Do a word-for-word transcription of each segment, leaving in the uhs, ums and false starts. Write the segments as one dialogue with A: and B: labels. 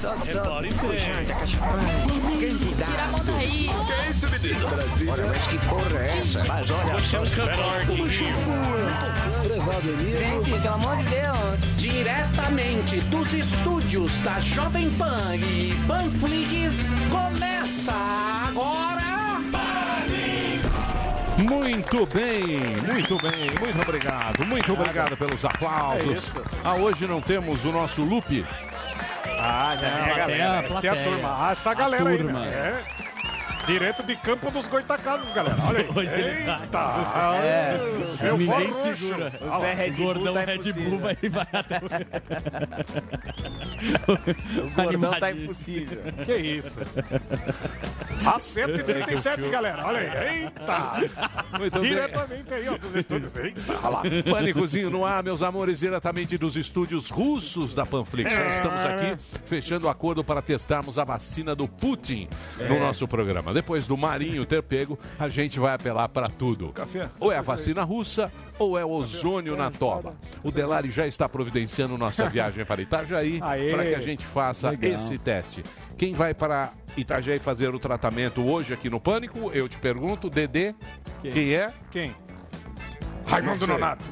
A: Repare bem.
B: Tira a mão daí.
A: Que é isso, menino? Brasil.
C: Olha, mas que porra é essa?
A: Mas olha, você é um cantor de
B: Gente, pelo amor de Deus.
D: Diretamente dos estúdios da Jovem Pan e Panflix, começa agora...
E: Muito bem, muito bem, muito obrigado, muito obrigado pelos aplausos. Ah, hoje não temos o nosso loop.
F: Ah, já é, a galera, tem a turma. Ah, essa galera aí, né? É. Direto de Campo dos Goitacazes, galera. Olha aí.
G: Hoje ele tá.
F: Eita.
G: É,
F: Meu
G: ninguém
F: forro
G: segura.
F: roxo.
G: O Zé Red Bull, Gordão
H: tá
G: Red Bull vai, vai até
H: o gordão tá impossível.
F: Que isso. A sete e trinta e sete, galera. Olha aí. Eita.
E: Muito bem.
F: Diretamente aí, ó, dos estúdios. Eita, olha lá.
E: Pânicozinho no ar, meus amores, diretamente dos estúdios russos da Panflix. Nós estamos aqui fechando o acordo para testarmos a vacina do Putin no nosso programa. Depois do Marinho ter pego, a gente vai apelar para tudo.
F: Café.
E: Ou é a vacina russa, ou é o ozônio na toba. O Delari já está providenciando nossa viagem para Itajaí para que a gente faça
G: Legal.
E: esse teste. Quem vai para Itajaí fazer o tratamento hoje aqui no Pânico? Eu te pergunto, Dedê, quem, quem é?
F: Quem? Raimundo Nonato.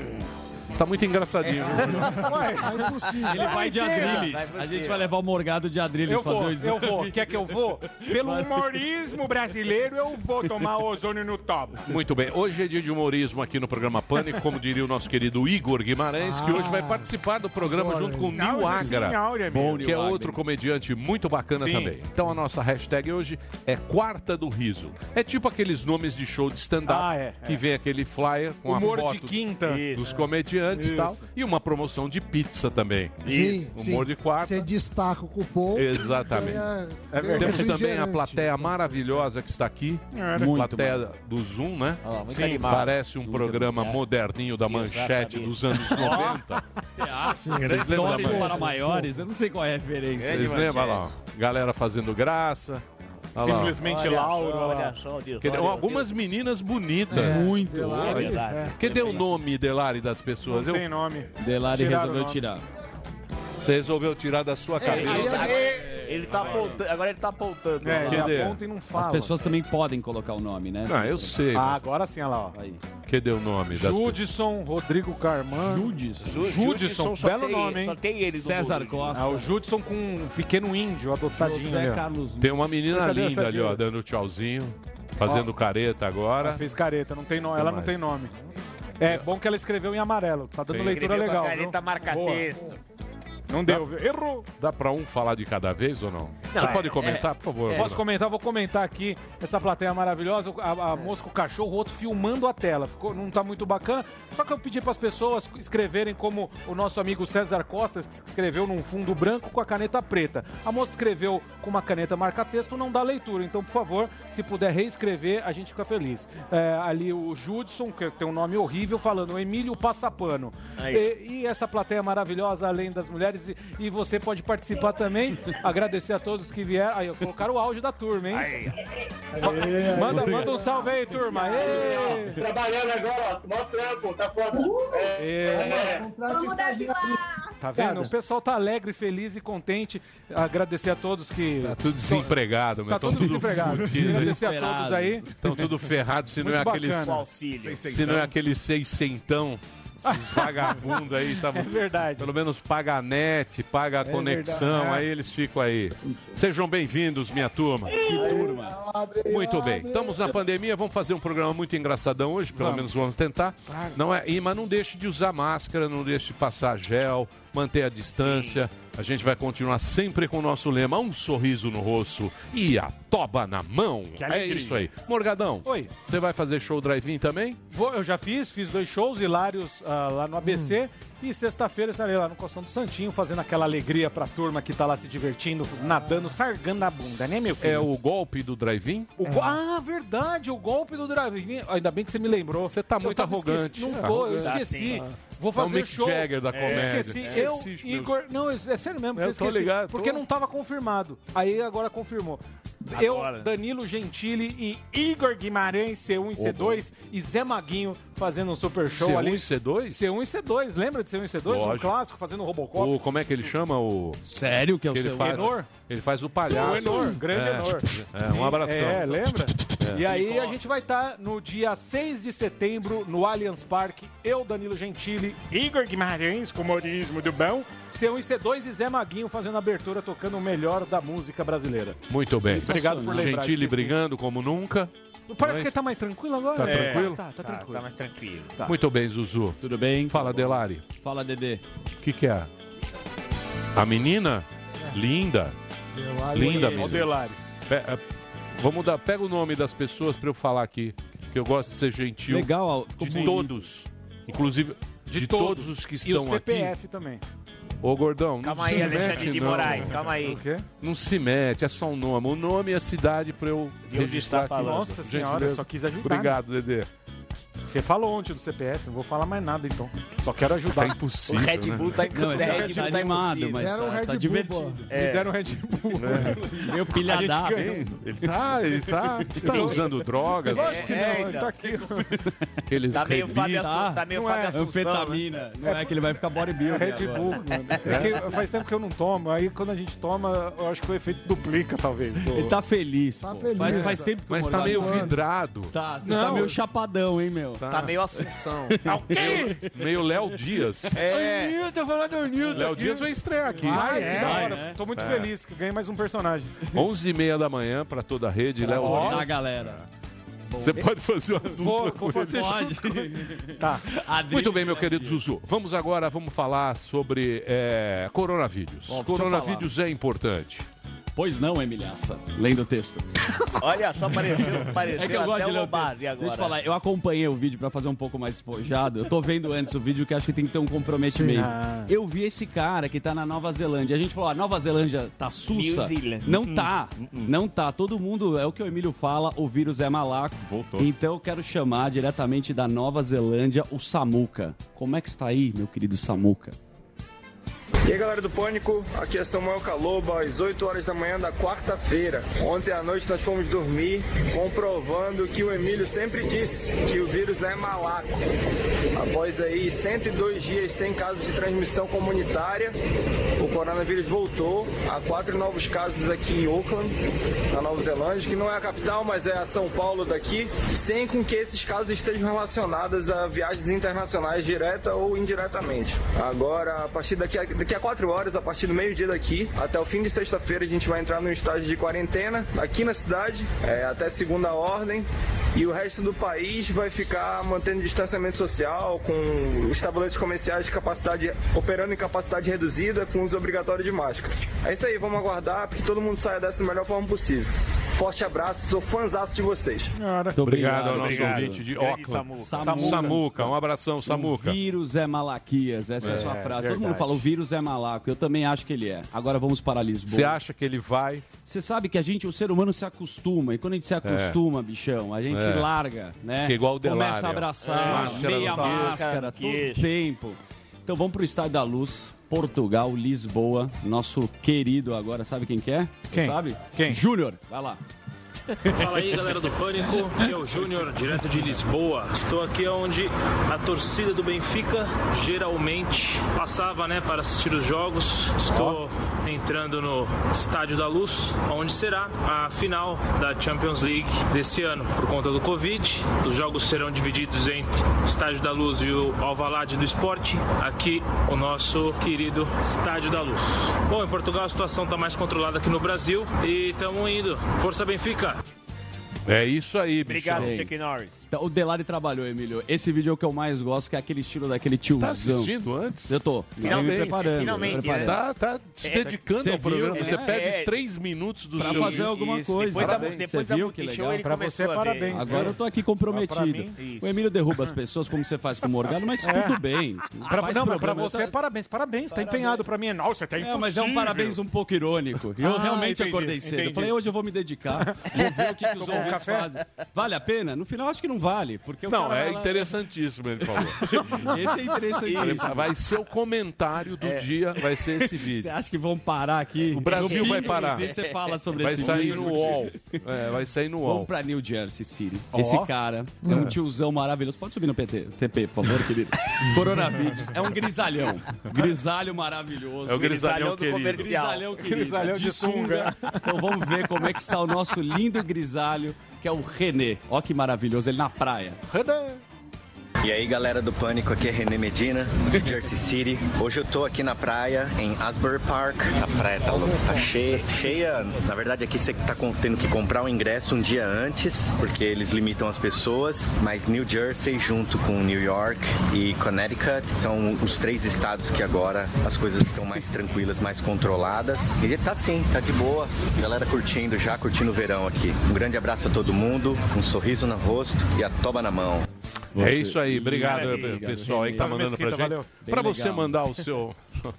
E: Está muito engraçadinho.
F: Ué,
I: É impossível.
G: Ele vai de Adrilles. A gente vai levar o Morgado de Adrilles
F: eu
G: fazer
F: vou,
G: o exame.
F: eu vou. Quer que eu vou? Pelo humorismo brasileiro, eu vou tomar ozônio no tobo.
E: Muito bem, hoje é dia de humorismo aqui no programa Pânico, como diria o nosso querido Igor Guimarães, que hoje vai participar do programa
I: Agora,
E: junto com o
F: Não,
E: Nil
F: esse
E: Agra,
F: sim, Áurea,
G: Bom,
F: meu.
E: que é
G: Nil
E: outro
G: Agra.
E: comediante muito bacana
F: Sim.
E: também. Então a nossa hashtag hoje é Quarta do Riso. É tipo aqueles nomes de show de stand-up,
F: Ah, é,
E: que
F: é.
E: vem aquele flyer com
F: Humor
E: a
F: de
E: foto
F: quinta.
E: dos comediantes e
F: Isso.
E: tal, e uma promoção de pizza também.
I: Sim,
E: Humor
I: sim.
E: de quarta.
I: Você destaca o cupom.
E: Exatamente.
I: ganha-
F: É
I: ganha
E: Temos também a
I: refrigerante.
E: plateia maravilhosa que está aqui,
F: Era.
G: Muito
E: plateia do Zoom, né?
H: Ó, muito
F: Sim,
H: animado.
E: Parece um programa
H: é.
E: moderninho da Manchete
H: Exatamente.
E: dos anos noventa.
G: Você acha?
E: Vocês lembram da
G: Histórias
E: Manchete?
G: para maiores? Eu não sei qual é a referência.
E: Vocês lembram lá? ó, Galera fazendo graça. Olha lá, ó.
F: Simplesmente
H: Olha
F: Lauro.
H: só,
F: olha lá.
H: olha só, Deus,
E: Que-
H: olha,
E: algumas meninas bonitas.
I: É,
G: Muito.
I: Delari,
H: É verdade.
I: é.
E: Cadê o nome, Delari, das pessoas?
F: Não
E: Eu-
F: tem nome.
G: Delari
F: Tiraram
G: resolveu
F: o nome.
G: tirar.
E: Você resolveu tirar da sua
H: Ele,
E: cabeça.
H: tá, ele tá apontando, agora ele tá apontando.
F: É,
H: Olha
F: ele
H: lá.
E: Cadê?
F: aponta e não fala.
G: As pessoas também podem colocar o nome, né?
E: Ah, eu sei.
F: Ah,
E: mas
F: agora sim, olha lá, ó.
G: Aí.
E: cadê o nome das pessoas?
F: Judson, Rodrigo Carmano.
G: Judis.
H: Ju-
F: Judson,
H: só
F: belo
H: tem-
F: nome, hein?
H: Só tem ele do
G: César
H: mundo.
G: Costa.
F: Ah, o Judson com um pequeno índio adotadinho
G: José
F: ali, ó.
G: Carlos.
E: Tem uma menina
F: Cadê essa
E: linda ali, ó,
F: tia?
E: dando tchauzinho, fazendo careta agora.
F: Ela fez careta, não tem no... ela não
E: mais?
F: tem nome. É bom que ela escreveu em amarelo, tá dando
E: Tem.
F: leitura
H: Escreveu
F: legal.
H: com a caneta
F: viu?
H: marca-texto.
F: Boa. Não deu, viu? Errou.
E: Dá pra um falar de cada vez ou não?
H: Não,
E: Você
H: é-
E: pode comentar, por favor?
F: Posso
E: Bruno?
F: comentar? Vou comentar aqui essa plateia maravilhosa, a, a moça com o cachorro, o outro filmando a tela. Ficou, não tá muito bacana. Só que eu pedi para as pessoas escreverem como o nosso amigo César Costa que escreveu num fundo branco com a caneta preta. A moça escreveu com uma caneta marca-texto, não dá leitura. Então, por favor, se puder reescrever, a gente fica feliz. É, ali o Judson, que tem um nome horrível, falando Emílio Passapano. E, e essa plateia maravilhosa, além das mulheres, e, e você pode participar também. Agradecer a todos que vieram. Aí, colocaram o áudio da turma, hein? Fa- manda, manda um salve aí, turma. Aê!
J: Trabalhando agora, ó, mó trampo, tá foda.
F: É,
B: Vamos dar de lá.
F: tá vendo? O pessoal tá alegre, feliz e contente. Agradecer a todos que.
E: Tá tudo desempregado, mas
F: Tá
E: estão
F: tudo
E: tudo
F: desempregado.
E: fudidos.
F: Agradecer a todos aí.
E: Estão tudo ferrados, se não é
F: Muito
E: aqueles.
F: bacana.
H: Auxílio.
E: Se não é aquele seiscentão. Esses vagabundos aí, tá
F: É verdade.
E: pelo menos paga a net, paga a conexão,
F: verdade.
E: aí eles ficam aí. Sejam bem-vindos, minha turma. Muito bem. Estamos na pandemia, vamos fazer um programa muito engraçadão hoje, pelo menos vamos tentar. Não é, e, mas não deixe de usar máscara, não deixe de passar gel, manter a distância. A gente vai continuar sempre com o nosso lema, um sorriso no rosto e a toba na mão.
F: Que
E: É
F: alegria.
E: isso aí. Morgadão,
F: Oi.
E: você vai fazer show drive-in também?
F: Vou- eu já fiz, fiz dois shows hilários ah, lá no A B C. E sexta-feira estarei lá no Costão do Santinho, fazendo aquela alegria pra turma que tá lá se divertindo, nadando, sargando a bunda, né, meu filho?
E: É o golpe do drive-in?
F: O go- Ah, verdade, o golpe do drive-in. Ainda bem que você me lembrou.
E: Você tá
F: Eu
E: muito
F: tava
E: arrogante.
F: esqueci- Não
E: É,
F: tô, eu
E: arrogante.
F: esqueci. Vou
E: É o
F: fazer
E: Mick
F: show.
E: Jagger da comédia.
F: Esqueci.
E: Esqueci,
F: Eu,
E: meu.
F: Igor... Não, é sério mesmo.
E: Eu
F: Eu
E: tô
F: esqueci,
E: ligado,
F: Porque
E: tô.
F: não tava confirmado. Aí agora confirmou.
H: Agora.
F: Eu, Danilo Gentili e Igor Guimarães, C um e C dois, e Zé Maguinho fazendo um super show
E: C um
F: ali.
E: e C dois?
F: C um e C dois, lembra de C um e C dois? Um
E: Lógico.
F: clássico, fazendo Robocop.
E: O, como é que ele chama? O...
G: Sério que é o
E: que ele
G: seu
E: faz,
F: Enor?
E: Ele faz o palhaço.
F: O Enor, grande
E: é.
F: Enor.
E: É, um abração.
F: É, lembra?
E: É.
F: E aí a gente vai estar no dia seis de setembro no Allianz Parque. Eu, Danilo Gentili, Igor Guimarães, com humorismo do bom, C um e C dois e Zé Maguinho fazendo a abertura, tocando o melhor da música brasileira.
E: Muito bem.
F: Obrigado por lembrar.
E: Gentili
F: esqueci.
E: brigando como nunca.
F: Parece que ele tá mais tranquilo agora.
E: Tá
F: É.
E: tranquilo?
F: Tá, tá
H: Tá,
F: tranquilo.
H: tá mais tranquilo.
F: Tá.
E: Muito bem, Zuzu.
G: Tudo bem?
E: Fala, Delari.
G: Fala, Dedê.
E: O que, que é? A menina? Linda. Linda,
F: Ó o
E: menina.
F: Delari.
E: Pe- é, Vamos dar, pega o nome das pessoas pra eu falar aqui, que eu gosto de ser gentil.
G: Legal. ficou
E: De
G: bonito.
E: todos. Inclusive, de, todos. os que
F: E
E: estão
F: o C P
E: aqui.
F: F também.
E: Ô, Gordão,
H: Calma
E: não
H: aí,
E: se
H: Alexandre
E: mete,
H: de
E: não.
H: Moraes, calma aí.
F: O quê?
E: Não se mete, é só um nome. O nome e a cidade pra eu
H: De onde
E: registrar
H: está
E: aqui.
H: falando.
F: Nossa
E: Gente,
F: senhora,
E: beleza?
F: só quis ajudar.
E: Obrigado, Dedê.
F: Você falou ontem do C P F, não vou falar mais nada então. Só quero
E: Tá
F: ajudar.
H: O
E: impossível,
H: Red
E: né?
H: Bull tá em
G: Não, ele
H: Red
G: tá,
H: Bull
G: tá
H: tá
G: animado,
H: impossível.
G: mas
I: Deram um
G: tá,
I: Red
G: tá
I: Bull,
G: divertido.
F: Me deram Red Bull.
G: Meio pilhadaço.
E: Ele tá, ele tá, tá usando drogas.
F: Lógico que não,
H: É,
F: ele
H: então.
F: tá aqui.
E: Aqueles
H: Tá meio Fábio
E: revistas.
H: Assunção, tá meio
F: Não é.
H: Fábio Assunção, né?
G: Anfetamina. Não é que ele vai ficar bodybuilder
F: Red
G: agora.
F: Bull, mano. É que faz tempo que eu não tomo, aí quando a gente toma, eu acho que o efeito duplica, talvez. do-
G: Ele tá feliz,
I: Tá
G: pô.
I: feliz,
G: Faz,
I: né?
G: faz tempo que o
E: Mas tá
G: Morgado-
E: meio vidrado.
G: Tá, você
F: Não,
G: tá meio
F: eu-
G: chapadão, hein, meu?
H: Tá meio Assunção.
E: Meio Léo Dias.
H: É.
F: Nilton, falando do Nilton.
E: Léo Dias vai estrear aqui.
F: Ai,
I: é.
F: que da hora.
G: né?
F: Tô muito
E: É.
F: feliz que ganhei mais um personagem.
E: onze e meia da manhã pra toda a rede. Léo
G: Ó,
E: Dias.
G: a galera.
E: Você pode fazer uma dupla
F: Vou,
E: com
F: vou
E: ele.
F: fazer
G: Pode.
F: junto. Tá.
G: Adriles
E: Muito bem, meu
G: e
E: querido
G: Garcia.
E: Zuzu. Vamos agora, vamos falar sobre é, coronavírus.
G: Bom, deixa eu
E: coronavírus é importante.
G: Pois não, Emilhaça. Lendo o texto.
H: Olha só, pareceu, pareceu
G: É que eu gosto
H: até
G: de
H: o
G: ler o
H: Lombardi
G: texto.
H: agora.
G: Deixa eu falar, eu acompanhei o vídeo pra fazer um pouco mais despojado. Eu tô vendo antes o vídeo que eu acho que tem que ter um comprometimento.
F: Ah.
G: Eu vi esse cara que tá na Nova Zelândia. A gente falou, a Nova Zelândia tá sussa.
H: New Zealand.
G: Não tá. Não tá. Todo mundo, é o que o Emílio fala, o vírus é malaco.
A: Voltou.
G: Então eu quero chamar diretamente da Nova Zelândia o Samuca. Como é que está aí, meu querido Samuca?
C: E aí galera do Pânico, aqui é Samuel Caloba, às oito horas da manhã da quarta-feira. Ontem à noite nós fomos dormir comprovando que o Emílio sempre disse que o vírus é malaco. Após aí cento e dois dias sem casos de transmissão comunitária, o coronavírus voltou. Há quatro novos casos aqui em Auckland, na Nova Zelândia, que não é a capital, mas é a São Paulo daqui, sem com que esses casos estejam relacionados a viagens internacionais direta ou indiretamente. Agora, a partir daqui a, daqui a quatro horas, a partir do meio-dia daqui, até o fim de sexta-feira, a gente vai entrar num estágio de quarentena aqui na cidade, é, até segunda ordem, e o resto do país vai ficar mantendo distanciamento social, com os estabelecimentos comerciais de capacidade, operando em capacidade reduzida, com uso obrigatório de máscara. É isso aí, vamos aguardar, porque todo mundo saia dessa da melhor forma possível. Forte abraço, sou fãzaço de vocês.
G: Muito
E: Obrigado ao nosso
H: obrigado.
E: ouvinte de
H: Grande
E: Auckland.
H: Samuca.
E: Samuca. Um abração, Samuca.
G: O vírus é malaquias, essa é, a sua frase. Todo
F: verdade.
G: mundo fala, o vírus é malaco. Eu também acho que ele é. Agora vamos para Lisboa.
E: Você acha que ele vai?
G: Você sabe que a gente, o ser humano se acostuma, e quando a gente se acostuma, bichão, a gente
E: É.
G: larga, né?
E: Que é igual o Delari,
G: Começa a
E: ó.
G: abraçar,
E: É. Máscara
G: meia
E: no queixo.
G: máscara, todo
H: Queixo.
G: tempo. Então vamos pro Estádio da Luz, Portugal, Lisboa. Nosso querido agora, sabe quem que é? Você
F: Quem?
G: sabe?
F: Quem?
G: Júnior, vai lá.
K: Fala aí, galera do Pânico, aqui é o Júnior, direto de Lisboa. Estou aqui onde a torcida do Benfica geralmente passava, né, para assistir os jogos. Estou entrando no Estádio da Luz, onde será a final da Champions League desse ano. Por conta do Covid, os jogos serão divididos entre o Estádio da Luz e o Alvalade do Esporte. Aqui, o nosso querido Estádio da Luz. Bom, em Portugal a situação está mais controlada que no Brasil e estamos indo. Força Benfica!
E: É isso aí, bicho.
H: Obrigado,
G: Ei.
H: Chuck Norris.
G: Então, o Delari trabalhou, Emílio. Esse vídeo é o que eu mais gosto, que é aquele estilo daquele
E: Você
G: tiozão.
E: tá assistindo antes?
G: Eu tô.
H: Finalmente,
G: me preparando.
H: finalmente,
G: me preparando.
H: né?
E: Tá, tá se
H: É,
E: dedicando
G: você
E: ao programa.
G: viu,
E: Você
H: né?
E: perde
H: É.
E: três minutos do
G: Pra
E: seu
G: fazer
E: dia.
G: alguma
H: Isso,
G: coisa.
H: Depois da,
G: Parabéns.
H: depois
G: Você
H: da
G: viu que
H: Multishow
G: legal?
H: ele
F: Pra
H: começou
F: você,
H: a ver.
F: parabéns.
G: Agora eu tô aqui comprometido.
F: Pra
H: mim,
G: O Emílio derruba as pessoas como você faz com o Morgado, mas tudo bem.
F: Pra,
G: Faz
F: não, mas pra
G: programa,
F: você,
G: tá-
F: parabéns, parabéns. Tá empenhado. Pra mim é, nossa, tá
G: É,
F: impossível.
G: mas é um parabéns um pouco irônico. Eu
F: Ah,
G: realmente
F: entendi,
G: acordei cedo. Eu
F: entendi.
G: falei, hoje eu vou me dedicar. Vou ver o que, que os
F: Tô com
G: ouvintes satisfazem. Vale a pena? No final, acho que não vale. Porque o
E: Não,
G: cara
E: é
G: vai lá-
E: interessantíssimo, ele falou.
G: Esse é interessantíssimo.
E: Vai ser o comentário do
G: É.
E: dia, vai ser esse vídeo.
G: Você acha que vão parar aqui?
E: O Brasil
G: No
E: vai
G: fim,
E: parar.
G: inclusive, Você fala sobre
E: Vai
G: esse
E: sair
G: vídeo.
E: no U O L. É, vai sair no U O L.
G: Vamos pra New Jersey City.
E: Ó.
G: Esse cara é um
E: É.
G: tiozão maravilhoso. Pode subir no P T, T P, por favor, querido. Coronavírus. É um grisalhão. Grisalho maravilhoso.
E: É o grisalhão
G: do
E: querido.
G: comercial. Grisalhão querido.
F: Grisalhão de sunga.
G: Então vamos ver como é que está o nosso lindo grisalho, que é o René. Ó que maravilhoso, ele na praia.
F: René.
L: E aí galera do Pânico, aqui é René Medina, de Jersey City. Hoje eu tô aqui na praia, em Asbury Park. A praia tá, louca, tá cheia, cheia. Na verdade aqui você tá com- tendo que comprar o ingresso um dia antes, porque eles limitam as pessoas. Mas New Jersey junto com New York e Connecticut são os três estados que agora as coisas estão mais tranquilas, mais controladas. E tá sim, tá de boa. Galera curtindo já, curtindo o verão aqui. Um grande abraço a todo mundo, um sorriso no rosto e a toba na mão.
E: É isso aí, obrigado
L: Maravilha.
E: pessoal aí que tá
L: Tamo
E: mandando pra
L: Mesquita,
E: gente.
L: valeu.
E: Pra
L: Bem
E: você
L: legal.
E: mandar o seu,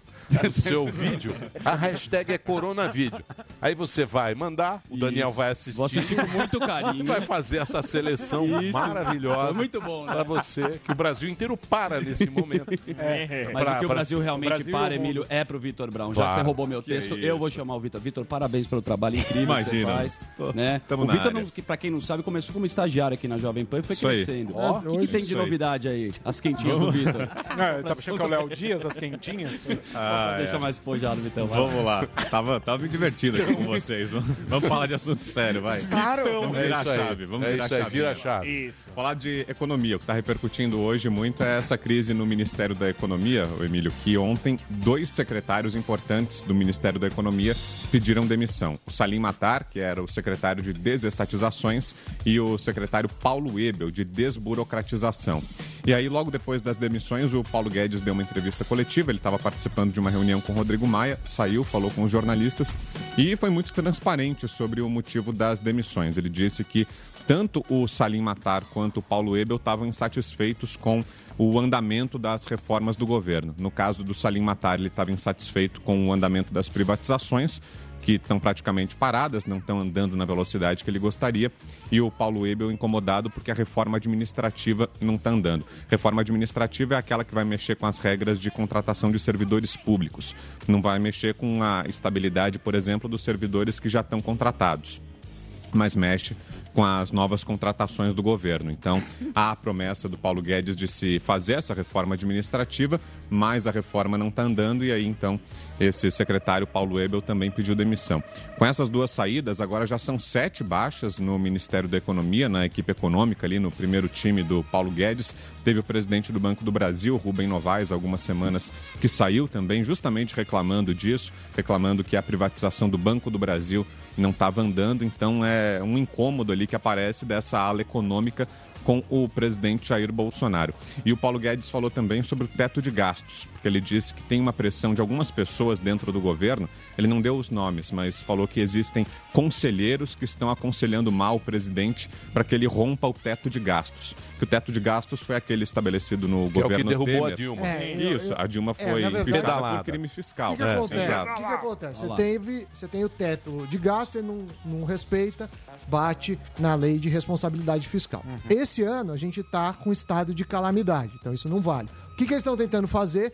E: o seu vídeo, a hashtag é coronavídeo. Aí você vai mandar, o Daniel vai assistir.
G: Vou assistir com muito carinho.
E: Vai fazer essa seleção
G: Isso.
E: maravilhosa.
G: Foi muito bom, né?
E: Pra você, que o Brasil inteiro para nesse momento.
G: É, mas
E: Pra-
G: o que o
E: pra-
G: Brasil realmente
E: Brasil
G: para,
E: e o mundo.
G: Emílio, é pro Vitor Brown. Já
E: Claro.
G: que você roubou meu
E: Que
G: texto,
E: isso.
G: eu vou chamar o Vitor. Vitor, parabéns pelo trabalho incrível que
M: Imagina.
G: você faz.
M: Tô-
G: Né?
M: tamo
G: O
M: na
G: Vitor,
M: área.
G: não- que, pra quem não sabe, começou como estagiário aqui na Jovem Pan e foi
M: Isso aí.
G: crescendo.
M: Ó,
G: O que, que
M: hoje
G: tem de
M: isso aí.
G: novidade aí? As quentinhas do Vitor.
F: É, tá achando que é o Léo Dias, as quentinhas?
G: Só pra deixar mais espojado, Vitão. vai.
M: Vamos lá. Tava, tava me divertindo aqui com vocês. Vamos, vamos falar de assunto sério, vai.
F: Claro.
M: Vamos
E: É
M: virar
E: isso
M: a
E: aí.
M: chave. Vamos
E: É
M: virar
E: isso
M: a
E: aí,
M: chave.
E: vira a
M: né?
E: chave.
M: Isso. Falar de economia. O que está repercutindo hoje muito é essa crise no Ministério da Economia, o Emílio, que ontem dois secretários importantes do Ministério da Economia pediram demissão. O Salim Matar, que era o secretário de desestatizações, e o secretário Paulo Ebel, de desburocratização. E aí, logo depois das demissões, o Paulo Guedes deu uma entrevista coletiva, ele estava participando de uma reunião com o Rodrigo Maia, saiu, falou com os jornalistas e foi muito transparente sobre o motivo das demissões. Ele disse que tanto o Salim Matar quanto o Paulo Ebel estavam insatisfeitos com o andamento das reformas do governo. No caso do Salim Matar, ele estava insatisfeito com o andamento das privatizações, que estão praticamente paradas, não estão andando na velocidade que ele gostaria, e o Paulo Ebel incomodado porque a reforma administrativa não está andando. Reforma administrativa é aquela que vai mexer com as regras de contratação de servidores públicos, não vai mexer com a estabilidade, por exemplo, dos servidores que já estão contratados, mas mexe com as novas contratações do governo. Então, há a promessa do Paulo Guedes de se fazer essa reforma administrativa, mas a reforma não está andando e aí, então, esse secretário Paulo Ebel também pediu demissão. Com essas duas saídas, agora já são sete baixas no Ministério da Economia, na equipe econômica ali, no primeiro time do Paulo Guedes. Teve o presidente do Banco do Brasil, Rubem Novaes, algumas semanas, que saiu também justamente reclamando disso, reclamando que a privatização do Banco do Brasil não estava andando, então é um incômodo ali que aparece dessa ala econômica com o presidente Jair Bolsonaro. E o Paulo Guedes falou também sobre o teto de gastos, porque ele disse que tem uma pressão de algumas pessoas dentro do governo, ele não deu os nomes, mas falou que existem conselheiros que estão aconselhando mal o presidente para que ele rompa o teto de gastos. Que o teto de gastos foi aquele estabelecido no
E: Que é o
M: governo
E: que derrubou
M: Temer.
E: a Dilma.
I: É, eu-
M: Isso,
I: eu-
M: a Dilma
I: é,
M: foi
I: na verdade-
M: empichada
E: Pedalada.
M: por crime fiscal.
I: O que, que
M: É,
I: acontece?
M: exato.
I: O que, que acontece? Você,
G: Olha lá.
I: teve, você tem o teto de gasto, você não, não respeita, bate na lei de responsabilidade fiscal. Esse ano a gente está com estado de calamidade, então isso não vale. O que, que eles estão tentando fazer?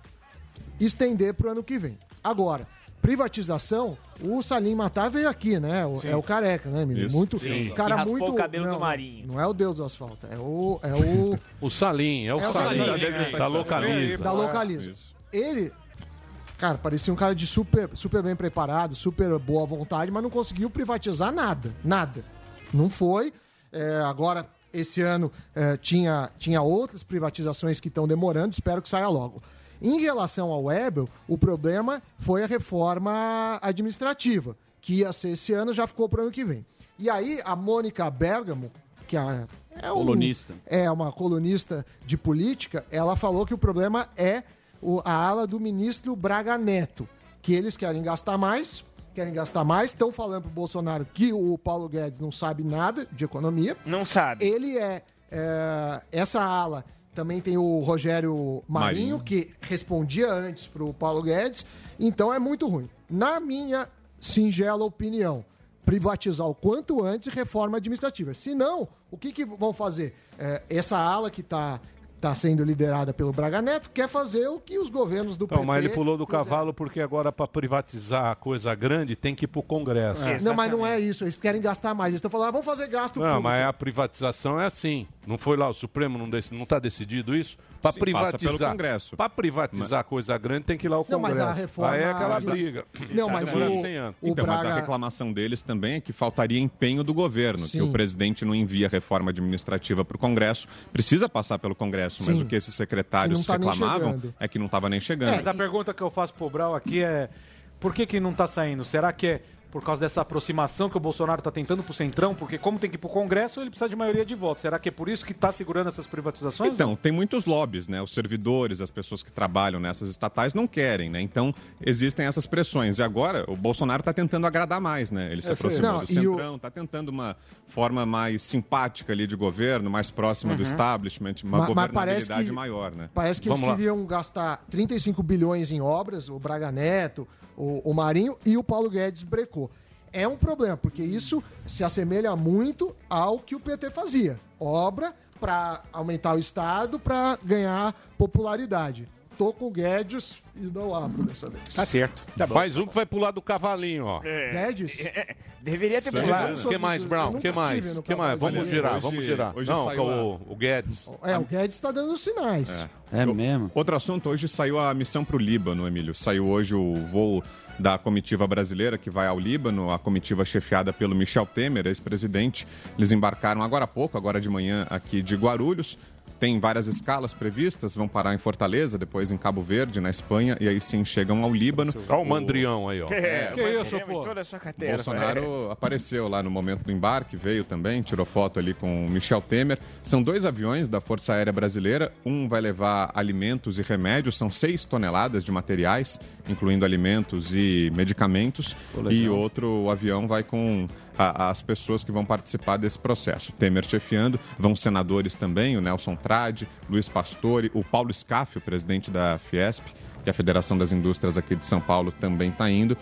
I: Estender para o ano que vem. Agora, privatização, o Salim Matar veio aqui, né? O- é o careca, né, menino?
M: Isso.
I: Muito,
H: Sim.
I: cara
H: Que raspou
I: muito.
H: o cabelo
I: não,
H: do Marinho.
I: Não é o deus do asfalto, é o. É o
E: O Salim, é o
I: É o
E: Salim.
I: Salim.
M: Da desestatização.
E: Da Localiza.
I: da localiza.
M: Isso.
I: Ele, cara, parecia um cara de super, super bem preparado, super boa vontade, mas não conseguiu privatizar nada. Nada. Não foi. É, agora, esse ano, é, tinha, tinha outras privatizações que estão demorando, espero que saia logo. Em relação ao Ebel, o problema foi a reforma administrativa, que ia ser esse ano, já ficou para o ano que vem. E aí, a Mônica Bergamo, que é, é um-
G: Colunista.
I: é uma colunista de política, ela falou que o problema é o- a ala do ministro Braga Neto, que eles querem gastar mais, querem gastar mais, estão falando pro Bolsonaro que o Paulo Guedes não sabe nada de economia.
H: Não sabe.
I: Ele é, é, essa ala também tem o Rogério Marinho,
M: Marinho.
I: que respondia antes pro Paulo Guedes, então é muito ruim. Na minha singela opinião, privatizar o quanto antes e reforma administrativa. Se não, o que, que vão fazer? É, essa ala que está tá sendo liderada pelo Braga Neto quer fazer o que os governos do
E: Então,
I: P T...
E: mas ele pulou do cavalo porque agora, para privatizar a coisa grande, tem que ir para o Congresso.
I: É. Não, mas não é isso. Eles querem gastar mais. Eles estão falando, ah, vamos fazer gasto
E: Não,
I: público.
E: mas a privatização é assim. Não foi lá o Supremo, não está não tá decidido isso? Para
M: Sim, passa pelo
E: privatizar,
M: Congresso.
E: para privatizar a coisa grande, tem que ir lá ao
I: Não, mas
E: Congresso.
I: a reforma-
E: Aí é aquela
I: Mas-
E: briga.
I: Não, mas
E: Demora
I: o-
E: cem anos.
I: o
M: Então, mas a
I: Braga-
M: reclamação deles também é que faltaria empenho do governo,
I: Sim.
M: que o presidente não envia reforma administrativa para o Congresso, precisa passar pelo Congresso, mas
F: Sim.
M: o que esses secretários
F: E não tá nem
M: reclamavam
F: chegando.
M: é que não estava nem chegando.
F: Mas a pergunta que eu faço pro Brau aqui é: por que que não tá saindo? Será que é por causa dessa aproximação que o Bolsonaro tá tentando pro Centrão? Porque como tem que ir pro Congresso, ele precisa de maioria de votos. Será que é por isso que tá segurando essas privatizações?
M: Então, tem muitos lobbies, né? Os servidores, as pessoas que trabalham nessas estatais não querem, né? Então, existem essas pressões. E agora, o Bolsonaro está tentando agradar mais, né? Ele se
I: É,
M: aproximou
I: não,
M: do
I: e o-
M: Centrão, está tentando uma forma mais simpática ali de governo, mais próxima do
I: Uhum.
M: establishment, uma
I: Ma- mas parece
M: governabilidade
I: que-
M: maior, né?
I: Parece que
M: Vamos
I: eles
M: lá.
I: queriam gastar trinta e cinco bilhões em obras, o Braga Neto, o, o Marinho e o Paulo Guedes brecou. É um problema, porque isso se assemelha muito ao que o P T fazia. Obra para aumentar o Estado, para ganhar popularidade. Tô com o Guedes e não abro dessa vez.
E: Tá certo. Mais um que vai pular do cavalinho, ó.
I: Guedes?
B: Deveria ter
E: Sangue.
B: pulado.
E: O que mais, Brown? O que mais? O que mais? Vamos
M: Hoje-
E: girar,
M: hoje-
E: vamos girar.
M: hoje
E: Não,
M: saiu
E: o, o Guedes.
I: É, o Guedes está dando sinais.
M: É mesmo? Outro assunto, hoje saiu a missão para o Líbano, Emílio. Saiu hoje o voo da comitiva brasileira que vai ao Líbano, a comitiva chefiada pelo Michel Temer, ex-presidente. Eles embarcaram agora há pouco, agora de manhã, aqui de Guarulhos. Tem várias escalas previstas, vão parar em Fortaleza, depois em Cabo Verde, na Espanha, e aí sim chegam ao Líbano.
E: Olha o mandrião aí, ó.
M: É,
B: que isso, pô? Toda a sua carteira.
M: Bolsonaro apareceu lá no momento do embarque, veio também, tirou foto ali com o Michel Temer. São dois aviões da Força Aérea Brasileira. Um vai levar alimentos e remédios, são seis toneladas de materiais, incluindo alimentos e medicamentos. E outro o avião vai com a- as pessoas que vão participar desse processo. Temer chefiando, vão senadores também, o Nelson Trade, Luiz Pastore, o Paulo Scaff, o presidente da Fiesp, que é a Federação das Indústrias aqui de São Paulo também está indo,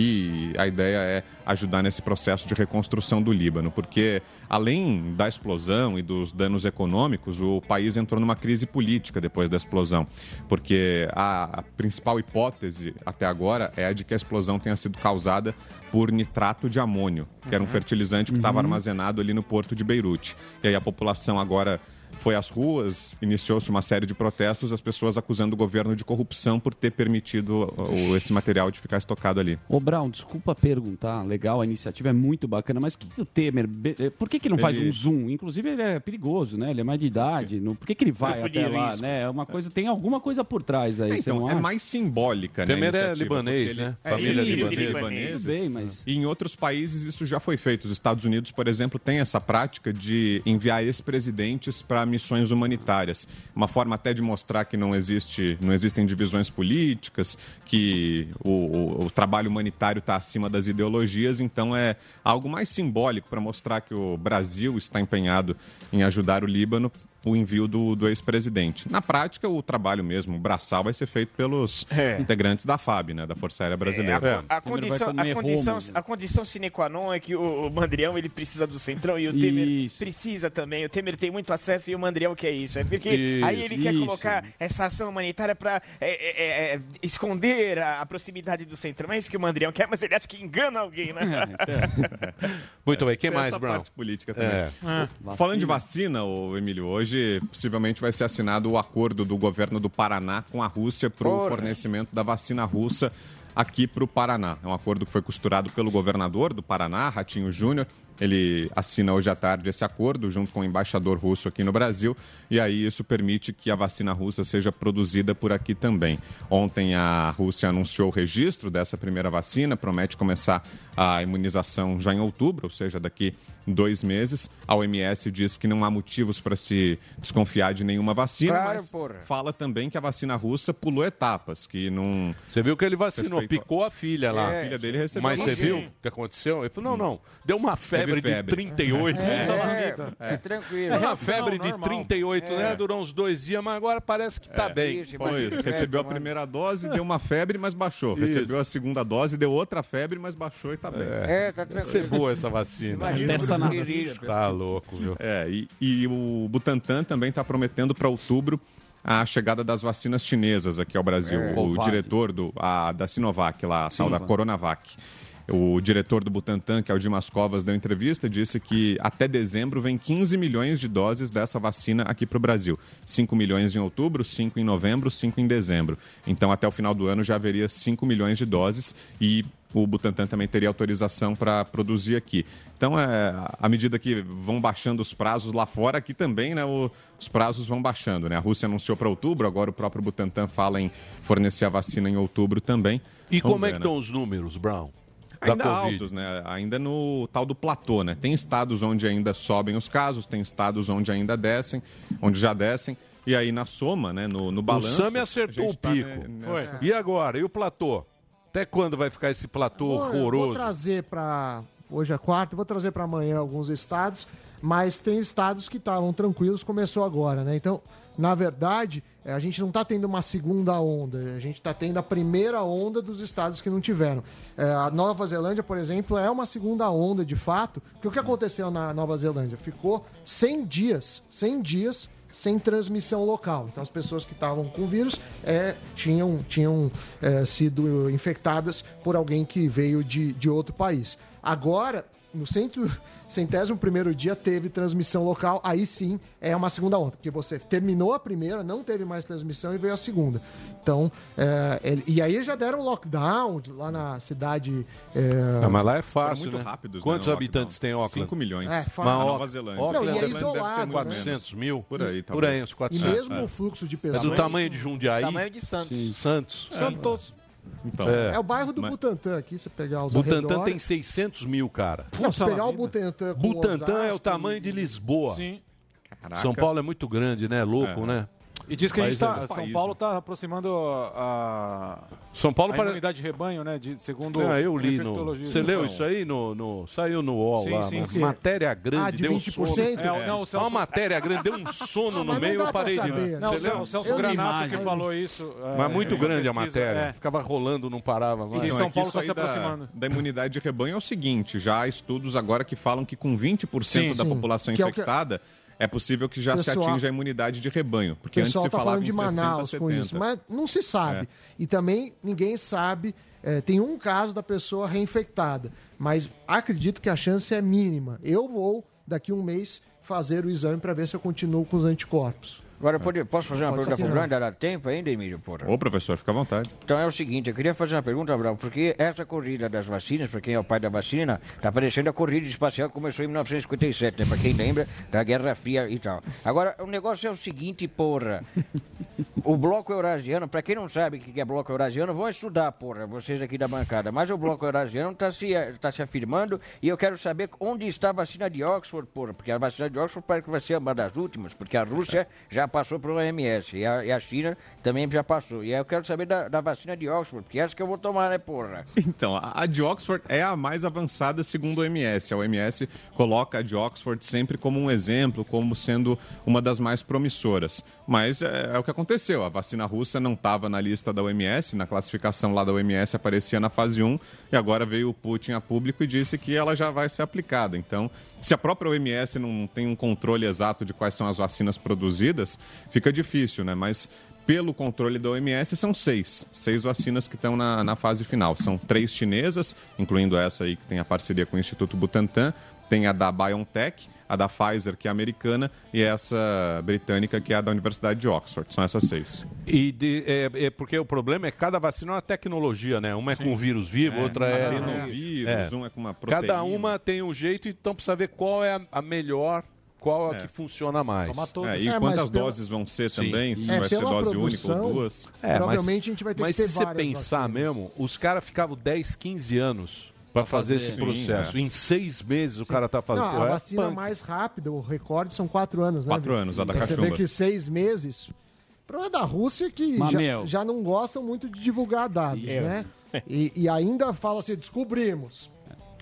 M: e a ideia é ajudar nesse processo de reconstrução do Líbano, porque além da explosão e dos danos econômicos, o país entrou numa crise política depois da explosão, porque a, a principal hipótese até agora é a de que a explosão tenha sido causada por nitrato de amônio, que era um fertilizante que estava
N: Uhum.
M: armazenado ali no porto de Beirute. E aí a população agora foi às ruas, iniciou-se uma série de protestos, as pessoas acusando o governo de corrupção por ter permitido o- esse material de ficar estocado ali.
G: Ô, Brown, desculpa perguntar, legal, a iniciativa é muito bacana, mas que que o Temer, be- eh, por que, que ele não faz
M: Ele-
G: um zoom? Inclusive ele é perigoso, né? Ele é mais de idade, não- por que, que ele vai
M: Grupo de
G: até lá,
M: risco.
G: né? É uma coisa, tem alguma coisa por trás aí,
M: É,
G: você
M: então,
G: não
M: é
G: acha?
M: mais simbólica, né? a
E: Temer é
M: iniciativa,
E: libanês,
M: porque ele-
E: né?
M: É,
E: Família
M: filho de
E: libanesa.
M: libaneses.
G: Tudo bem, mas-
M: E em outros países isso já foi feito. Os Estados Unidos, por exemplo, tem essa prática de enviar ex-presidentes para missões humanitárias. Uma forma até de mostrar que não existe, não existem divisões políticas, que o, o- o trabalho humanitário está acima das ideologias. Então é algo mais simbólico para mostrar que o Brasil está empenhado em ajudar o Líbano, o envio do, do ex-presidente. Na prática, o trabalho mesmo, o braçal, vai ser feito pelos
B: É.
M: integrantes da F A B, né, da Força Aérea Brasileira.
B: É, a, a condição, a, condição, a condição sine qua non é que o, o Mandrião ele precisa do Centrão e o Temer
G: Isso.
B: precisa também. O Temer tem muito acesso e o Mandrião quer isso. É porque
G: Isso,
B: aí ele quer
G: isso.
B: colocar essa ação humanitária para esconder a, a proximidade do Centrão. É isso que o Mandrião quer, mas ele acha que engana alguém, né?
E: Muito bem, quem
M: Tem
E: mais,
M: essa
E: Brown?
M: parte política também.
E: É.
B: Ah.
M: Falando de vacina, ô, Emílio, hoje possivelmente vai ser assinado o acordo do governo do Paraná com a Rússia para o
B: Porra.
M: fornecimento da vacina russa aqui para o Paraná. É um acordo que foi costurado pelo governador do Paraná, Ratinho Júnior. Ele assina hoje à tarde esse acordo junto com o embaixador russo aqui no Brasil, e aí isso permite que a vacina russa seja produzida por aqui também. Ontem a Rússia anunciou o registro dessa primeira vacina, promete começar a imunização já em outubro, ou seja, daqui dois meses. A O M S diz que não há motivos para se desconfiar de nenhuma vacina,
B: Claro,
M: mas
B: porra.
M: fala também que a vacina russa pulou etapas, que não...
E: Você viu que ele vacinou,
M: Respeito-
E: picou a filha lá.
M: É. A filha dele recebeu
E: Mas
M: a
E: você
M: vacina.
E: viu o que aconteceu? Ele falou, não, não, deu uma febre febre,
M: teve febre.
E: de trinta e oito.
B: É,
E: É,
B: é, é tranquilo.
E: Uma febre de trinta e oito, né? Durou uns dois dias, mas agora parece que tá bem.
M: Foi isso. Recebeu a primeira dose, deu uma febre, mas baixou.
E: Isso.
M: Recebeu a segunda dose, deu outra febre, mas baixou e tá bem.
B: É, tá
E: Vai ser boa essa vacina.
B: Imagina
M: Testa na
B: vida.
M: vida.
E: Tá louco, viu?
M: É, e, e o Butantan também está prometendo para outubro a chegada das vacinas chinesas aqui ao Brasil.
G: É.
M: O
G: Covax.
M: diretor do, a, da Sinovac, lá, a tal da
G: Sinovac.
M: Coronavac. O diretor do Butantan, que é o Dimas Covas, deu entrevista e disse que até dezembro vem quinze milhões de doses dessa vacina aqui para o Brasil. cinco milhões em outubro, cinco em novembro, cinco em dezembro. Então, até o final do ano já haveria cinco milhões de doses e o Butantan também teria autorização para produzir aqui. Então, é, à medida que vão baixando os prazos lá fora, aqui também, né, o, os prazos vão baixando. Né? A Rússia anunciou para outubro, agora o próprio Butantan fala em fornecer a vacina em outubro também.
E: E
M: Vamos
E: como é
M: ver,
E: que
M: né?
E: estão os números, Brown? Da
M: Ainda
E: Covid?
M: altos, né? Ainda no tal do platô, né? Tem estados onde ainda sobem os casos, tem estados onde ainda descem, onde já descem. E aí, na soma, né? No, no
E: O
M: balanço...
E: Sami
M: a
E: acertou o
M: gente tá,
E: pico.
M: né,
E: Foi.
M: nessa-
E: E agora? E o platô? Até quando vai ficar esse platô
I: Vou- eu Vou
E: horroroso?
I: trazer para hoje é quarta, vou trazer para amanhã alguns estados, mas tem estados que estavam tranquilos, começou agora, né? Então, na verdade, eh, a gente não está tendo uma segunda onda, a gente está tendo a primeira onda dos estados que não tiveram. Eh, a Nova Zelândia, por exemplo, é uma segunda onda de fato, porque o que aconteceu na Nova Zelândia? Ficou cem dias, cem dias sem transmissão local. Então, as pessoas que estavam com vírus eh, tinham, tinham eh, sido infectadas por alguém que veio de, de outro país. Agora, no centro, centésimo primeiro dia teve transmissão local, aí sim é uma segunda onda, porque você terminou a primeira, não teve mais transmissão e veio a segunda. Então, é, ele- e aí já deram lockdown lá na cidade. É...
E: Ah, mas lá é fácil,
M: Foram muito
E: né?
M: rápidos, né,
E: Quantos
M: no
E: habitantes tem Auckland?
M: cinco milhões.
I: É,
E: Mas
I: fácil.
M: A Nova
E: Auckland-
M: Zelândia.
E: Auckland
I: Não, e é
E: deve-
I: isolado,
E: deve ter
I: né?
E: quatrocentos mil?
M: Por aí,
E: Por
M: talvez.
E: aí, uns
I: E
E: quatrocentos.
I: mesmo
E: é.
I: o fluxo de
E: É
I: pessoas.
E: do tamanho de Jundiaí?
B: Tamanho de Santos.
E: Sim. Santos.
F: Santos.
M: Então,
I: É o bairro do
M: Mas-
I: Butantã aqui, você pegar os
E: Butantan tem
I: arredores.
E: seiscentos mil, cara.
I: Não, se
F: Puta
I: pegar o
F: vida.
I: Butantã com
E: Butantan é o
I: Osasco
E: tamanho
I: e-
E: de Lisboa.
F: Sim.
M: Caraca.
E: São Paulo é muito grande, né? Louco,
M: É.
E: né?
F: E diz que a gente
E: País
F: tá,
E: é-
F: São
M: país,
F: Paulo
M: né?
F: está aproximando a,
E: São Paulo
F: a
E: parece...
F: imunidade de rebanho, né? De, segundo
E: Ah, eu
F: o
E: li no...
F: infectologista.
E: Você leu
F: Então,
E: isso aí? No, no... Saiu no U O L
F: Sim,
E: lá.
F: sim,
E: uma
F: sim.
E: matéria grande,
I: Ah, de
E: deu um
I: vinte por cento?
E: sono.
F: É, não, o
E: Uma
F: Celso,
E: matéria grande, deu um sono
I: Ah,
E: no
I: mas
E: meio,
I: não dá
E: eu
I: pra
E: parei de
I: saber,
E: ver.
I: né?
F: não, o
E: Você leu?
F: Celso, o Celso
I: Eu li
F: Granato
G: imagem.
F: que falou isso. é,
E: Mas muito
F: em
E: grande a
F: pesquisa,
E: matéria.
F: é.
E: Ficava rolando, não parava mais.
F: E
M: Então,
F: São
M: é que
F: Paulo
M: isso
F: tá se
M: aí da-
F: aproximando.
M: Da, imunidade de rebanho é o seguinte, já há estudos agora que falam que com vinte por cento
F: Sim,
M: da
I: sim.
M: população
I: Que é o que-
M: infectada, é possível que já se
I: Pessoal-
M: atinja a imunidade de rebanho. Porque
I: O
M: antes
I: pessoal
M: se
I: está
M: falava
I: falando
M: em
I: de
M: sessenta,
I: Manaus com
M: setenta.
I: isso, mas não se sabe.
M: É.
I: E também ninguém sabe. é, tem um caso da pessoa reinfectada, mas acredito que a chance é mínima. Eu vou, daqui a um mês, fazer o exame para ver se eu continuo com os anticorpos.
B: Agora, pode- posso fazer uma
I: Pode
B: pergunta
I: ser
B: pro
I: que não.
B: Bruno? Dá tempo ainda, Emílio, porra?
M: Ô, professor, fica à vontade.
B: Então é o seguinte, eu queria fazer uma pergunta, Abraão, porque essa corrida das vacinas, para quem é o pai da vacina, tá parecendo a corrida espacial que começou em mil novecentos e cinquenta e sete, né? Pra quem lembra da Guerra Fria e tal. Agora, o negócio é o seguinte, porra. O bloco eurasiano, para quem não sabe o que é bloco eurasiano, vão estudar, porra, vocês aqui da bancada. Mas o bloco eurasiano tá se, tá se afirmando e eu quero saber onde está a vacina de Oxford, porra. Porque a vacina de Oxford parece que vai ser uma das últimas, porque a Rússia já passou pro O M S e a, e a China também já passou. E aí eu quero saber da, da vacina de Oxford, porque essa que eu vou tomar, né, porra?
M: Então, a a de Oxford é a mais avançada segundo o O M S. A O M S coloca a de Oxford sempre como um exemplo, como sendo uma das mais promissoras. Mas é, é o que aconteceu. A vacina russa não estava na lista da O M S, na classificação lá da O M S aparecia na fase um, e agora veio o Putin a público e disse que ela já vai ser aplicada. Então, se a própria O M S não tem um controle exato de quais são as vacinas produzidas, fica difícil, né? Mas pelo controle da O M S, são seis. Seis vacinas que estão na, na fase final. São três chinesas, incluindo essa aí que tem a parceria com o Instituto Butantan, tem a da BioNTech, a da Pfizer, que é americana, e essa britânica, que é a da Universidade de Oxford. São essas seis.
E: E de- é, é porque o problema é que cada vacina é uma tecnologia, né? Uma é com vírus vivo,
M: É,
E: outra é...
M: adenovírus, um é com uma proteína.
E: Cada uma tem um jeito, então precisa ver qual é a, a melhor, qual é a
M: É.
E: que funciona mais.
M: É, e
I: É,
M: quantas
I: mas pela-
M: doses vão ser
E: Sim.
M: também, se
I: É,
M: vai ser
I: pela
M: dose única ou
I: produção,
M: duas.
E: É,
I: Provavelmente a gente vai ter
E: mas
I: que ter
E: se você
I: várias
E: pensar
I: vacinas.
E: mesmo, os caras ficavam dez, quinze anos para fazer,
G: fazer.
E: esse
M: Sim,
E: processo.
M: é.
E: Em seis meses o cara tá fazendo.
I: Não,
E: Pô,
I: a
E: é
I: vacina
E: punk.
I: mais rápida, o recorde são quatro anos, né?
M: Quatro
I: Vitor?
M: anos, a da
I: Aí Você vê
M: cachumba.
I: que seis meses. O problema da Rússia é que
G: Mas,
I: já,
G: meu.
I: já não gostam muito de divulgar dados, né? E, e ainda fala assim, descobrimos.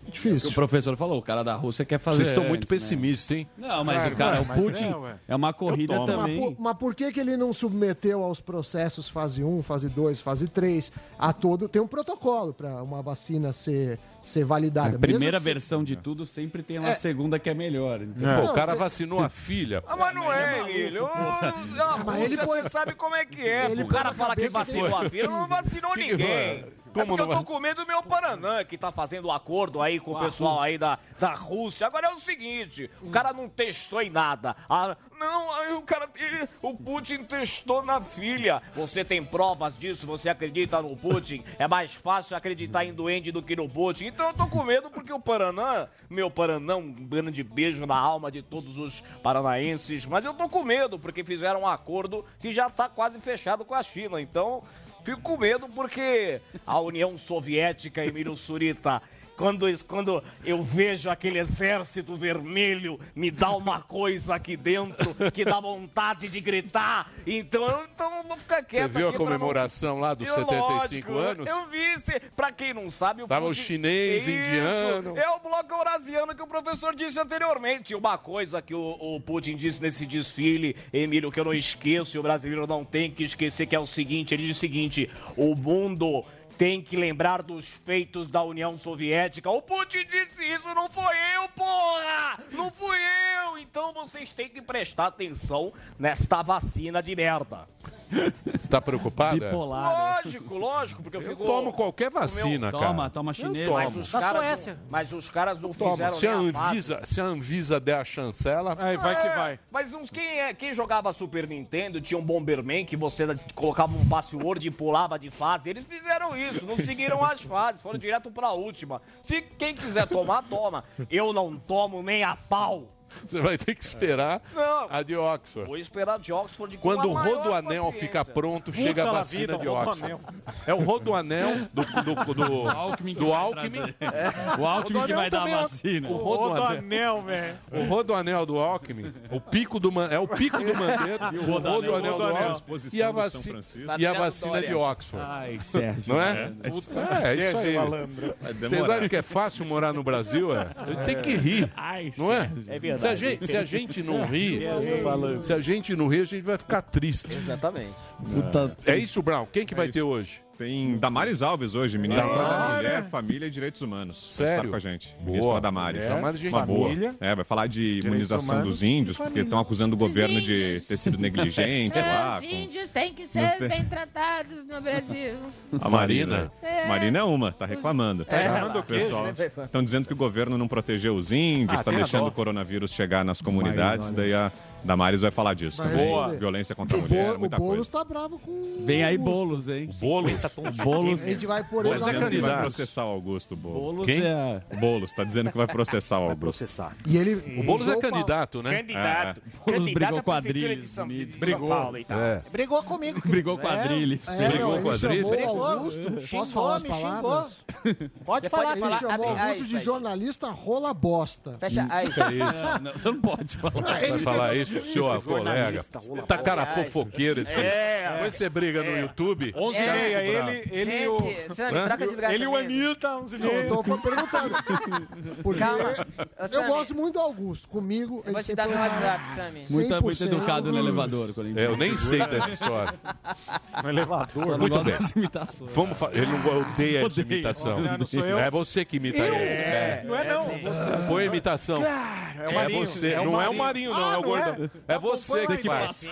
I: Difícil.
G: O professor falou, o cara da Rússia quer fazer
E: Vocês estão muito
G: antes, né?
E: pessimistas, hein?
G: Não, mas
I: Cara,
G: o cara,
I: ué,
G: o
I: mas
G: Putin
I: é,
G: é,
I: ué.
G: uma corrida
I: Mas
G: também.
I: por, mas por que, que ele não submeteu aos processos fase um, fase dois, fase três? A todo tem um protocolo para uma vacina ser, ser validada.
G: A primeira
I: Mesmo que
G: versão de tudo sempre tem uma
I: É.
G: segunda que é melhor.
E: Pô, o cara vacinou a filha.
H: Ah, mas não é, Emílio. Ah,
I: mas ele
H: você
I: põe-
H: sabe como é que é.
I: Ele
H: O cara
I: põe na
H: fala que
I: cabeça
H: vacinou
I: que-
H: a filha, não vacinou
E: Que que
H: ninguém.
E: vai?
H: É
E: Como
H: porque
E: não
H: eu tô
E: vai?
H: com medo do meu Paranã, que tá fazendo acordo aí com o pessoal aí da, da Rússia. Agora é o seguinte, o cara não testou em nada. Ah, não, aí o cara, ele- o Putin testou na filha. Você tem provas disso? Você acredita no Putin? É mais fácil acreditar em duende do que no Putin. Então eu tô com medo porque o Paranã, meu Paranã, um grande beijo na alma de todos os paranaenses. Mas eu tô com medo porque fizeram um acordo que já tá quase fechado com a China. Então... fico com medo porque a União Soviética, Emílio Surita, quando, quando eu vejo aquele exército vermelho, me dá uma coisa aqui dentro que dá vontade de gritar. Então, eu- então eu vou ficar
E: Você
H: quieto
E: viu a
H: aqui pra não-
E: comemoração lá dos
H: Eu,
E: setenta e cinco
H: lógico,
E: anos?
H: Eu vi, cê- pra quem não sabe... O
E: Tava o
H: Putin-
E: chinês,
H: Isso,
E: indiano.
H: É o bloco eurasiano que o professor disse anteriormente. Uma coisa que o, o Putin disse nesse desfile, Emílio, que eu não esqueço, e o brasileiro não tem que esquecer, que é o seguinte, ele disse o seguinte, o mundo... tem que lembrar dos feitos da União Soviética. O Putin disse isso, não foi eu, porra! Não fui eu! Então vocês têm que prestar atenção nesta vacina de merda.
E: Você tá preocupado?
H: Lógico, lógico, porque eu,
E: Eu
H: fico...
E: tomo qualquer
H: o meu-
E: vacina, cara.
G: Toma, toma
E: Eu
G: chinesa.
E: tomo.
H: Mas os,
G: Da
H: caras
G: Suécia.
H: não, mas os caras não
E: Toma.
H: fizeram
E: Se a,
H: nem a
E: Anvisa, se a Anvisa der a chancela...
F: Aí vai que
H: É,
F: vai.
H: Mas uns, quem, é, quem jogava Super Nintendo tinha um Bomberman que você colocava um password e pulava de fase. Eles fizeram isso, não seguiram as fases, foram direto pra última. Se quem quiser tomar, toma. Eu não tomo nem a pau.
E: Você vai ter que esperar
H: Não.
E: a de Oxford.
H: Vou esperar de Oxford com
E: Quando
H: a
E: o
H: maior
E: Rodoanel
H: paciência.
E: fica pronto,
F: Putz,
E: chega a
F: ela
E: vacina
F: vida,
E: de
F: o
E: Oxford.
F: Rodoanel.
E: É o Rodoanel do, do, do,
G: Alckmin que
E: do
G: vai
E: Alckmin.
G: trazer.
E: É.
G: O Alckmin que vai dar a
E: também é-
G: vacina.
E: O
F: O
E: Rodoanel,
F: Rodoanel, velho.
E: o Rodoanel do Alckmin, o pico do man, é o pico do Mandetta, o Rodoanel do
F: Rodoanel.
E: Alckmin e a vacina, e a vacina de Oxford.
G: Ai, Sérgio.
E: Não é?
F: Putz,
E: É, isso aí.
F: malandro.
E: Vocês acham que é fácil morar no Brasil? É? Tem que rir,
G: Ai,
E: não é?
G: Sérgio.
H: É verdade.
E: Se a gente, se a gente não rir,
F: Malandro.
E: se a gente não rir, a gente vai ficar triste.
H: Exatamente.
G: Puta,
E: É isso, Brown? Quem que vai ter hoje?
M: Tem Damares Alves hoje, ministra da
E: Ah,
M: Mulher, Família e Direitos Humanos. Vai
E: Sério?
M: estar com a gente.
E: Boa.
M: Ministra Damares.
E: Mulher, Damares, gente
M: Uma boa.
F: família,
M: É, vai falar de imunização
F: humanos
M: dos índios,
F: e
M: porque
F: família.
M: estão acusando o governo de ter sido negligente lá.
N: Os
M: com-
N: índios têm que
M: Não
N: ser
M: tem-
N: bem tratados no Brasil.
M: A Marina.
N: É.
M: Marina é uma, tá reclamando.
F: Tá reclamando o quê?
M: Pessoal, estão dizendo que o governo não protegeu os índios,
F: Ah,
M: está
F: tem
M: deixando
F: dó.
M: o coronavírus chegar nas comunidades, daí a Damares vai falar disso
I: Vai
M: também.
I: responder.
M: Violência contra a
I: O,
M: mulher,
I: Bo- o
M: muita
I: Boulos
M: coisa.
I: tá bravo com.
G: Vem aí
I: o Augusto.
G: Boulos, hein?
E: Bolo?
G: Boulos,
I: A gente vai pôr
M: Tá
I: ele lá
M: dizendo
I: no
M: que vai
E: candidato.
M: processar o Augusto, Boulos.
G: Boulos
E: Quem?
G: é...
M: Boulos, tá dizendo que vai processar o Augusto.
H: Processar.
I: E ele
E: O Boulos é
I: usou o
E: candidato, né?
H: Candidato.
G: Boulos
H: Candidato
G: brigou
H: à
G: com a
H: prefeitura
G: Adriles,
H: de São,
G: bonito.
H: de São
F: Brigou.
H: Paulo e tal.
E: É.
N: Brigou comigo.
G: Brigou com a Adriles.
I: É,
E: Brigou
I: não,
E: com a
I: ele chamou
E: Adriles?
I: o Augusto. Posso
N: Xingou,
I: falar as
N: me
I: palavras?
N: Pode falar.
I: Ele
N: falar.
I: chamou o
N: Abre-
I: Augusto
N: ai,
I: de
N: vai.
I: jornalista rola bosta.
N: Fecha. Ai,
E: Que é isso?
G: Não, não, você não pode falar.
E: Vai falar isso pro seu colega? Tá cara fofoqueiro esse.
H: É.
E: Depois você briga no YouTube.
F: onze e meia, ele, ele e o...
N: Gente, Sami, troca de lugar
F: Ele e o
N: comigo.
F: Anitta, onze e
I: Não,
F: meia.
I: eu tô perguntando. Porque
N: Calma. Ô,
I: eu
N: Sami,
I: gosto muito do Augusto. Comigo,
N: Eu
I: ele
N: vou te
I: sempre
N: dar meu
I: foi
N: WhatsApp, Sami.
G: Muito, muito
I: cem por cento.
G: educado no elevador. Quando a gente
E: É, eu nem sei dessa história.
F: No elevador.
G: Só não
E: Muito
G: gosta
E: bem.
G: das imitações.
E: Vamos fa... Ele não odeia essa
G: Odeio.
E: imitação.
F: Não, não sou eu.
E: É você que imita ele. É.
F: Não é não. Você.
E: Foi a imitação.
F: É o
E: É
F: Marinho.
E: você. Não é o Marinho, não.
F: Ah,
E: É o
F: não é?
E: gordão. É você que faz.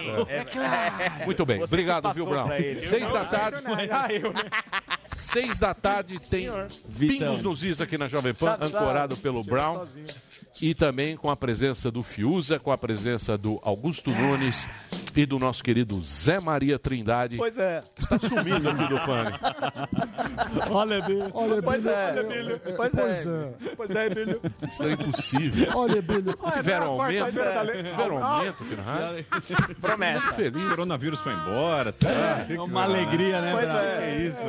E: É. Muito bem.
H: Você que
E: Obrigado,
H: passou
E: viu, Brown?
H: pra ele.
E: Seis da tarde.
F: Ah, eu, né?
E: Seis da tarde tem
G: Vitão.
E: Pingos nos Is aqui na Jovem Pan,
H: Sabe, sabe.
E: ancorado pelo Brown. E também com a presença do Fiuza, com a presença do Augusto Nunes e do nosso querido Zé Maria Trindade.
H: Pois é.
E: Está sumido aqui do Pânico.
G: Olha, Billy.
I: Olha,
H: Pois
I: Billy,
H: é.
I: eu- eu-
H: Pois é.
I: Pois é.
H: Pois é, Emílio.
E: Isso é impossível.
I: Olha, Billy.
E: Tiveram
F: quarta-
E: aumento?
F: quarta-feira da lei.
E: Tiveram aumento aqui na rádio?
H: Promessa.
M: O
E: Feliz.
M: coronavírus foi embora, será? Que
G: É
M: que
G: uma
M: será?
G: alegria, né,
H: Pois
G: Brau?
H: é.
M: É isso.
I: Tá todo mundo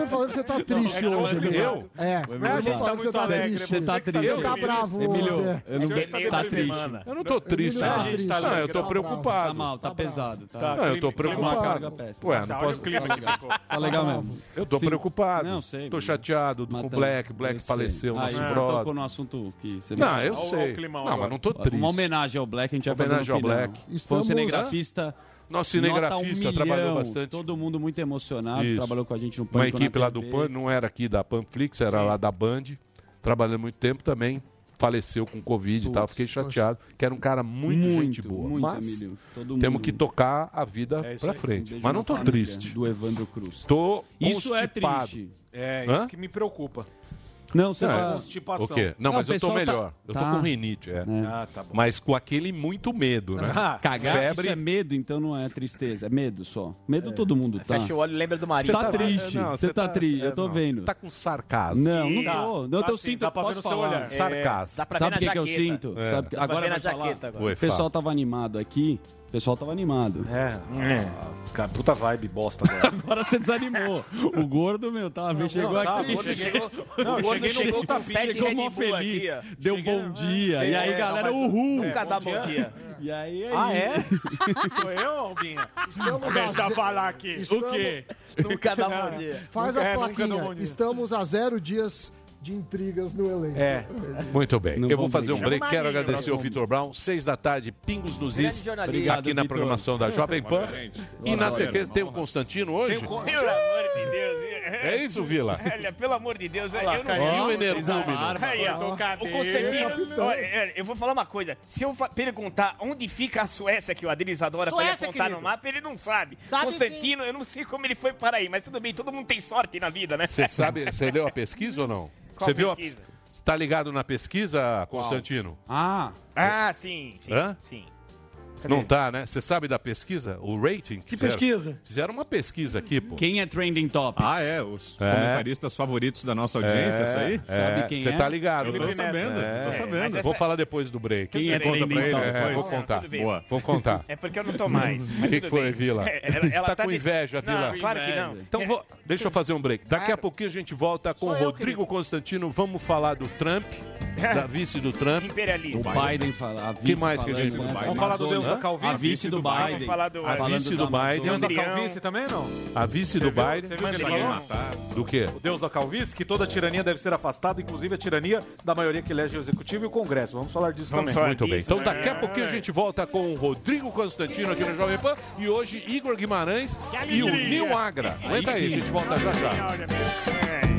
I: falando que você tá triste hoje, Emílio.
E: Eu?
I: É.
F: Não, a gente tá muito alegre.
G: Você tá triste.
I: Você tá bravo,
G: Emílio,
I: Zé.
G: eu não
F: Tá
G: tá
F: triste.
G: triste.
E: Eu não tô triste,
I: Emílio
E: não.
I: tá triste.
E: Não, eu tô
I: Tá
E: preocupado.
G: Tá mal, tá pesado. Tá,
F: Tá.
E: Não, eu tô
F: Clima-
G: uma
E: preocupado.
G: carga péssima.
E: Ué,
F: Nossa,
E: não
F: olha
E: posso...
F: o clima que ficou.
G: Tá legal mesmo.
E: Eu tô
G: Sim.
E: preocupado.
G: Não, sei.
E: Tô chateado com o
G: Matando.
E: Black. Black
G: Eu sei.
E: faleceu,
G: Ah,
E: nosso
G: e você
E: brother.
G: tocou no assunto que você
E: Não, eu
F: Olha o
E: sei.
F: climão
E: Não,
F: agora.
E: mas não tô triste.
G: Uma homenagem ao Black, a gente vai fazer no
E: Homenagem ao
G: final.
E: Black.
G: Foi um
I: Estamos-
G: cinegrafista.
E: Nosso cinegrafista
G: nota um
E: trabalhou
G: milhão,
E: bastante.
G: Todo mundo muito emocionado,
E: Isso.
G: trabalhou com a gente no
E: Uma
G: Pânico na
E: equipe lá do
G: T V.
E: Pan, não era aqui da Panflix, era lá da Band. Trabalhando muito tempo também. Faleceu com Covid e tal. Fiquei chateado. Que era um cara muito,
G: Muito,
E: gente boa.
G: muito,
E: Mas
G: Emílio. Todo
E: temos
G: mundo.
E: que tocar a vida
F: É isso
E: pra
F: aí.
E: frente.
G: Um beijo
E: Mas não
G: na
E: tô
G: família
E: triste.
G: Do Evandro Cruz.
E: Tô
G: Isso é
E: constipado.
G: triste.
F: É,
E: Hã?
F: isso que me preocupa.
G: Não, você
E: É.
G: tá...
F: Constipação.
E: O quê? Não,
G: Não,
E: mas
G: o
E: eu tô
G: pessoal tá-
E: melhor. Eu tô
G: tá.
E: com rinite, é.
F: Ah, tá bom.
E: Mas com aquele muito medo, né?
F: Ah,
G: Cagar,
E: Febre.
G: isso é medo, então não é tristeza. É medo só. Medo todo mundo tá.
H: Fecha o olho e lembra do
G: Você
H: marido.
G: tá triste,
E: Não,
G: você tá triste, eu tô
E: não,
G: vendo.
E: Você tá com sarcasmo.
G: Não, não
F: Tá.
G: tô. Não,
F: Tá
G: eu
F: sim,
G: sinto,
F: dá pra ver
G: posso
F: no seu
G: falar.
F: olhar.
E: Sarcasmo.
H: Dá pra
G: Sabe
H: ver
G: o que,
H: na
G: que eu
H: jaqueta.
G: sinto?
E: É.
G: Sabe que-
H: Dá pra
G: agora
H: ver
G: vai
H: na
G: falar.
H: jaqueta agora.
E: Oi,
G: O pessoal
E: fala.
G: tava animado aqui. O pessoal tava animado.
F: É. Cara, puta vibe bosta agora.
G: Agora você desanimou. O gordo, meu, tava vendo, chegou
F: não, tá,
G: aqui.
F: o gordo chegou-
H: Não,
F: Não,
H: o gordo
F: cheguei no
H: chegou
F: gol
H: com
F: tapete
H: pé de
G: Chegou
H: Red
G: mó
H: Bull
G: feliz,
H: aqui, ó.
G: deu
F: Cheguei,
G: bom dia.
F: é,
G: e aí,
F: é,
G: galera,
F: não, mas-
G: uhul.
F: é,
H: Nunca dá
F: bom
H: bom dia.
G: E aí, aí.
F: Ah, é? Sou eu, Albinha?
I: Estamos
F: Começa
I: a
F: a
I: ze-
F: falar aqui.
I: Estamos-
F: O quê?
H: Nunca dá bom dia.
I: Faz
F: É,
I: a
F: nunca dou
I: plaquinha.
F: bom dia.
I: Estamos a zero dias de intrigas no elenco.
F: É.
E: Muito bem.
G: Não
E: eu vou
G: vamos
E: fazer um
G: brigar.
E: break.
H: Chama
E: Quero
H: Marinho,
E: agradecer ao
G: vamos.
E: Vitor Brown. Seis da tarde, Pingos nos
H: Grande
E: Is.
H: jornalista.
G: Obrigado,
E: Aqui na
G: Vitor.
E: programação da Jovem Pan.
M: gente.
E: E na
M: Valeu,
E: sequência tem o Constantino hoje?
H: Pelo amor de Deus.
E: É isso, Vila?
H: Olha, pelo amor de Deus, eu
F: lá,
H: não
F: caiu.
H: sei.
E: E o
G: Ó,
E: Energúmeno?
G: fez a barba.
H: Aí, ó,
F: Cortou o
H: o
F: cabelo.
H: Constantino,
I: Capitão.
H: olha, olha, eu vou falar uma coisa. Se eu fa- perguntar onde fica a Suécia, que o Adriles adora pra ele
N: Suécia,
H: apontar
N: querido.
H: no mapa, ele não sabe.
N: Sabe
H: Constantino, eu não sei como ele foi para aí, mas tudo bem, todo mundo tem sorte na vida, né?
E: Você sabe, você leu a pesquisa ou não?
H: Qual
E: Você viu a...
H: pesquisa?
E: Tá ligado na pesquisa, Constantino?
G: Ah,
H: Ah, sim, sim,
E: Hã?
H: sim.
E: Não tá, né? Você sabe da pesquisa? O rating?
J: Que
E: fizeram?
J: pesquisa?
E: Fizeram uma pesquisa aqui, pô.
G: quem é Trending Topics?
M: Ah, é? Os
E: É.
M: comentaristas favoritos da nossa audiência, essa aí?
G: Sabe quem
E: Você
G: é?
E: tá ligado,
M: Eu
E: né?
M: tô sabendo,
E: É,
M: tô
H: mas
M: sabendo.
H: essa-
E: Vou falar depois do break.
G: Quem é
M: Conta
G: Trending
M: pra ele
G: Topics?
E: É, vou
M: depois.
E: contar.
H: Tudo bem.
M: Boa.
E: Vou contar.
H: É porque eu não tô mais.
E: O
H: Mas
E: que,
H: tudo
E: que foi,
H: bem.
E: Vila?
H: É, ela-
E: Você
H: ela
E: tá
H: tá
E: com
H: desse-
E: inveja, Vila?
H: Não, claro que não.
E: Então, vou, deixa eu fazer um break. Daqui a pouquinho a gente volta com o
N: Sou eu,
E: Rodrigo Constantino. Vamos falar do Trump, da vice do Trump.
H: Imperialismo.
G: O Biden fala. A vice
E: Que mais que a gente-
G: falando, né?
F: Vamos falar do Deus da
G: Hã?
F: calvície?
G: A vice do Biden.
H: Vamos falar do-
E: A
G: Falando
E: vice do
G: da Amazônia.
E: Biden.
F: Deus da
H: Andrião.
F: calvície também, não?
E: A vice
F: Você
E: do
F: viu-
E: Biden.
F: você viu que ele
H: Mandrião.
F: falou?
E: Do quê?
F: O Deus da calvície, que toda tirania deve ser afastada, inclusive a tirania da maioria que elege o executivo e o Congresso. Vamos falar disso
H: Vamos
F: também.
H: falar
E: Muito bem.
H: disso,
E: Então
H: né?
E: daqui a pouquinho a gente volta com o Rodrigo Constantino aqui no Jovem Pan. E hoje Igor Guimarães e o Nil Agra. Aguenta aí, a gente volta já já.
H: Olha, é.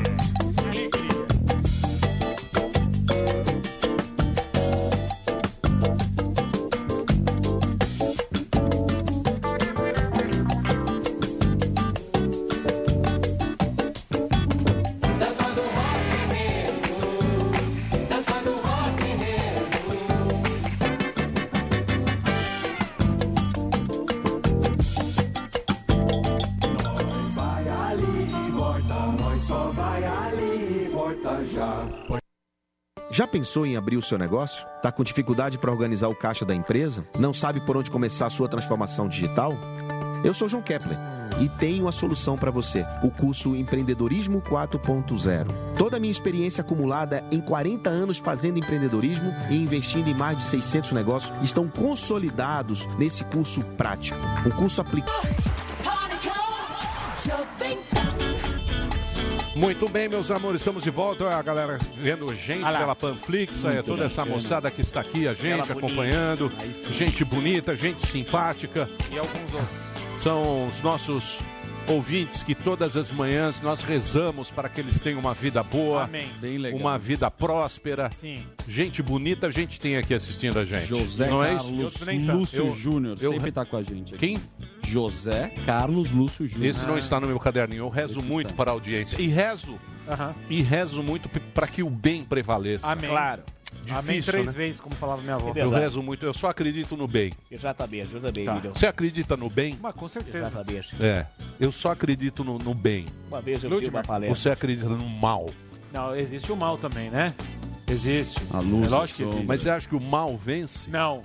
O: Nós vai ali e volta, nós só vai ali e volta já.
P: Já pensou em abrir o seu negócio? Tá com dificuldade para organizar o caixa da empresa? Não sabe por onde começar a sua transformação digital? Eu sou João Kepler e tenho a solução para você, o curso Empreendedorismo quatro ponto zero. Toda a minha experiência acumulada em quarenta anos fazendo empreendedorismo e investindo em mais de seiscentos negócios estão consolidados nesse curso prático. Um curso aplicado.
E: Muito bem, meus amores, estamos de volta. A galera vendo gente
F: Ah lá.
E: pela Panflix, é, toda essa
G: bacana.
E: moçada que está aqui, a gente
H: Ela
E: acompanhando. Gente bonita, gente simpática.
F: E alguns outros.
E: São os nossos ouvintes que todas as manhãs nós rezamos para que eles tenham uma vida boa,
F: Amém.
G: Bem legal.
E: uma vida próspera.
F: Sim.
E: Gente bonita, a gente tem aqui assistindo a gente.
G: José
E: Não é isso?
G: Carlos
F: Eu nem tanto.
G: Lúcio
E: Eu-
G: Júnior.
E: eu-
G: Sempre tá com a gente aqui.
E: Quem?
G: José Carlos Lúcio Júnior.
E: Esse não está no meu caderninho. Eu rezo
G: Esse
E: muito
G: está.
E: para a audiência. E rezo,
F: Aham.
E: e rezo muito para que o bem prevaleça.
F: Amém.
H: Claro.
F: Amém
E: Difícil,
F: três
E: né?
F: vezes, como falava minha avó.
H: Que
E: Eu
H: verdade.
E: rezo muito, eu só acredito no bem.
H: Exatamente, exatamente,
F: Tá.
H: Emílio.
E: Você acredita no bem?
F: Mas com certeza.
H: Exatamente.
E: É. Eu só acredito no, no bem.
H: Uma vez eu vi uma palestra.
E: Você acredita no mal.
F: Não, existe o mal também, né? Existe.
G: A luz,
F: é lógico que
G: o som.
F: existe.
E: Mas você acha que o mal vence?
F: Não.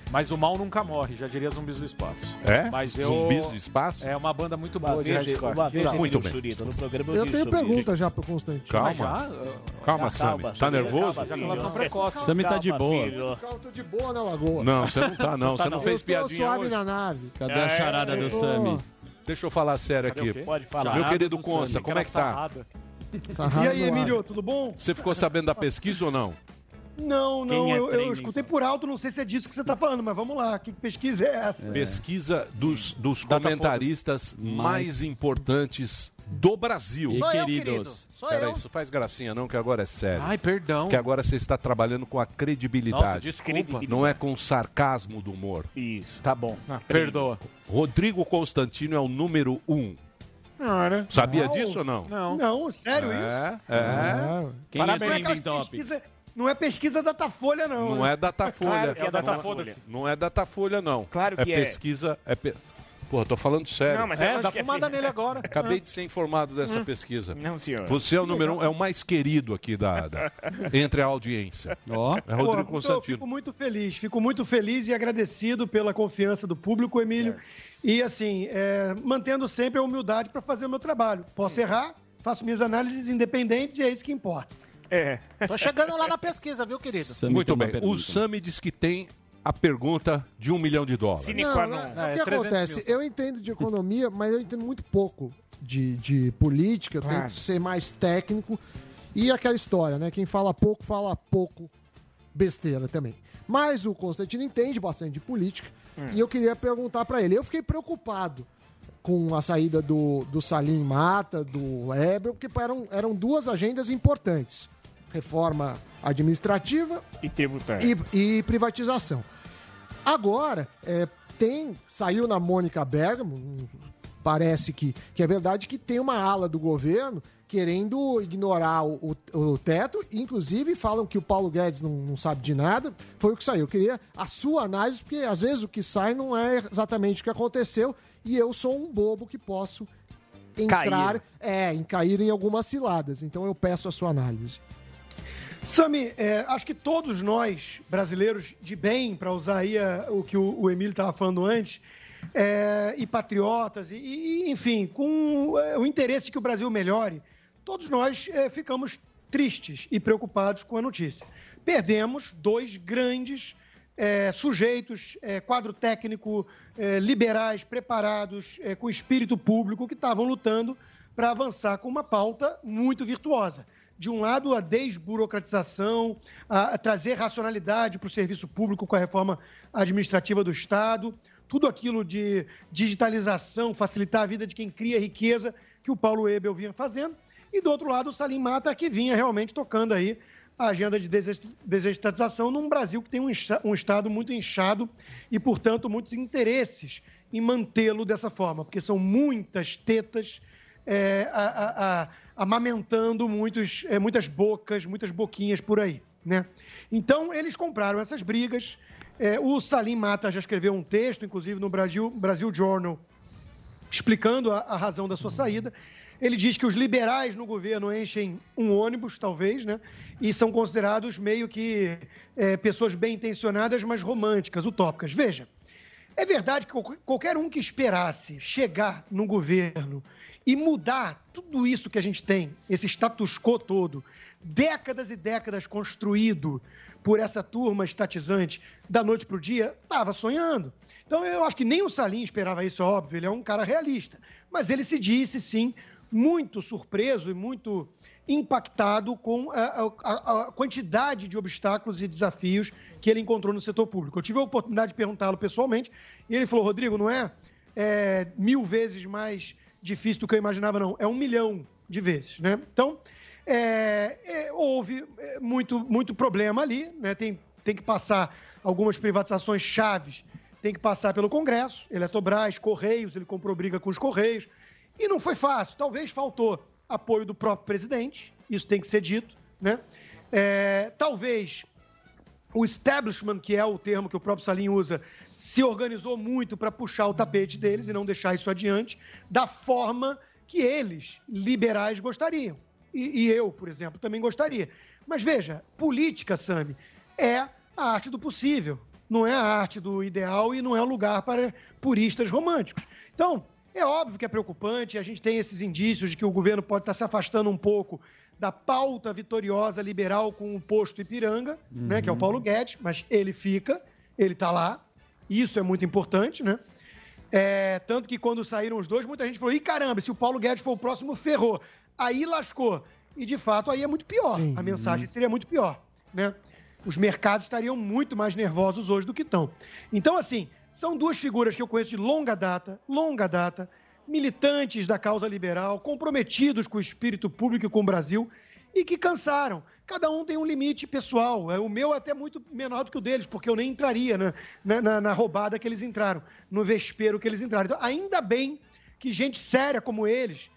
F: Mas o mal nunca morre, já diria Zumbis do Espaço.
E: É?
F: Mas eu...
E: Zumbis do Espaço?
F: É uma banda muito
H: Uma
F: boa de
H: vez-
F: hardcore.
H: uma vez
E: Muito
H: eu
E: bem.
H: Surita, no programa eu
I: Eu
H: disse
I: tenho
H: sobre
I: pergunta já pro Constantino.
E: Calma.
F: Mas já?
E: Calma,
H: Já
E: Sammy.
H: calma,
E: Tá
H: filho,
E: nervoso?
H: calma, filho.
F: Ejaculação precoce.
G: Sammy tá de
H: Calma,
G: boa.
H: filho.
I: Cara, eu tô de boa na lagoa.
E: Não, você não tá, não.
H: Tá
E: Você não
H: não.
E: fez
I: eu tô
E: piadinha
I: suave
E: hoje.
I: na nave.
G: Cadê a charada do
I: eu tô-
G: Sammy?
E: Deixa eu falar sério
F: Cadê o
E: aqui.
F: quê?
H: Pode falar.
E: Meu querido
F: do
E: Consta,
F: Sammy,
E: como é que
F: aquela
E: tá?
F: sarrada.
I: Sarrado
Q: E aí,
I: no ar.
Q: Emílio, tudo bom?
E: Você ficou sabendo da pesquisa ou não?
Q: Não, não,
H: Quem é
Q: eu, eu
H: treino,
Q: escutei por alto, não sei se é disso que você tá falando, mas vamos lá, que pesquisa é essa?
E: Pesquisa dos, dos
F: Data
E: comentaristas mais importantes do Brasil.
G: E
N: Sou eu,
G: queridos.
N: querido. Sou
E: Peraí,
N: eu.
E: isso faz gracinha não, que agora é sério.
F: Ai, perdão.
E: Que agora você está trabalhando com a
F: Nossa,
E: credibilidade.
F: desculpa.
E: Não é com o sarcasmo do humor.
H: Isso.
F: Tá bom. Ah, perdoa.
E: Rodrigo Constantino é o número um.
F: Cara.
E: Sabia
Q: Não.
E: disso ou não?
F: Não.
Q: Não, sério isso?
E: É, é.
I: É.
G: Quem é
F: Parabéns.
G: Trending
Q: Não é
G: Topics?
Q: pesquisa, não é pesquisa Datafolha, não.
E: Não
Q: né?
E: é Datafolha.
H: Claro que é
E: não,
H: Datafolha.
E: não é Datafolha, não.
H: Claro que
E: é.
H: é.
E: pesquisa. É pe... Porra, tô falando sério.
H: Não, mas
F: É,
H: lógico
F: dá
H: que
F: fumada
H: feio.
F: nele agora.
E: Acabei de ser informado dessa
F: Hum.
E: pesquisa.
H: Não, senhor.
E: Você é o número um, é o mais querido aqui da, da- entre a audiência.
G: Ó.
E: É
Q: Pô,
E: Rodrigo
Q: então eu
E: Constantino.
Q: fico muito feliz, fico muito feliz e agradecido pela confiança do público, Emílio. E assim, é, mantendo sempre a humildade para fazer o meu trabalho. Posso errar, faço minhas análises independentes e é isso que importa.
H: É.
N: Tô chegando lá na pesquisa, viu, querido?
G: Sammy
E: Muito
G: tem uma
E: bem.
G: pergunta.
E: O Sami diz que tem a pergunta de um milhão de dólares.
H: Sine
I: Não,
H: qua
I: né,
H: non.
I: o que
F: É, trezentos
I: acontece?
F: mil.
I: Eu entendo de economia, mas eu entendo muito pouco de, de política. Eu
H: Claro.
I: tento ser mais técnico. E aquela história, né? Quem fala pouco, fala pouco besteira também. Mas o Constantino entende bastante de política. E eu queria perguntar pra ele. Eu fiquei preocupado com a saída do, do Salim Mata, do Weber, porque eram, eram duas agendas importantes. Reforma administrativa
H: E tributário.
I: e, e privatização. Agora, é, tem, saiu na Mônica Bergamo, hum, parece que, que é verdade que tem uma ala do governo querendo ignorar o, o, o teto, inclusive falam que o Paulo Guedes não, não sabe de nada, foi o que saiu. Eu queria a sua análise, porque às vezes o que sai não é exatamente o que aconteceu, e eu sou um bobo que posso entrar,
H: Cair.
I: é, em cair em algumas ciladas. Então eu peço a sua análise.
Q: Sami, é, acho que todos nós, brasileiros de bem, para usar aí a- o que o, o Emílio estava falando antes, é, e patriotas, e, e, enfim, com é, o interesse de que o Brasil melhore, todos nós é, ficamos tristes e preocupados com a notícia. Perdemos dois grandes é, sujeitos, é, quadro técnico, é, liberais, preparados, é, com espírito público, que estavam lutando para avançar com uma pauta muito virtuosa. De um lado, a desburocratização, a, a trazer racionalidade para o serviço público com a reforma administrativa do Estado, tudo aquilo de digitalização, facilitar a vida de quem cria riqueza, que o Paulo Ebel vinha fazendo. E do outro lado, o Salim Mata, que vinha realmente tocando aí a agenda de deses- desestatização num Brasil que tem um, incha- um Estado muito inchado e, portanto, muitos interesses em mantê-lo dessa forma, porque são muitas tetas é, a- a- a- amamentando muitos, é, muitas bocas, muitas boquinhas por aí, né? Então, eles compraram essas brigas. É, o Salim Mata já escreveu um texto, inclusive no Brasil, Brasil Journal, explicando a, a razão da sua saída. Ele diz que os liberais no governo enchem um ônibus, talvez, né? E são considerados meio que é, pessoas bem intencionadas, mas românticas, utópicas. Veja, é verdade que qual- qualquer um que esperasse chegar no governo e mudar tudo isso que a gente tem, esse status quo todo, décadas e décadas construído por essa turma estatizante da noite para o dia, estava sonhando. Então, eu acho que nem o Salim esperava isso, é óbvio, ele é um cara realista. Mas ele se disse, sim, muito surpreso e muito impactado com a, a- a quantidade de obstáculos e desafios que ele encontrou no setor público. Eu tive a oportunidade de perguntá-lo pessoalmente e ele falou, Rodrigo, não é, é mil vezes mais difícil do que eu imaginava, não. É um milhão de vezes, né? Então, é, é, houve é, muito, muito problema ali, né? Tem, tem que passar algumas privatizações chaves, tem que passar pelo Congresso, Eletrobras, Correios, ele comprou briga com os Correios, e não foi fácil. Talvez faltou apoio do próprio presidente, isso tem que ser dito, né? É, talvez o establishment, que é o termo que o próprio Salim usa, se organizou muito para puxar o tapete deles e não deixar isso adiante, da forma que eles, liberais, gostariam. E, e eu, por exemplo, também gostaria. Mas veja, política, Sami, é a arte do possível. não é a arte do ideal e não é o lugar para puristas românticos. Então, é óbvio que é preocupante, a gente tem esses indícios de que o governo pode estar se afastando um pouco da pauta vitoriosa liberal com o posto Ipiranga, uhum. né, que é o Paulo Guedes, mas ele fica, ele está lá, isso é muito importante, né? É, tanto que quando saíram os dois, muita gente falou, ih, caramba, se o Paulo Guedes for o próximo, ferrou. Aí lascou. E, de fato, aí é muito pior. Sim. A mensagem seria muito pior, né? Os mercados estariam muito mais nervosos hoje do que estão. Então, assim, são duas figuras que eu conheço de longa data, longa data, militantes da causa liberal, comprometidos com o espírito público e com o Brasil, e que cansaram. Cada um tem um limite pessoal. O meu é até muito menor do que o deles, porque eu nem entraria na, na, na, na roubada que eles entraram, no vespeiro que eles entraram. Então, ainda bem que gente séria como eles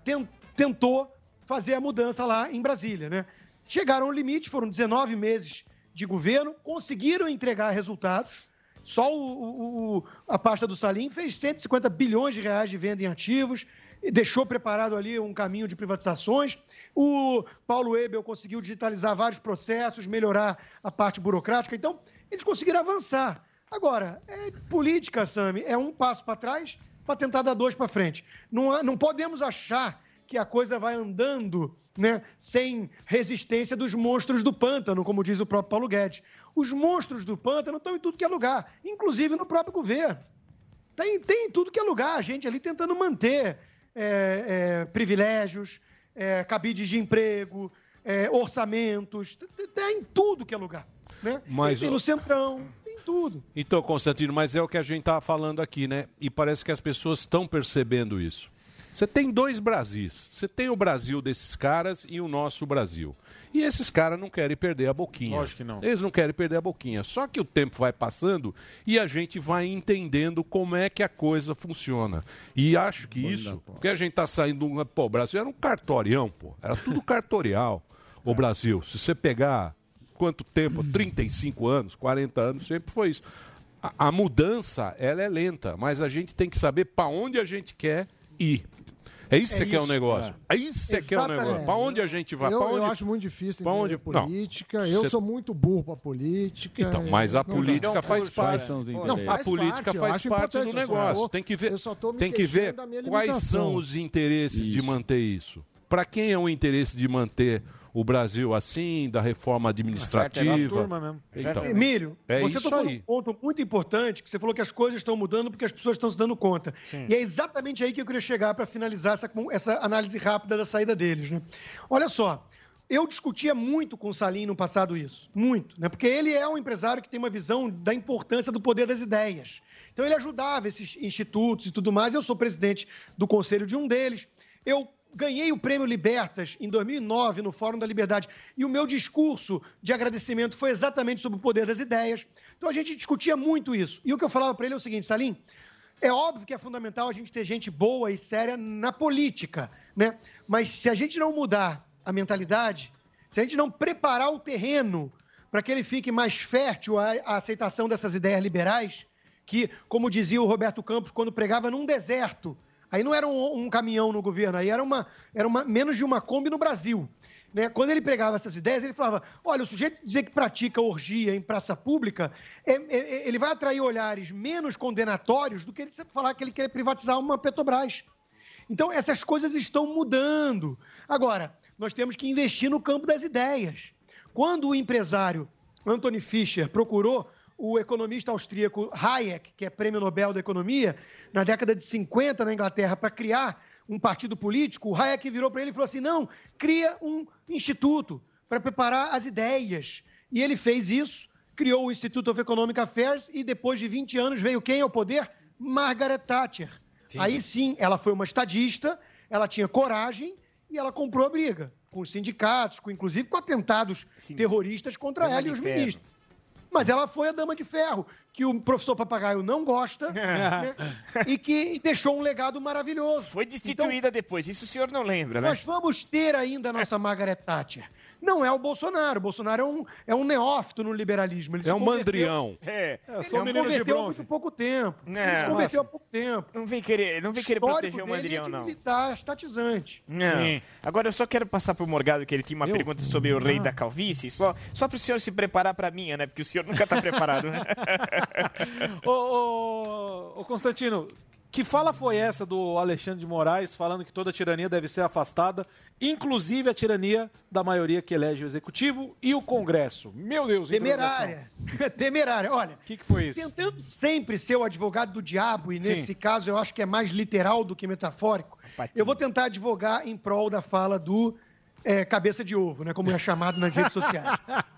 Q: tentou fazer a mudança lá em Brasília, né? Chegaram ao limite, foram dezenove meses de governo, conseguiram entregar resultados. Só o, o, a pasta do Salim fez cento e cinquenta bilhões de reais de venda em ativos, e deixou preparado ali um caminho de privatizações. O Paulo Ebel conseguiu digitalizar vários processos, melhorar a parte burocrática. Então, eles conseguiram avançar. Agora, é política, Sami, é um passo para trás para tentar dar dois para frente. Não, não podemos achar que a coisa vai andando, né, sem resistência dos monstros do pântano, como diz o próprio Paulo Guedes. Os monstros do pântano estão em tudo que é lugar, inclusive no próprio governo. Tem, tem em tudo que é lugar, a gente ali tentando manter é, é, privilégios, é, cabides de emprego, é, orçamentos, tem em tudo que é lugar. Né?
E: Mas,
Q: tem no Centrão, tem tudo.
E: Então, Constantino, mas é o que a gente estava falando aqui, né? E parece que as pessoas estão percebendo isso. Você tem dois Brasis. Você tem o Brasil desses caras e o nosso Brasil. E esses caras não querem perder a boquinha.
F: Lógico que não.
E: Eles não querem perder a boquinha. Só que o tempo vai passando e a gente vai entendendo como é que a coisa funciona. E acho que isso, porque a gente tá saindo... Um, pô, o Brasil era um cartorião, pô. Era tudo cartorial. O Brasil, se você pegar quanto tempo, trinta e cinco anos, quarenta anos, sempre foi isso. A, a mudança, ela é lenta, mas a gente tem que saber para onde a gente quer ir. É isso que é, é o negócio. É, é isso que é o negócio. Para onde a gente vai?
I: Eu,
E: onde...
I: eu acho muito difícil
E: entender onde...
I: política.
E: Não,
I: eu
E: cê...
I: sou muito burro para política.
E: Então, mas a
I: não,
E: política
I: não,
E: faz parte.
I: Não,
E: não, a política faz parte do negócio. Tô, tem que ver, tem que ver quais são os interesses isso. de manter isso. Para quem é o interesse de manter o Brasil assim, da reforma administrativa?
Q: Então, Emílio,
E: é
Q: você
E: isso
Q: tocou
E: aí.
Q: um ponto muito importante, que você falou que as coisas estão mudando porque as pessoas estão se dando conta. Sim. E é exatamente aí que eu queria chegar para finalizar essa, essa análise rápida da saída deles. Né? Olha só, eu discutia muito com o Salim no passado isso, muito, né? Porque ele é um empresário que tem uma visão da importância do poder das ideias. Então ele ajudava esses institutos e tudo mais, eu sou presidente do conselho de um deles, eu ganhei o Prêmio Libertas em dois mil e nove no Fórum da Liberdade e o meu discurso de agradecimento foi exatamente sobre o poder das ideias. Então a gente discutia muito isso. E o que eu falava para ele é o seguinte, Salim, é óbvio que é fundamental a gente ter gente boa e séria na política, né? Mas se a gente não mudar a mentalidade, se a gente não preparar o terreno para que ele fique mais fértil à, à aceitação dessas ideias liberais, que, como dizia o Roberto Campos quando pregava num deserto, aí não era um, um caminhão no governo, aí era, uma, era uma, menos de uma Kombi no Brasil. Né? Quando ele pregava essas ideias, ele falava, olha, o sujeito dizer que pratica orgia em praça pública, é, é, ele vai atrair olhares menos condenatórios do que ele falar que ele quer privatizar uma Petrobras. Então, essas coisas estão mudando. Agora, nós temos que investir no campo das ideias. Quando o empresário Anthony Fischer procurou o economista austríaco Hayek, que é prêmio Nobel da Economia, na década de cinquenta na Inglaterra, para criar um partido político, o Hayek virou para ele e falou assim, não, cria um instituto para preparar as ideias. E ele fez isso, criou o Institute of Economic Affairs e depois de vinte anos veio quem ao poder? Margaret Thatcher. Sim. Aí sim, ela foi uma estadista, ela tinha coragem e ela comprou a briga com os sindicatos, com, inclusive com atentados sim. terroristas contra dama ela e os ferro. ministros. Mas ela foi a dama de ferro, que o professor Papagaio não gosta, né? E que deixou um legado maravilhoso.
H: Foi destituída então, depois, isso o senhor não lembra, né?
Q: Nós vamos ter ainda a nossa Margaret Thatcher. não é o Bolsonaro. O Bolsonaro é um, é um neófito no liberalismo. Ele
E: É
Q: se
E: um
Q: converteu-
E: mandrião.
H: É,
F: Eu
Q: Ele
F: sou um
Q: se
F: menino de
Q: converteu há
F: bronze.
Q: muito pouco tempo.
H: Não,
Q: Ele se converteu há pouco tempo.
H: Não vem querer, não vem querer
Q: Histórico
H: proteger o
Q: dele
H: mandrião,
Q: é de
H: não.
Q: militar estatizante.
H: Não.
F: Sim.
H: Agora eu só quero passar pro Morgado que ele tinha uma pergunta sobre o rei da calvície, só, só pro senhor se preparar pra minha, né? Porque o senhor nunca tá preparado, né?
F: Ô, ô, ô, Constantino, que fala foi essa do Alexandre de Moraes falando que toda tirania deve ser afastada, inclusive a tirania da maioria que elege o Executivo e o Congresso? Meu Deus,
Q: Temerária. Temerária. Olha,
F: o que, que foi isso?
Q: Tentando sempre ser o advogado do diabo, e
F: Sim.
Q: nesse caso eu acho que é mais literal do que metafórico, eu vou tentar advogar em prol da fala do é, cabeça de ovo, né, como é chamado nas redes sociais.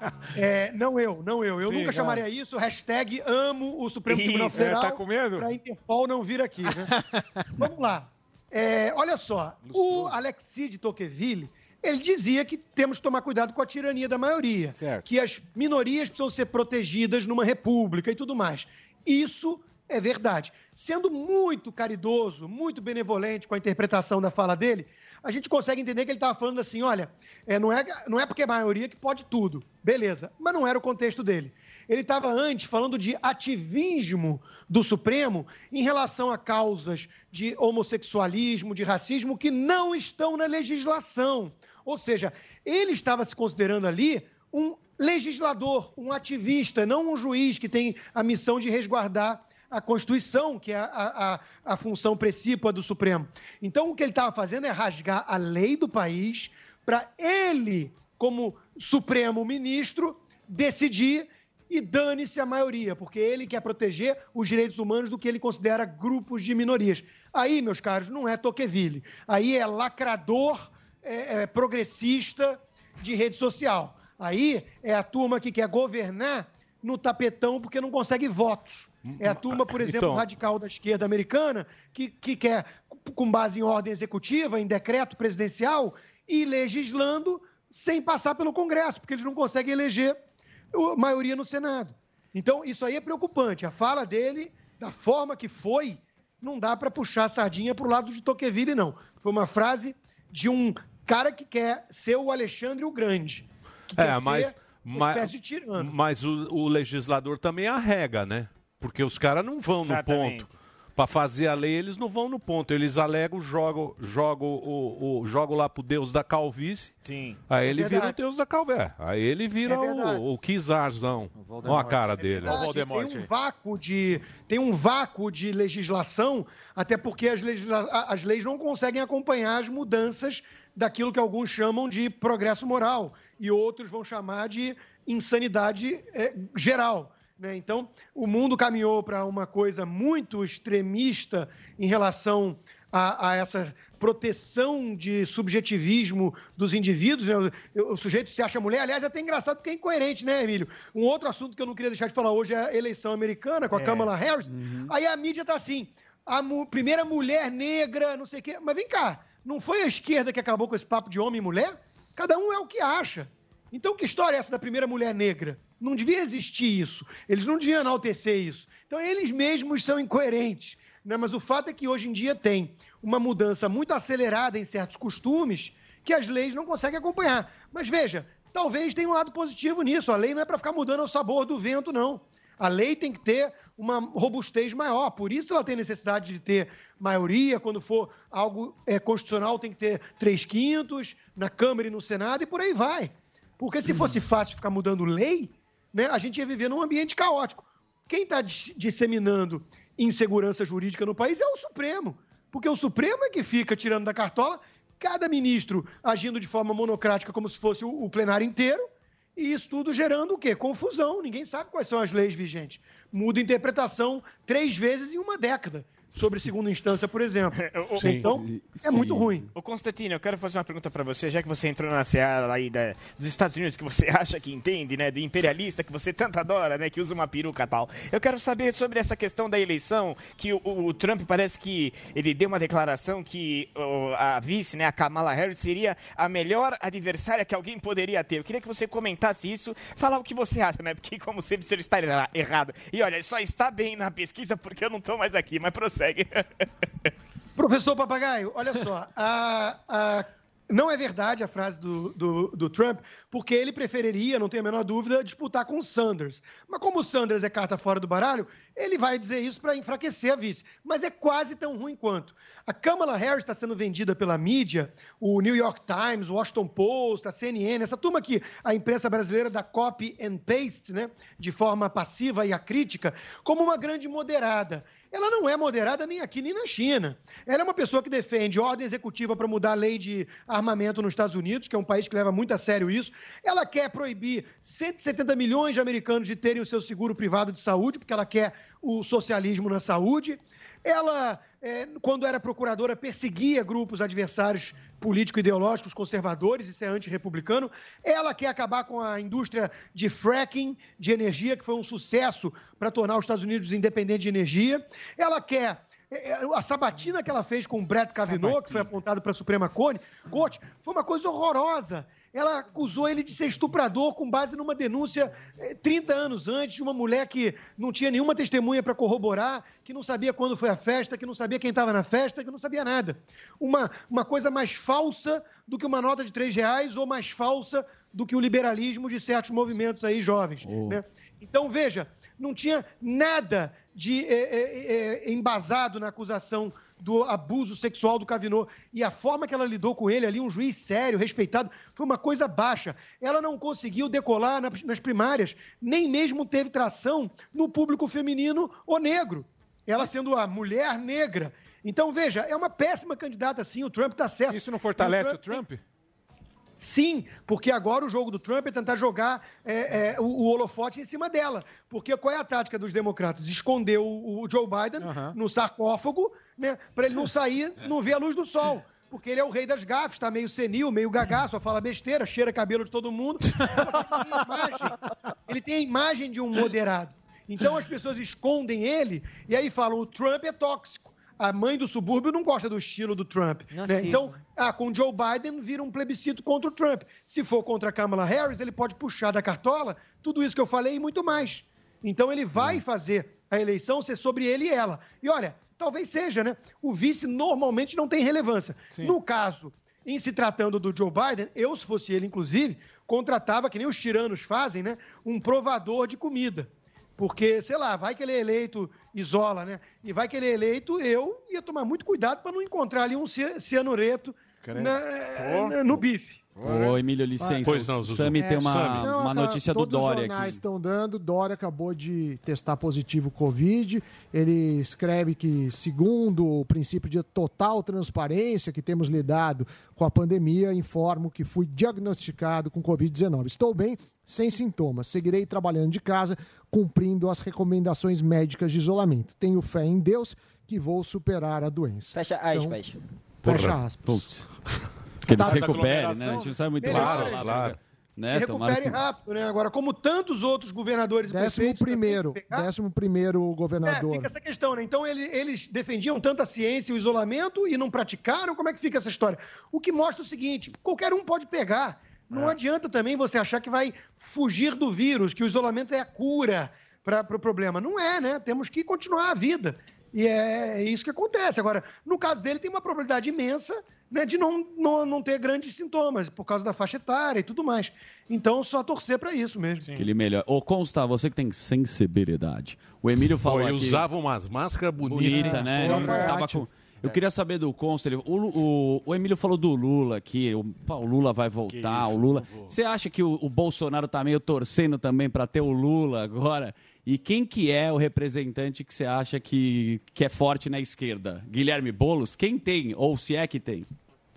Q: É, não eu, não eu. Eu
F: Sim,
Q: nunca
F: cara.
Q: chamaria isso, hashtag amo o Supremo Tribunal
F: Isso,
Q: Federal
F: tá com medo?
Q: pra Interpol não vir aqui, né? Vamos lá. É, olha só, o Alexis Tocqueville, ele dizia que temos que tomar cuidado com a tirania da maioria,
F: Certo.
Q: que as minorias precisam ser protegidas numa república e tudo mais. Isso é verdade. Sendo muito caridoso, muito benevolente com a interpretação da fala dele, a gente consegue entender que ele estava falando assim, olha, é, não, é, não é porque é maioria que pode tudo, beleza, mas não era o contexto dele. Ele estava antes falando de ativismo do Supremo em relação a causas de homossexualismo, de racismo, que não estão na legislação. Ou seja, ele estava se considerando ali um legislador, um ativista, não um juiz que tem a missão de resguardar a Constituição, que é a, a, a função precípua do Supremo. Então, o que ele estava fazendo é rasgar a lei do país para ele, como Supremo Ministro, decidir e dane-se a maioria, porque ele quer proteger os direitos humanos do que ele considera grupos de minorias. Aí, meus caros, não é Tocqueville. Aí é lacrador é, é, progressista de rede social. Aí é a turma que quer governar no tapetão porque não consegue votos. É a turma, por exemplo,
E: Então-
Q: radical da esquerda americana, que, que quer, com base em ordem executiva, em decreto presidencial, ir legislando sem passar pelo Congresso, porque eles não conseguem eleger a maioria no Senado. Então, isso aí é preocupante. A fala dele, da forma que foi, não dá para puxar a sardinha para o lado de Tocqueville, não. Foi uma frase de um cara que quer ser o Alexandre o Grande, que
E: É,
Q: quer
E: mas,
Q: ser uma
E: mas,
Q: espécie de tirano.
E: mas o, o legislador também arrega, né? Porque os caras não vão
H: Exatamente.
E: no ponto. Para fazer a lei, eles não vão no ponto. Eles alegam, jogam, jogam, o, o, jogam lá pro Deus da calvície.
H: Sim.
E: Aí
H: É
E: ele vira o
H: verdade.
E: Deus da calvície. É, aí ele vira
Q: É verdade.
E: o, o Kizarzão. Olha a cara dele.
Q: Verdade, tem um vácuo de tem um vácuo de legislação, até porque as, legisla- a- as leis não conseguem acompanhar as mudanças daquilo que alguns chamam de progresso moral e outros vão chamar de insanidade eh, geral. Né? Então, o mundo caminhou para uma coisa muito extremista em relação a, a essa proteção de subjetivismo dos indivíduos. Né? O, o sujeito se acha mulher. Aliás, é até engraçado porque é incoerente, né, Emílio? Um outro assunto que eu não queria deixar de falar hoje é a eleição americana com a
R: É.
Q: Kamala Harris. Aí a mídia tá assim, a mu- primeira mulher negra, não sei o quê. Mas vem cá, não foi a esquerda que acabou com esse papo de homem e mulher? Cada um é o que acha. Então, que história é essa da primeira mulher negra? Não devia existir isso. Eles não deviam enaltecer isso. Então, eles mesmos são incoerentes. Né? Mas o fato é que hoje em dia tem uma mudança muito acelerada em certos costumes que as leis não conseguem acompanhar. Mas veja, talvez tenha um lado positivo nisso. A lei não é para ficar mudando ao sabor do vento, não. A lei tem que ter uma robustez maior. Por isso ela tem necessidade de ter maioria. Quando for algo é, constitucional, tem que ter três quintos na Câmara e no Senado e por aí vai. Porque se fosse fácil ficar mudando lei, né, a gente ia viver num ambiente caótico. Quem está disseminando insegurança jurídica no país é o Supremo. Porque o Supremo é que fica tirando da cartola, cada ministro agindo de forma monocrática como se fosse o, o plenário inteiro, e isso tudo gerando o quê? Confusão. Ninguém sabe quais são as leis vigentes. Muda a interpretação três vezes em uma década. Sobre segunda instância, por exemplo.
H: Sim,
Q: então,
H: sim,
Q: é muito ruim.
H: Ô Constantino, eu quero fazer uma pergunta pra você, já que você entrou na seara aí da, dos Estados Unidos, que você acha que entende, né, do imperialista, que você tanto adora, né, que usa uma peruca e tal. Eu quero saber sobre essa questão da eleição, que o, o Trump parece que ele deu uma declaração que o, a vice, né, a Kamala Harris, seria a melhor adversária que alguém poderia ter. Eu queria que você comentasse isso, falar o que você acha, né, porque como sempre o senhor está erra- errado. E olha, só está bem na pesquisa porque eu não estou mais aqui, mas prossegue.
Q: Professor Papagaio, olha só, a, a Não é verdade a frase do, do, do Trump, porque ele preferiria, não tenho a menor dúvida, disputar com o Sanders. Mas como o Sanders é carta fora do baralho, ele vai dizer isso para enfraquecer a vice. Mas é quase tão ruim quanto. A Kamala Harris está sendo vendida pela mídia, o New York Times, o Washington Post, a C N N, essa turma que a imprensa brasileira dá copy and paste, né, de forma passiva e acrítica, como uma grande moderada. Ela não é moderada nem aqui nem na China. Ela é uma pessoa que defende ordem executiva para mudar a lei de armamento nos Estados Unidos, que é um país que leva muito a sério isso. Ela quer proibir cento e setenta milhões de americanos de terem o seu seguro privado de saúde, porque ela quer o socialismo na saúde. Ela, é, quando era procuradora, perseguia grupos adversários político-ideológicos conservadores, isso é antirrepublicano. Ela quer acabar com a indústria de fracking, de energia, que foi um sucesso para tornar os Estados Unidos independentes de energia. Ela quer... A sabatina que ela fez com o Brett Kavanaugh, que foi apontado para a Suprema Corte, foi uma coisa horrorosa. Ela acusou ele de ser estuprador com base numa denúncia trinta anos antes de uma mulher que não tinha nenhuma testemunha para corroborar, que não sabia quando foi a festa, que não sabia quem estava na festa, que não sabia nada. Uma, uma coisa mais falsa do que uma nota de três reais ou mais falsa do que o liberalismo de certos movimentos aí jovens. Oh. Né? Então, veja, não tinha nada de é, é, é, embasado na acusação do abuso sexual do Kavanaugh. E a forma que ela lidou com ele ali, um juiz sério, respeitado, foi uma coisa baixa. Ela não conseguiu decolar na, nas primárias, nem mesmo teve tração no público feminino ou negro. Ela sendo a mulher negra. Então, veja, é uma péssima candidata, sim, o Trump está certo.
F: Isso não fortalece o Trump? O Trump?
Q: Sim, porque agora o jogo do Trump é tentar jogar é, é, o, o holofote em cima dela. Porque qual é a tática dos democratas? Esconder o, o Joe Biden uhum. no sarcófago, né, para ele não sair, não ver a luz do sol. Porque ele é o rei das gafes, está meio senil, meio gagá, só fala besteira, cheira cabelo de todo mundo. Ele tem a imagem, ele tem a imagem de um moderado. Então as pessoas escondem ele e aí falam, o Trump é tóxico. A mãe do subúrbio não gosta do estilo do Trump. Né? Então, ah, com Joe Biden vira um plebiscito contra o Trump. Se for contra a Kamala Harris, ele pode puxar da cartola tudo isso que eu falei e muito mais. Então ele vai fazer a eleição ser sobre ele e ela. E olha, talvez seja, né? O vice normalmente não tem relevância. Sim. No caso, em se tratando do Joe Biden, eu, se fosse ele, inclusive, contratava, que nem os tiranos fazem, né? Um provador de comida. Porque, sei lá, vai que ele é eleito, isola, né? E vai que ele é eleito, eu ia tomar muito cuidado para não encontrar ali um cianureto na, na, no bife.
G: Ô, Emílio, licença. Pois não, Zuzu. Sami tem uma,
I: não,
G: uma notícia
I: tá,
G: do Dória aqui.
I: Todos os jornais estão dando. Dória acabou de testar positivo Covid. Ele escreve que, segundo o princípio de total transparência que temos lidado com a pandemia, informo que fui diagnosticado com covid dezenove. Estou bem, sem sintomas. Seguirei trabalhando de casa, cumprindo as recomendações médicas de isolamento. Tenho fé em Deus que vou superar a doença.
H: Fecha aspas.
I: Então, fecha aspas.
G: Putz. Que ele se recupere, né? A gente não sabe muito
Q: claro,
G: lá,
Q: claro.
G: Né?
Q: Se recupere que... rápido, né? Agora, como tantos outros governadores e
I: décimo
Q: prefeitos...
I: Primeiro, décimo primeiro governador.
Q: É, fica essa questão, né? Então, ele, eles defendiam tanto a ciência e o isolamento e não praticaram? Como é que fica essa história? O que mostra o seguinte, qualquer um pode pegar. Não é. adianta também você achar que vai fugir do vírus, que o isolamento é a cura para o pro problema. Não é, né? Temos que continuar a vida. E é isso que acontece. Agora, no caso dele, tem uma probabilidade imensa, né, de não, não, não ter grandes sintomas, por causa da faixa etária e tudo mais. Então, só torcer para isso mesmo.
G: Sim. Que ele melhor. Ô, Consta, você que tem sensibilidade. O Emílio falou
E: Pô,
G: aqui...
E: usavam umas máscaras bonitas.
G: Bonita, né? Ele tava com... Eu queria saber do Consta. Ele... O, o, o Emílio falou do Lula aqui. O, o Lula vai voltar. Isso, o Lula. Você acha que o, o Bolsonaro tá meio torcendo também para ter o Lula agora? E quem que é o representante que você acha que, que é forte na esquerda? Guilherme Boulos? Quem tem? Ou se é que tem?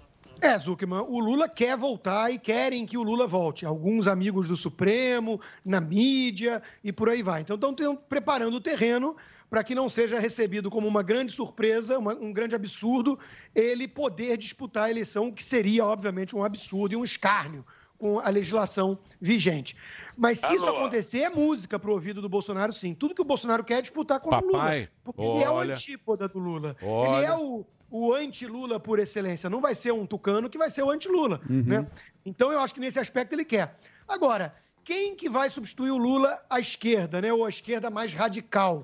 Q: É, Zuckerman, o Lula quer voltar e querem que o Lula volte. Alguns amigos do Supremo, na mídia e por aí vai. Então estão preparando o terreno para que não seja recebido como uma grande surpresa, uma, um grande absurdo, ele poder disputar a eleição, que seria, obviamente, um absurdo e um escárnio com a legislação vigente. Mas se Alô. isso acontecer, é música para o ouvido do Bolsonaro, sim. Tudo que o Bolsonaro quer é disputar com o Lula. Porque olha, ele é o antípoda do Lula. Olha. Ele é o, o anti-Lula por excelência. Não vai ser um tucano que vai ser o anti-Lula. Uhum. Né? Então, eu acho que nesse aspecto ele quer. Agora, quem que vai substituir o Lula à esquerda, né? Ou à esquerda mais radical?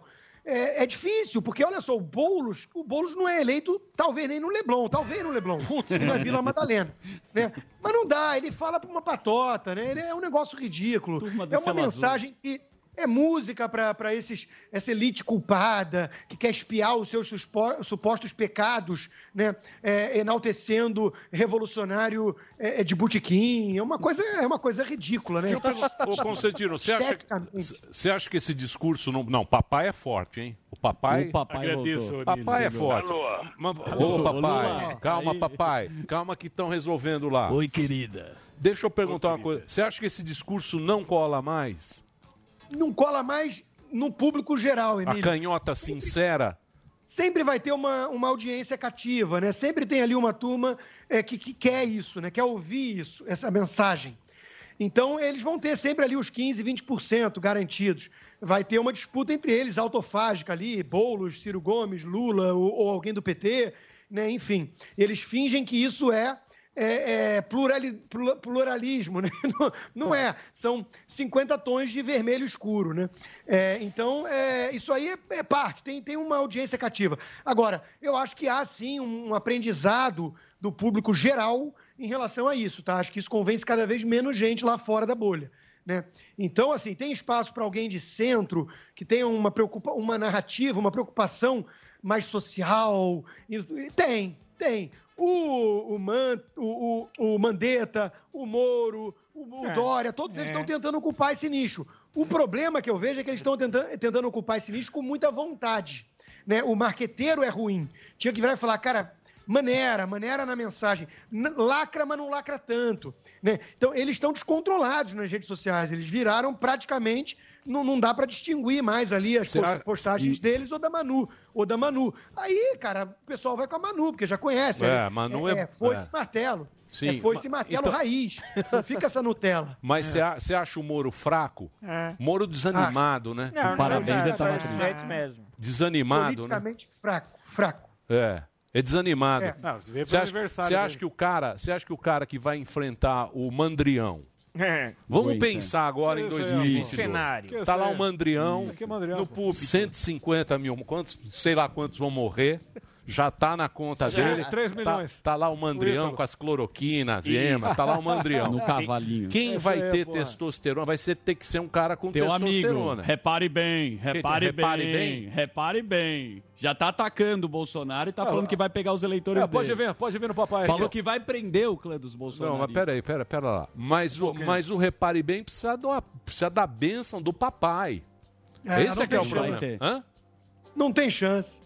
Q: é, é difícil, porque olha só, o Boulos, o Boulos não é eleito, talvez nem no Leblon, talvez no Leblon, na Vila Madalena, né? Mas não dá, ele fala pra uma patota, né? Ele é um negócio ridículo. É uma mensagem que é música para esses essa elite culpada que quer espiar os seus suspo, supostos pecados, né? É, enaltecendo revolucionário é, de botequim. É uma coisa, é uma coisa ridícula, né?
E: Ô, Constantino, você acha, você acha que esse discurso... Não, não, papai é forte, hein? O papai...
G: O papai
E: Agradeço,
G: voltou.
E: Papai é forte.
K: Alô.
E: Mas-
G: Alô,
E: Ô, papai,
G: Lula.
E: calma,
G: Aí.
E: papai. Calma que estão resolvendo lá.
G: Oi, querida.
E: Deixa eu perguntar uma coisa. Você acha que esse discurso não cola mais?
Q: Não cola mais no público geral,
E: A
Q: Emílio.
E: canhota sincera?
Q: Sempre vai ter uma, uma audiência cativa, né? Sempre tem ali uma turma é, que, que quer isso, né? Quer ouvir isso, essa mensagem. Então, eles vão ter sempre ali os quinze, vinte por cento garantidos. Vai ter uma disputa entre eles, autofágica ali, Boulos, Ciro Gomes, Lula ou, ou alguém do P T, né? Enfim, eles fingem que isso é, é, é plurali, plura- pluralismo, né? Não, não é, são cinquenta tons de vermelho escuro, né? É, então, é, isso aí é, é parte, tem, tem uma audiência cativa. Agora, eu acho que há, sim, um, um aprendizado do público geral em relação a isso, tá? Acho que isso convence cada vez menos gente lá fora da bolha, né? Então, assim, tem espaço para alguém de centro que tenha uma, preocupa uma narrativa, uma preocupação mais social? E- e Tem, tem. O, o, Man, o, o, o Mandetta, o Moro, o, o
F: É.
Q: Dória, todos eles
F: É.
Q: estão tentando ocupar esse nicho. O problema que eu vejo é que eles estão tentando, tentando ocupar esse nicho com muita vontade, né? O marqueteiro é ruim. Tinha que virar e falar, cara, maneira, maneira na mensagem. N- Lacra, mas não lacra tanto, né? Então, eles estão descontrolados nas redes sociais. Eles viraram praticamente... Não, não dá para distinguir mais ali as
E: Será-
Q: post- postagens
E: e-
Q: deles ou da Manu. Ou da Manu. Aí, cara, o pessoal vai com a Manu, porque já conhece.
E: É,
Q: né?
E: a Manu é-
Q: foice
E: é.
Q: martelo.
E: Sim,
Q: É foice
E: ma-
Q: martelo
E: então-
Q: raiz. Não fica essa Nutella.
E: Mas você a- você acha o Moro fraco?
Q: É.
E: Moro desanimado, né?
Q: Não, não,
G: Parabéns,
Q: não,
G: ele tava
Q: não,
G: triste.
Q: jeito mesmo.
E: Desanimado, né?
Q: Politicamente fraco, fraco.
E: É. É desanimado.
Q: É.
F: Não, você vê pro
E: Você acha,
F: aniversário
E: você acha
F: dele.
E: que o cara, você acha que o cara que vai enfrentar o Mandrião?
F: É.
E: Vamos
F: Aguenta.
E: pensar agora em
F: Eu sei,
E: dois mil e vinte e dois.
F: amor. Cenário. Que eu
E: Tá lá
F: sei.
E: o Mandrião,
F: Isso. Que Mandrião,
E: no
F: pô?
E: público, cento e cinquenta mil, quantos, sei lá quantos vão morrer. Já tá na conta
F: Já,
E: dele.
F: três
E: Tá-
F: milhões.
E: Tá, lá o Mandrião
F: Ítalo.
E: com as cloroquinas,
F: Isso.
E: emas, tá lá o Mandrião.
G: No cavalinho.
E: Quem
G: Essa
E: vai
G: é,
E: ter
G: porra.
E: testosterona vai ser, ter que ser um cara com
G: Teu amigo,
E: testosterona.
G: repare bem, repare,
E: repare
G: bem,
E: bem?
G: repare bem. Já tá atacando o Bolsonaro e tá
F: Ah,
G: falando que vai pegar os eleitores
F: É, pode
G: dele.
F: ver, pode ver no papai.
G: Falou
F: aqui,
G: que vai prender o clã dos
E: Não,
G: bolsonaristas.
E: mas peraí, pera, pera lá. Mas o, mas o repare bem precisa, do, precisa da bênção do papai.
Q: É,
E: Esse
Q: não
E: é que é o
Q: tem
E: problema.
Q: chance.
E: Hã?
Q: Não tem chance.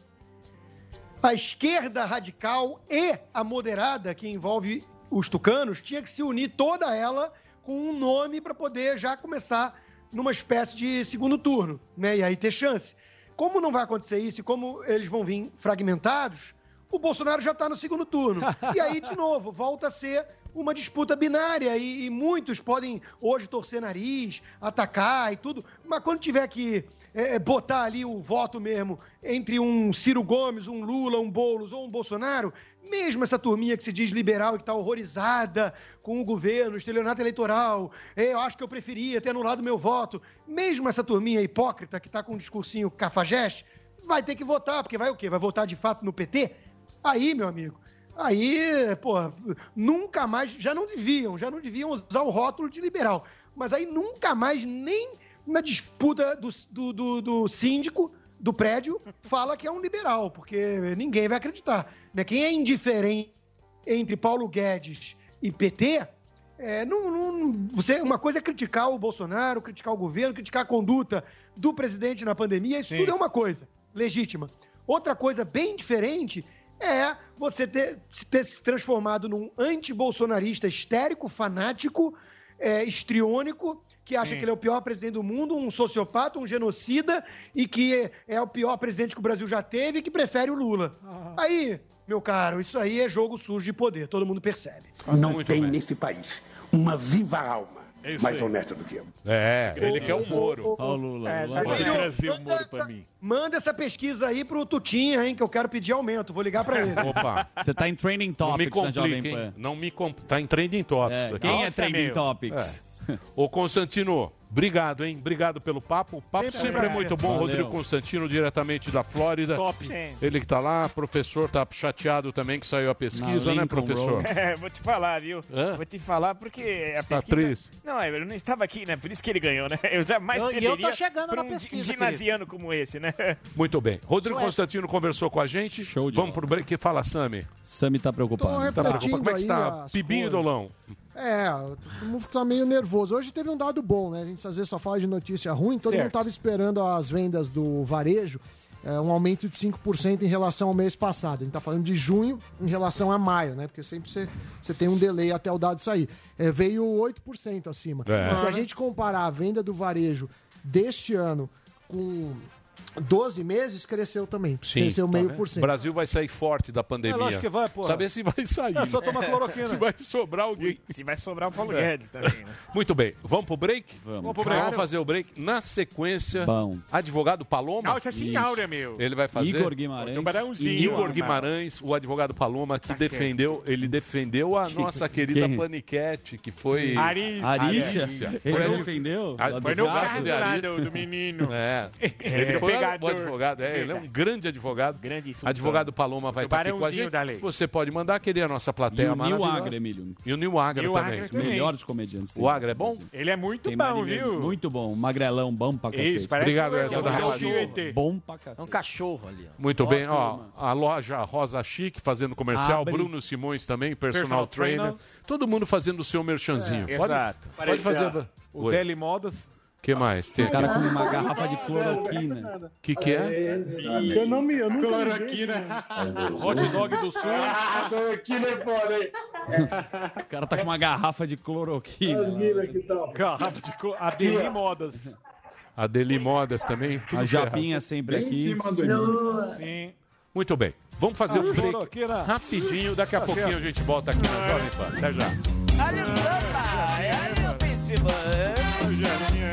Q: A esquerda radical e a moderada, que envolve os tucanos, tinha que se unir toda ela com um nome para poder já começar numa espécie de segundo turno, né? E aí ter chance. Como não vai acontecer isso e como eles vão vir fragmentados, o Bolsonaro já está no segundo turno. E aí, de novo, volta a ser uma disputa binária e, e muitos podem hoje torcer nariz, atacar e tudo, mas quando tiver que é, botar ali o voto mesmo entre um Ciro Gomes, um Lula, um Boulos ou um Bolsonaro, mesmo essa turminha que se diz liberal e que está horrorizada com o governo, estelionato eleitoral, é, eu acho que eu preferia ter anulado meu voto, mesmo essa turminha hipócrita que está com um discursinho cafajeste, vai ter que votar, porque vai o quê? Vai votar de fato no P T? Aí, meu amigo, aí, pô, nunca mais, já não deviam, já não deviam usar o rótulo de liberal, mas aí nunca mais, nem na disputa do, do, do, do síndico do prédio, fala que é um liberal, porque ninguém vai acreditar, né? Quem é indiferente entre Paulo Guedes e P T, é, não, não, você, uma coisa é criticar o Bolsonaro, criticar o governo, criticar a conduta do presidente na pandemia, isso
F: Sim.
Q: tudo é uma coisa legítima. Outra coisa bem diferente é você ter, ter se transformado num anti-bolsonarista histérico, fanático, é, histriônico, que acha
F: Sim.
Q: que ele é o pior presidente do mundo, um sociopata, um genocida, e que é o pior presidente que o Brasil já teve e que prefere o Lula. Aí, meu caro, isso aí é jogo sujo de poder, todo mundo percebe.
R: Não tem nesse país uma viva alma
E: É isso
R: mais
E: aí.
R: honesta do que eu.
E: É, ele quer o Moro.
G: Ó o Lula.
Q: É,
G: Lula.
Q: Emílio,
F: trazer o
Q: manda
F: Moro pra
Q: essa-
F: mim.
Q: Manda essa pesquisa aí pro Tutinha, hein, que eu quero pedir aumento. Vou ligar pra ele.
E: Opa.
G: Você tá em Training
E: Não me
G: Topics na Jovem
E: complica, hein?
G: Pan.
E: Não me compl... Tá em Trending Topics.
G: É,
E: aqui.
G: quem é
F: Nossa,
G: Trending
F: meu.
G: Topics?
E: É. Ô, Constantino, Obrigado, hein? Obrigado pelo papo. O papo sempre, sempre é muito bom.
F: Valeu.
E: Rodrigo Constantino, diretamente da Flórida.
F: Top.
E: Ele que tá lá. Professor tá chateado também que saiu a pesquisa, né, professor?
H: É, vou te falar, viu?
E: Hã?
H: Vou te falar porque a
E: Está
H: pesquisa...
E: triste?
H: Não, eu não estava aqui, né? Por isso que ele ganhou, né? Eu jamais
N: Eu- e eu tô
H: perderia
N: chegando
H: pra
N: na
H: um
N: pesquisa,
H: ginasiano como esse, né?
E: Muito bem. Rodrigo
N: Suécia.
E: Constantino conversou com a gente.
G: Show de
E: Vamos
G: bola.
E: pro break. Fala, Sami.
G: Sami tá preocupado.
I: Tô
E: Tá
I: refletindo
E: preocupado? Como é que
I: aí
E: está?
I: as
E: Pibinho e
I: coisas.
E: Dolão.
I: É, todo mundo tá meio nervoso. Hoje teve um dado bom, né? A gente às vezes só fala de notícia ruim, todo
F: Certo.
I: mundo tava esperando as vendas do varejo, é, um aumento de cinco por cento em relação ao mês passado. A gente tá falando de junho em relação a maio, né? Porque sempre você, você tem um delay até o dado sair. É, veio oito por cento acima.
E: É.
I: Mas se a gente comparar a venda do varejo deste ano com doze meses, cresceu também.
E: Sim.
I: Cresceu meio
E: Tá, né?
I: por
E: O
I: cento.
E: Brasil vai sair forte da pandemia.
F: É lógico que vai, porra.
E: Saber se vai sair.
F: É só tomar cloroquina.
E: Se vai sobrar alguém.
H: Se vai sobrar o Paulo
E: É.
H: Guedes também, né?
E: Muito bem. Vamos pro break?
G: Vamos.
F: Vamos pro break.
E: Vamos fazer o break. Na sequência,
G: Bom.
E: advogado Paloma.
H: Nossa senhora, meu.
E: Ele vai fazer.
G: Igor Guimarães.
F: Tubarãozinho.
E: Igor
F: mano.
E: Guimarães, o advogado Paloma, que defendeu, ele defendeu a nossa querida
G: Quem?
E: Paniquete, que foi...
F: Arícia.
G: Arícia?
E: Arícia.
G: Ele
E: Foi no-
G: defendeu?
E: Ah,
G: Lá
E: foi
G: do
E: no
G: caso?
E: caso de
F: lá
E: Arícia.
F: do, do menino.
E: É.
F: É,
E: Ele foi
F: pegador.
E: o advogado, é, ele é um grande advogado.
H: Grande sultão.
E: Advogado Paloma vai estar aqui com a
F: Tubarãozinho
E: gente.
F: da lei.
E: Você pode mandar, querer a nossa
G: E
E: plateia
G: o Nil
E: maravilhosa.
G: Agra, Emílio.
E: E o Nil Agra
F: Nil
E: também.
F: Agra
G: Os
F: também.
G: melhores comediantes.
E: O Agra é bom?
F: Ele é muito
G: Tem
F: bom,
G: Marília-
F: viu?
G: Muito bom. Magrelão, bom pra cacete.
F: Isso, parece
E: Obrigado,
F: um-
E: é toda
F: um
E: a
F: cachorro.
E: razão.
F: E T.
G: Bom pra
S: É um
G: cacete.
S: cachorro ali. ó.
E: Muito bem, ó,
G: turma.
E: a loja Rosa Chique fazendo comercial,
G: Abre.
E: Bruno Simões também, personal,
F: Personal
E: trainer.
F: trainer.
E: Todo mundo fazendo o seu merchanzinho.
H: É,
E: pode,
H: exato.
E: pode fazer.
F: O
E: Oi.
F: Deli Modas.
E: O que mais? Tem
G: O cara com uma garrafa de cloroquina.
E: O que, que é?
Q: Eu não me. Eu nunca
J: Cloroquina.
F: Hot Dog do Sul.
J: Ah, cloroquina é foda, hein?
G: O cara tá com uma garrafa de cloroquina.
J: Que tal?
F: Garrafa de cloro. A Deli Modas.
E: A Deli Modas também. Tudo
G: A
E: ferrado.
G: Japinha sempre
J: Bem em
G: aqui.
J: cima do Emílio.
F: Sim.
E: Muito bem. Vamos fazer
F: Ah,
E: um break
F: cloroquina.
E: rapidinho. Daqui a
F: Tá
E: pouquinho
F: certo.
E: a gente volta aqui na Jovem Pan. Até já.
H: Olha o samba! Olha o pitbull!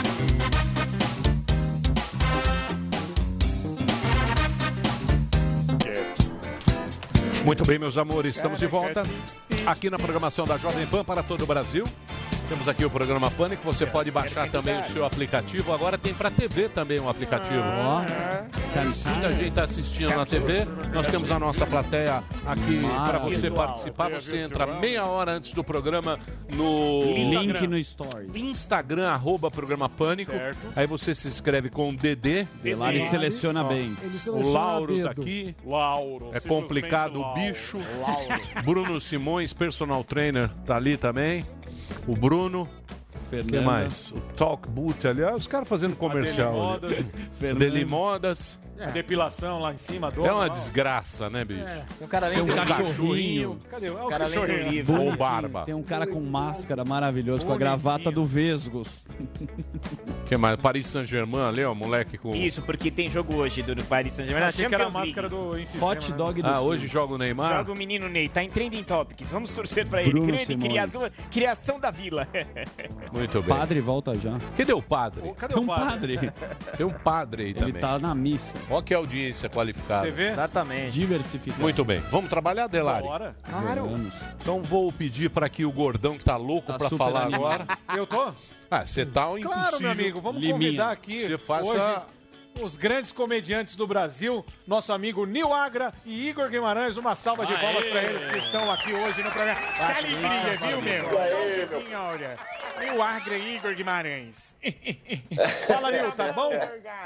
E: Muito bem, meus amores, estamos de volta aqui na programação da Jovem Pan para todo o Brasil. Temos aqui o programa Pânico, você pode baixar também o seu aplicativo. Agora tem para T V também um aplicativo.
G: Ó.
E: Muita gente está assistindo na T V. Nós temos a nossa plateia aqui para você
F: Virtual.
E: participar.
F: T V
E: Você entra
F: virtual.
E: meia hora antes do programa no
G: Link no Stories.
E: Instagram, arroba programa Pânico.
F: Certo.
E: Aí você se inscreve com o Dedê.
G: E lá ele seleciona bem.
I: Ele
E: O
I: seleciona
E: Lauro
I: dedo.
E: daqui.
F: Lauro.
E: É complicado o
F: simplesmente
E: bicho.
F: Lauro.
E: Bruno Simões, personal trainer, tá ali também. O Bruno. O que
G: Fernanda.
E: mais? O Talk Boot ali. Ah, os caras fazendo comercial.
F: Deli
E: ali.
F: Modas.
E: Deli Modas.
F: A depilação lá em cima.
E: É uma desgraça, né, bicho?
S: Tem um cara
G: Tem um
S: lendo
G: cachorrinho.
F: Cadê? É o
S: cara lendo o
F: cachorrinho.
S: livro.
E: Com barba.
G: Tem um cara com máscara maravilhoso, com a
F: Bonitinho.
G: gravata do Vesgos.
E: O que mais? Paris Saint-Germain ali, ó, moleque com...
H: Isso, porque tem jogo hoje do Paris Saint-Germain.
F: Achei que era a
H: Champions
F: máscara
H: League.
F: do enfisema,
G: Hot
F: né?
G: dog do
E: Ah,
G: Sul.
E: hoje joga o Neymar?
H: Joga o menino Ney, tá em Trending Topics. Vamos torcer pra ele.
G: Bruno
H: Grande
G: Simões.
H: criador, criação da vila.
E: Muito bem.
G: Padre volta já.
E: Cadê o padre?
F: Ô, Cadê
G: Tem
F: o
G: um
F: padre?
G: padre.
E: Tem um padre aí
G: Ele
E: também.
G: tá na missa.
E: Olha que audiência qualificada.
F: Você vê?
H: Exatamente.
G: Diversificado.
E: Muito bem. Vamos trabalhar, Delari?
F: Bora.
G: Claro.
E: Então vou pedir para que o gordão que tá louco
G: Tá
E: para
G: super
E: falar
G: animado.
E: agora.
F: Eu tô?
E: Ah, você tá um
F: Claro,
E: impossível.
F: meu amigo. Vamos
G: Liminha.
F: convidar aqui
E: Você faça-
F: hoje os grandes comediantes do Brasil, nosso amigo Nil Agra e Igor Guimarães. Uma salva de palmas para eles que estão aqui hoje no programa. Que alegria, viu, meu? Nossa senhora. Nil Agra e Igor Guimarães. Fala, Nil, tá bom?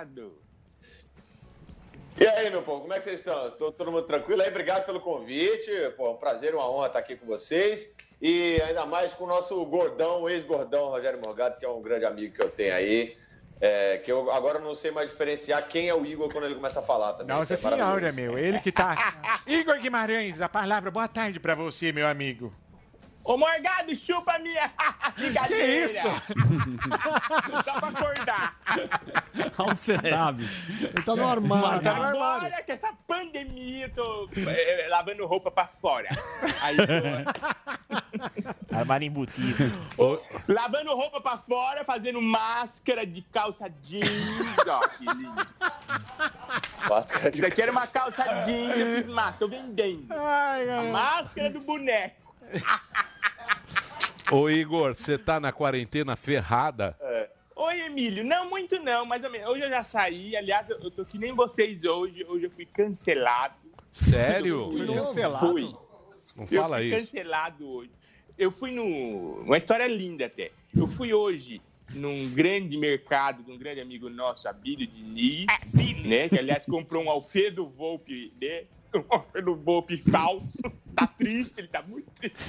T: E aí, meu povo, como é que vocês estão? Tô, todo mundo tranquilo aí? Obrigado pelo convite. Pô, um prazer, uma honra estar aqui com vocês. E ainda mais com o nosso gordão, ex-gordão, Rogério Morgado, que é um grande amigo que eu tenho aí. É, que eu agora não sei mais diferenciar quem é o Igor quando ele começa a falar também.
F: Nossa
T: Isso é
F: senhora,
T: maravilhoso.
F: meu. Ele que tá... Igor Guimarães, a palavra. Boa tarde pra você, meu amigo.
J: Ô, Morgado, chupa minha!
F: Que isso?
J: Só pra acordar.
G: Onde você tá, bicho?
I: Ele tá no armário.
F: Tá no armário.
J: Agora que essa pandemia, eu tô é, lavando roupa pra fora. Aí, tô
H: Armário embutido.
J: lavando roupa pra fora, fazendo máscara de calça jeans. Ó, que lindo.
T: Máscara de
J: Isso aqui era uma calça jeans, eu fiz máscara, tô vendendo.
F: Ai,
J: A
F: ai.
J: máscara do boneco.
E: Ô, Igor, você tá na quarentena ferrada.
T: É.
J: Emílio, não muito não, mais ou menos. Hoje eu já saí, aliás, eu tô que nem vocês hoje, hoje eu fui cancelado.
E: Sério?
J: Fui
E: Cancelado?
J: Fui.
E: Não
J: eu
E: fala
J: fui
E: isso.
J: cancelado hoje. Eu fui no... Uma história linda até. Eu fui hoje num grande mercado de um grande amigo nosso, Abílio Diniz, né? Que, aliás, comprou um Alfredo Volpe, né? Um Alfredo Volpe falso. Tá triste, ele tá muito triste.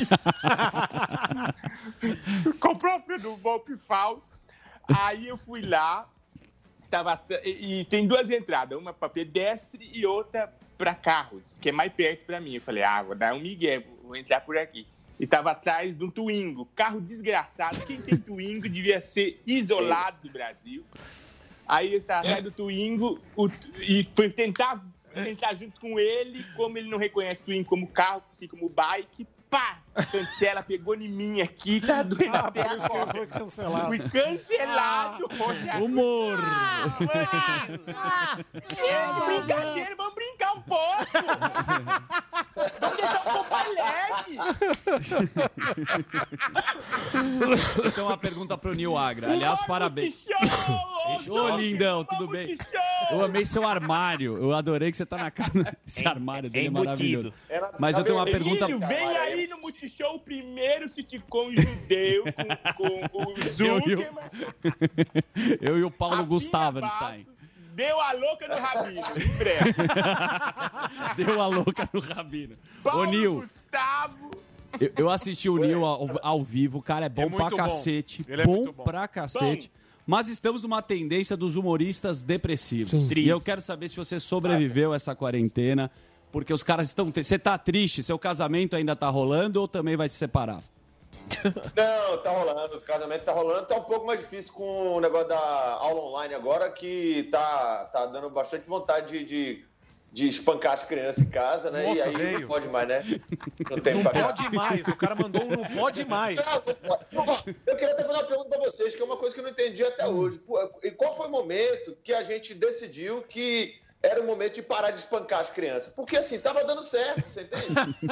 J: Comprou um Alfredo Volpe falso. Aí eu fui lá, estava... E, e tem duas entradas, uma para pedestre e outra para carros, que é mais perto para mim. Eu falei, ah, vou dar um migué, vou entrar por aqui. E estava atrás de um Twingo, carro desgraçado. Quem tem Twingo devia ser isolado do Brasil. Aí eu estava atrás do Twingo o, e fui tentar entrar junto com ele. Como ele não reconhece o Twingo como carro, assim como bike, pá! Cancela, pegou em mim aqui, tá doendo
N: Ah,
J: até
N: por isso que
J: agora.
N: foi cancelado.
J: Fui cancelado.
N: Ah,
G: humor.
J: Ah, ah, é, brincadeira, vamos brincar um pouco. Vamos deixar um pouco mais leve.
G: Então, uma pergunta pro Nil Agra. Aliás, parabéns. Ô, lindão, tudo bem? Eu amei seu armário. Eu adorei que você tá na casa. Esse armário dele é maravilhoso. Mas eu tenho uma pergunta...
J: Emílio, vem aí no Multishow, o primeiro sitcom judeu com, com o Zuckerman.
G: Eu, eu e o Paulo Gustavo Einstein.
J: Deu a louca no Rabino, em breve.
G: Deu a louca no Rabino.
J: Paulo
G: Ô, Nil,
J: Gustavo.
G: eu, eu assisti o Nil ao, ao vivo. O cara é bom
F: É muito
G: pra
F: bom.
G: cacete.
F: Ele é
G: bom,
F: muito bom.
G: pra cacete. Mas estamos numa tendência dos humoristas depressivos.
F: Sim.
G: E eu quero saber se você sobreviveu a essa quarentena. Porque os caras estão... Você tá triste? Seu casamento ainda tá rolando ou também vai se separar?
T: Não, tá rolando, o casamento tá rolando, tá um pouco mais difícil com o negócio da aula online agora, que tá, tá dando bastante vontade de, de, de espancar as crianças em casa, né?
F: Nossa,
T: e aí
F: veio.
T: não pode mais, né? Não tem
F: Não
T: pra
F: pode mais, o cara mandou um não pode mais.
T: Não, eu queria até fazer uma pergunta pra vocês, que é uma coisa que eu não entendi até hoje. Pô, e qual foi o momento que a gente decidiu que era o momento de parar de espancar as crianças? Porque assim, tava dando certo, você entende?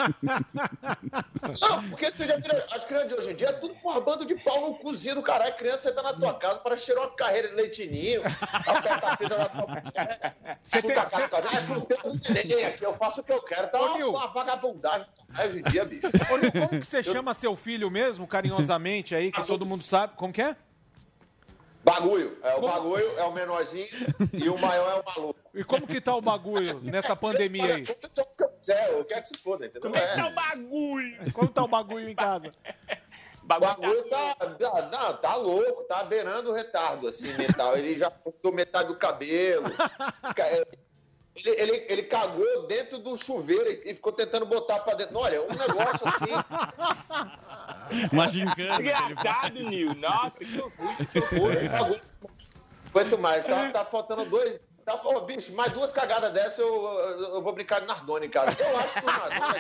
T: Não, porque você já vira, as crianças de hoje em dia é tudo porra, bando de pau no cozinho do caralho. A criança tá na tua casa para cheirar uma carreira de leitinho, apertar a pedra na tua
F: Você
T: tem,
F: tem-
T: casa, ah, tu tem ninguém aqui, eu faço o que eu quero. Tá uma, uma vagabundagem hoje em dia, bicho.
F: Ô, Nil, como que você chama seu filho mesmo, carinhosamente aí, que todo mundo sabe? Como que é?
T: Bagulho. É, o bagulho é o menorzinho e o maior é o maluco.
F: E como que tá o bagulho nessa pandemia aí?
T: Eu quero que se foda, entendeu?
F: Como é que tá
J: o bagulho?
F: Como tá o bagulho em casa?
T: O bagulho tá, tá, não, tá louco, tá beirando o retardo, assim, mental. Ele já cortou metade do cabelo. Ele, ele, ele cagou dentro do chuveiro e ficou tentando botar pra dentro. Olha, um negócio assim...
G: Uma gincana.
J: Engraçado, Nil. Nossa, que horror, que horror.
T: Quanto mais, tá, tá faltando dois... Tá, ô, bicho, mais duas cagadas dessas eu, eu, eu vou brincar de Nardone em casa. Eu acho que o Nardone,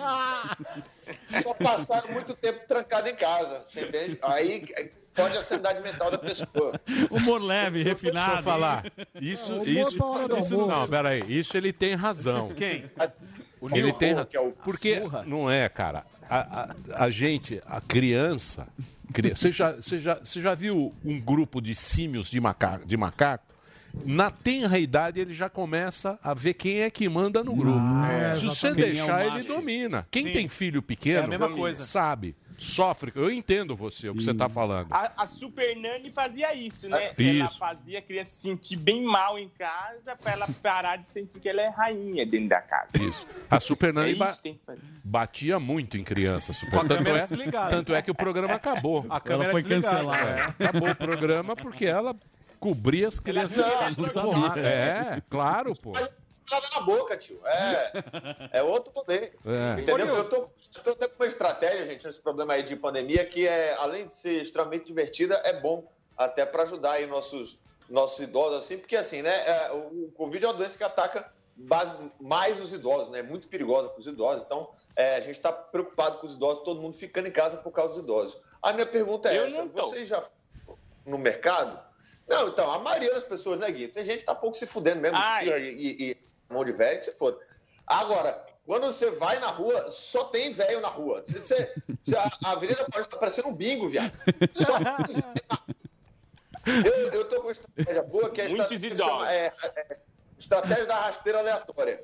T: às vezes, só passaram muito tempo trancado em casa, você entende? Aí pode a sanidade mental da pessoa.
G: Humor leve, refinado.
E: Deixa eu falar. Isso,
T: Humor
E: isso,
T: pra hora do
E: isso
T: almoço.
E: não, peraí. Isso ele tem razão.
F: Quem?
E: O ele tem razão.
T: que é o-
E: Porque não é, cara. A, a, a gente, a criança. cri- Você já, você, já, você já viu um grupo de símios de macaco? De macaco? Na tenra idade ele já começa a ver quem é que manda no grupo.
F: é,
E: Se você
F: exatamente.
E: deixar,
F: Quem é o
E: ele
F: macho.
E: domina. Quem
F: Sim.
E: tem filho pequeno
F: É a mesma coisa.
E: sabe, sofre. Eu entendo você, o que você está falando.
J: A, a Super Nani fazia isso, né?
E: Ah,
J: Ela
E: isso.
J: fazia a criança se sentir bem mal em casa pra ela parar de sentir que ela é rainha dentro da casa.
E: Isso. A Super Nani
J: É isso
E: ba-
J: que tem que fazer.
E: batia muito em criança. Super.
F: Com a
E: Tanto,
F: câmera
E: é,
F: desligada.
E: tanto é que o programa acabou.
F: A câmera foi desligada. cancelada.
E: É, acabou o programa porque ela cobria as crianças.
T: Ela não sabia.
E: É, claro, pô.
T: Nada na boca, tio. É, é outro poder.
E: É.
T: Entendeu? Eu tô, eu tô até com uma estratégia, gente, nesse problema aí de pandemia, que é, além de ser extremamente divertida, é bom até para ajudar aí nossos, nossos idosos, assim, porque assim, né, é, o Covid é uma doença que ataca base, mais os idosos, né, é muito perigosa para os idosos, então é, a gente está preocupado com os idosos, todo mundo ficando em casa por causa dos idosos. A minha pergunta é
J: Eu
T: essa,
J: não tô.
T: vocês já foram no mercado? Não, então, a maioria das pessoas, né, Gui? Tem gente que tá pouco se fudendo mesmo,
J: Ai.
T: espirra e, e, e mão de velho, que se foda. Agora, quando você vai na rua, só tem velho na rua. Você, você, você- a, a Avenida Paulista tá parecendo um bingo, viado. Só tem velho na rua. Eu, eu tô com uma estratégia boa, que é a
J: Muitos
T: estratégia,
J: idosos.
T: é, é, estratégia da rasteira aleatória.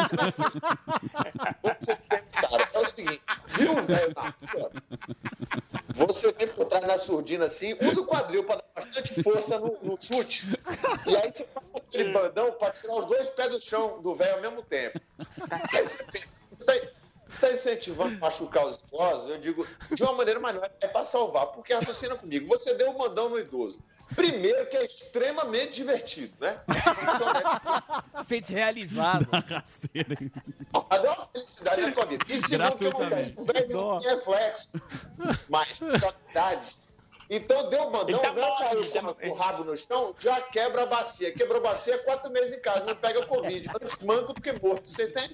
T: Vocês perguntaram, é o seguinte, viu um velho na rua? Você vem por trás na surdina assim, usa o quadril para dar bastante força no, no chute. E aí você faz aquele bandão para tirar os dois pés do chão do velho ao mesmo tempo. Aí você pensa, você está incentivando a machucar os idosos? Eu digo, de uma maneira, mas não é, é para salvar, porque raciocina comigo. Você deu um mandão no idoso. Primeiro, que é extremamente divertido, né?
H: Sente realizado.
T: Ah, dá uma felicidade na tua vida. E segundo, que eu o velho não tem reflexo, mas qualidade. Então, deu um bandão, o velho caiu com o rabo no chão, já quebra a bacia. Quebrou a bacia, quatro meses em casa, não pega Covid. Antes manco do que morto, você entende?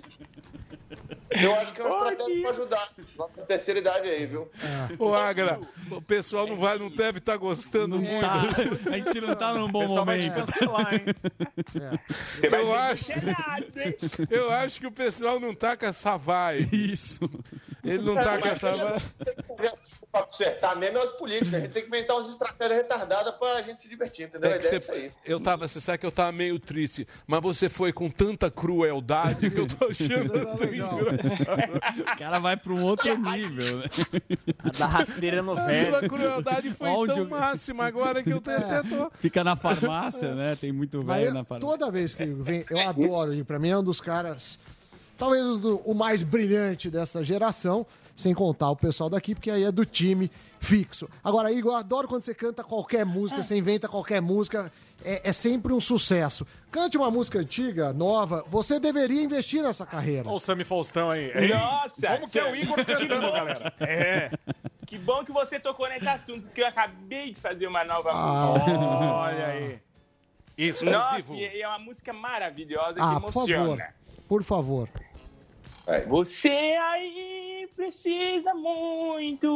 T: Eu acho que é uma estratégia para ajudar. Nossa terceira idade aí, viu?
E: Ô, Agra, o pessoal não vai, não deve estar gostando muito.
G: Tá. A gente não tá num bom
F: O pessoal vai te
G: momento.
F: cancelar, hein?
J: Você vai
E: Eu
J: ser
E: acho,
J: cancelado, hein?
E: eu acho que o pessoal não tá com essa vibe.
G: Isso.
E: Ele não tá com essa vibe.
T: Para consertar mesmo é os políticos. A gente tem que inventar umas estratégias retardadas para a gente se divertir, entendeu?
E: É
T: A
E: que
T: ideia é
E: você,
T: isso aí.
E: eu tava, você sabe que eu tava meio triste, mas você foi com tanta crueldade que eu tô achando
I: Tá legal.
G: O cara vai para um outro nível, né?
H: A da rasteira no
E: A
H: velho.
E: sua crueldade foi
G: Onde
E: tão
G: o-
E: máxima agora que eu até até tô...
G: Fica na farmácia, né? Tem muito
I: Mas
G: velho
I: eu-
G: na farmácia.
I: toda vez que vem, eu adoro ele. Pra mim é um dos caras, talvez o do- o mais brilhante dessa geração, sem contar o pessoal daqui, porque aí é do time fixo. Agora, Igor, eu adoro quando você canta qualquer música, você inventa qualquer música, é, é sempre um sucesso. Cante uma música antiga, nova, você deveria investir nessa carreira.
F: Olha o Sami Faustão aí. Ei,
J: Nossa,
F: como que é o
J: Sami,
F: Igor
J: que
F: cantando,
J: bom.
F: galera? É.
J: Que bom que você tocou nesse assunto, porque eu acabei de fazer uma nova
I: Ah.
J: música.
F: Olha aí.
J: Nossa,
F: Exclusivo.
J: e é uma música maravilhosa
I: Ah,
J: que
I: por favor,
J: emociona.
I: por favor.
J: Você aí precisa muito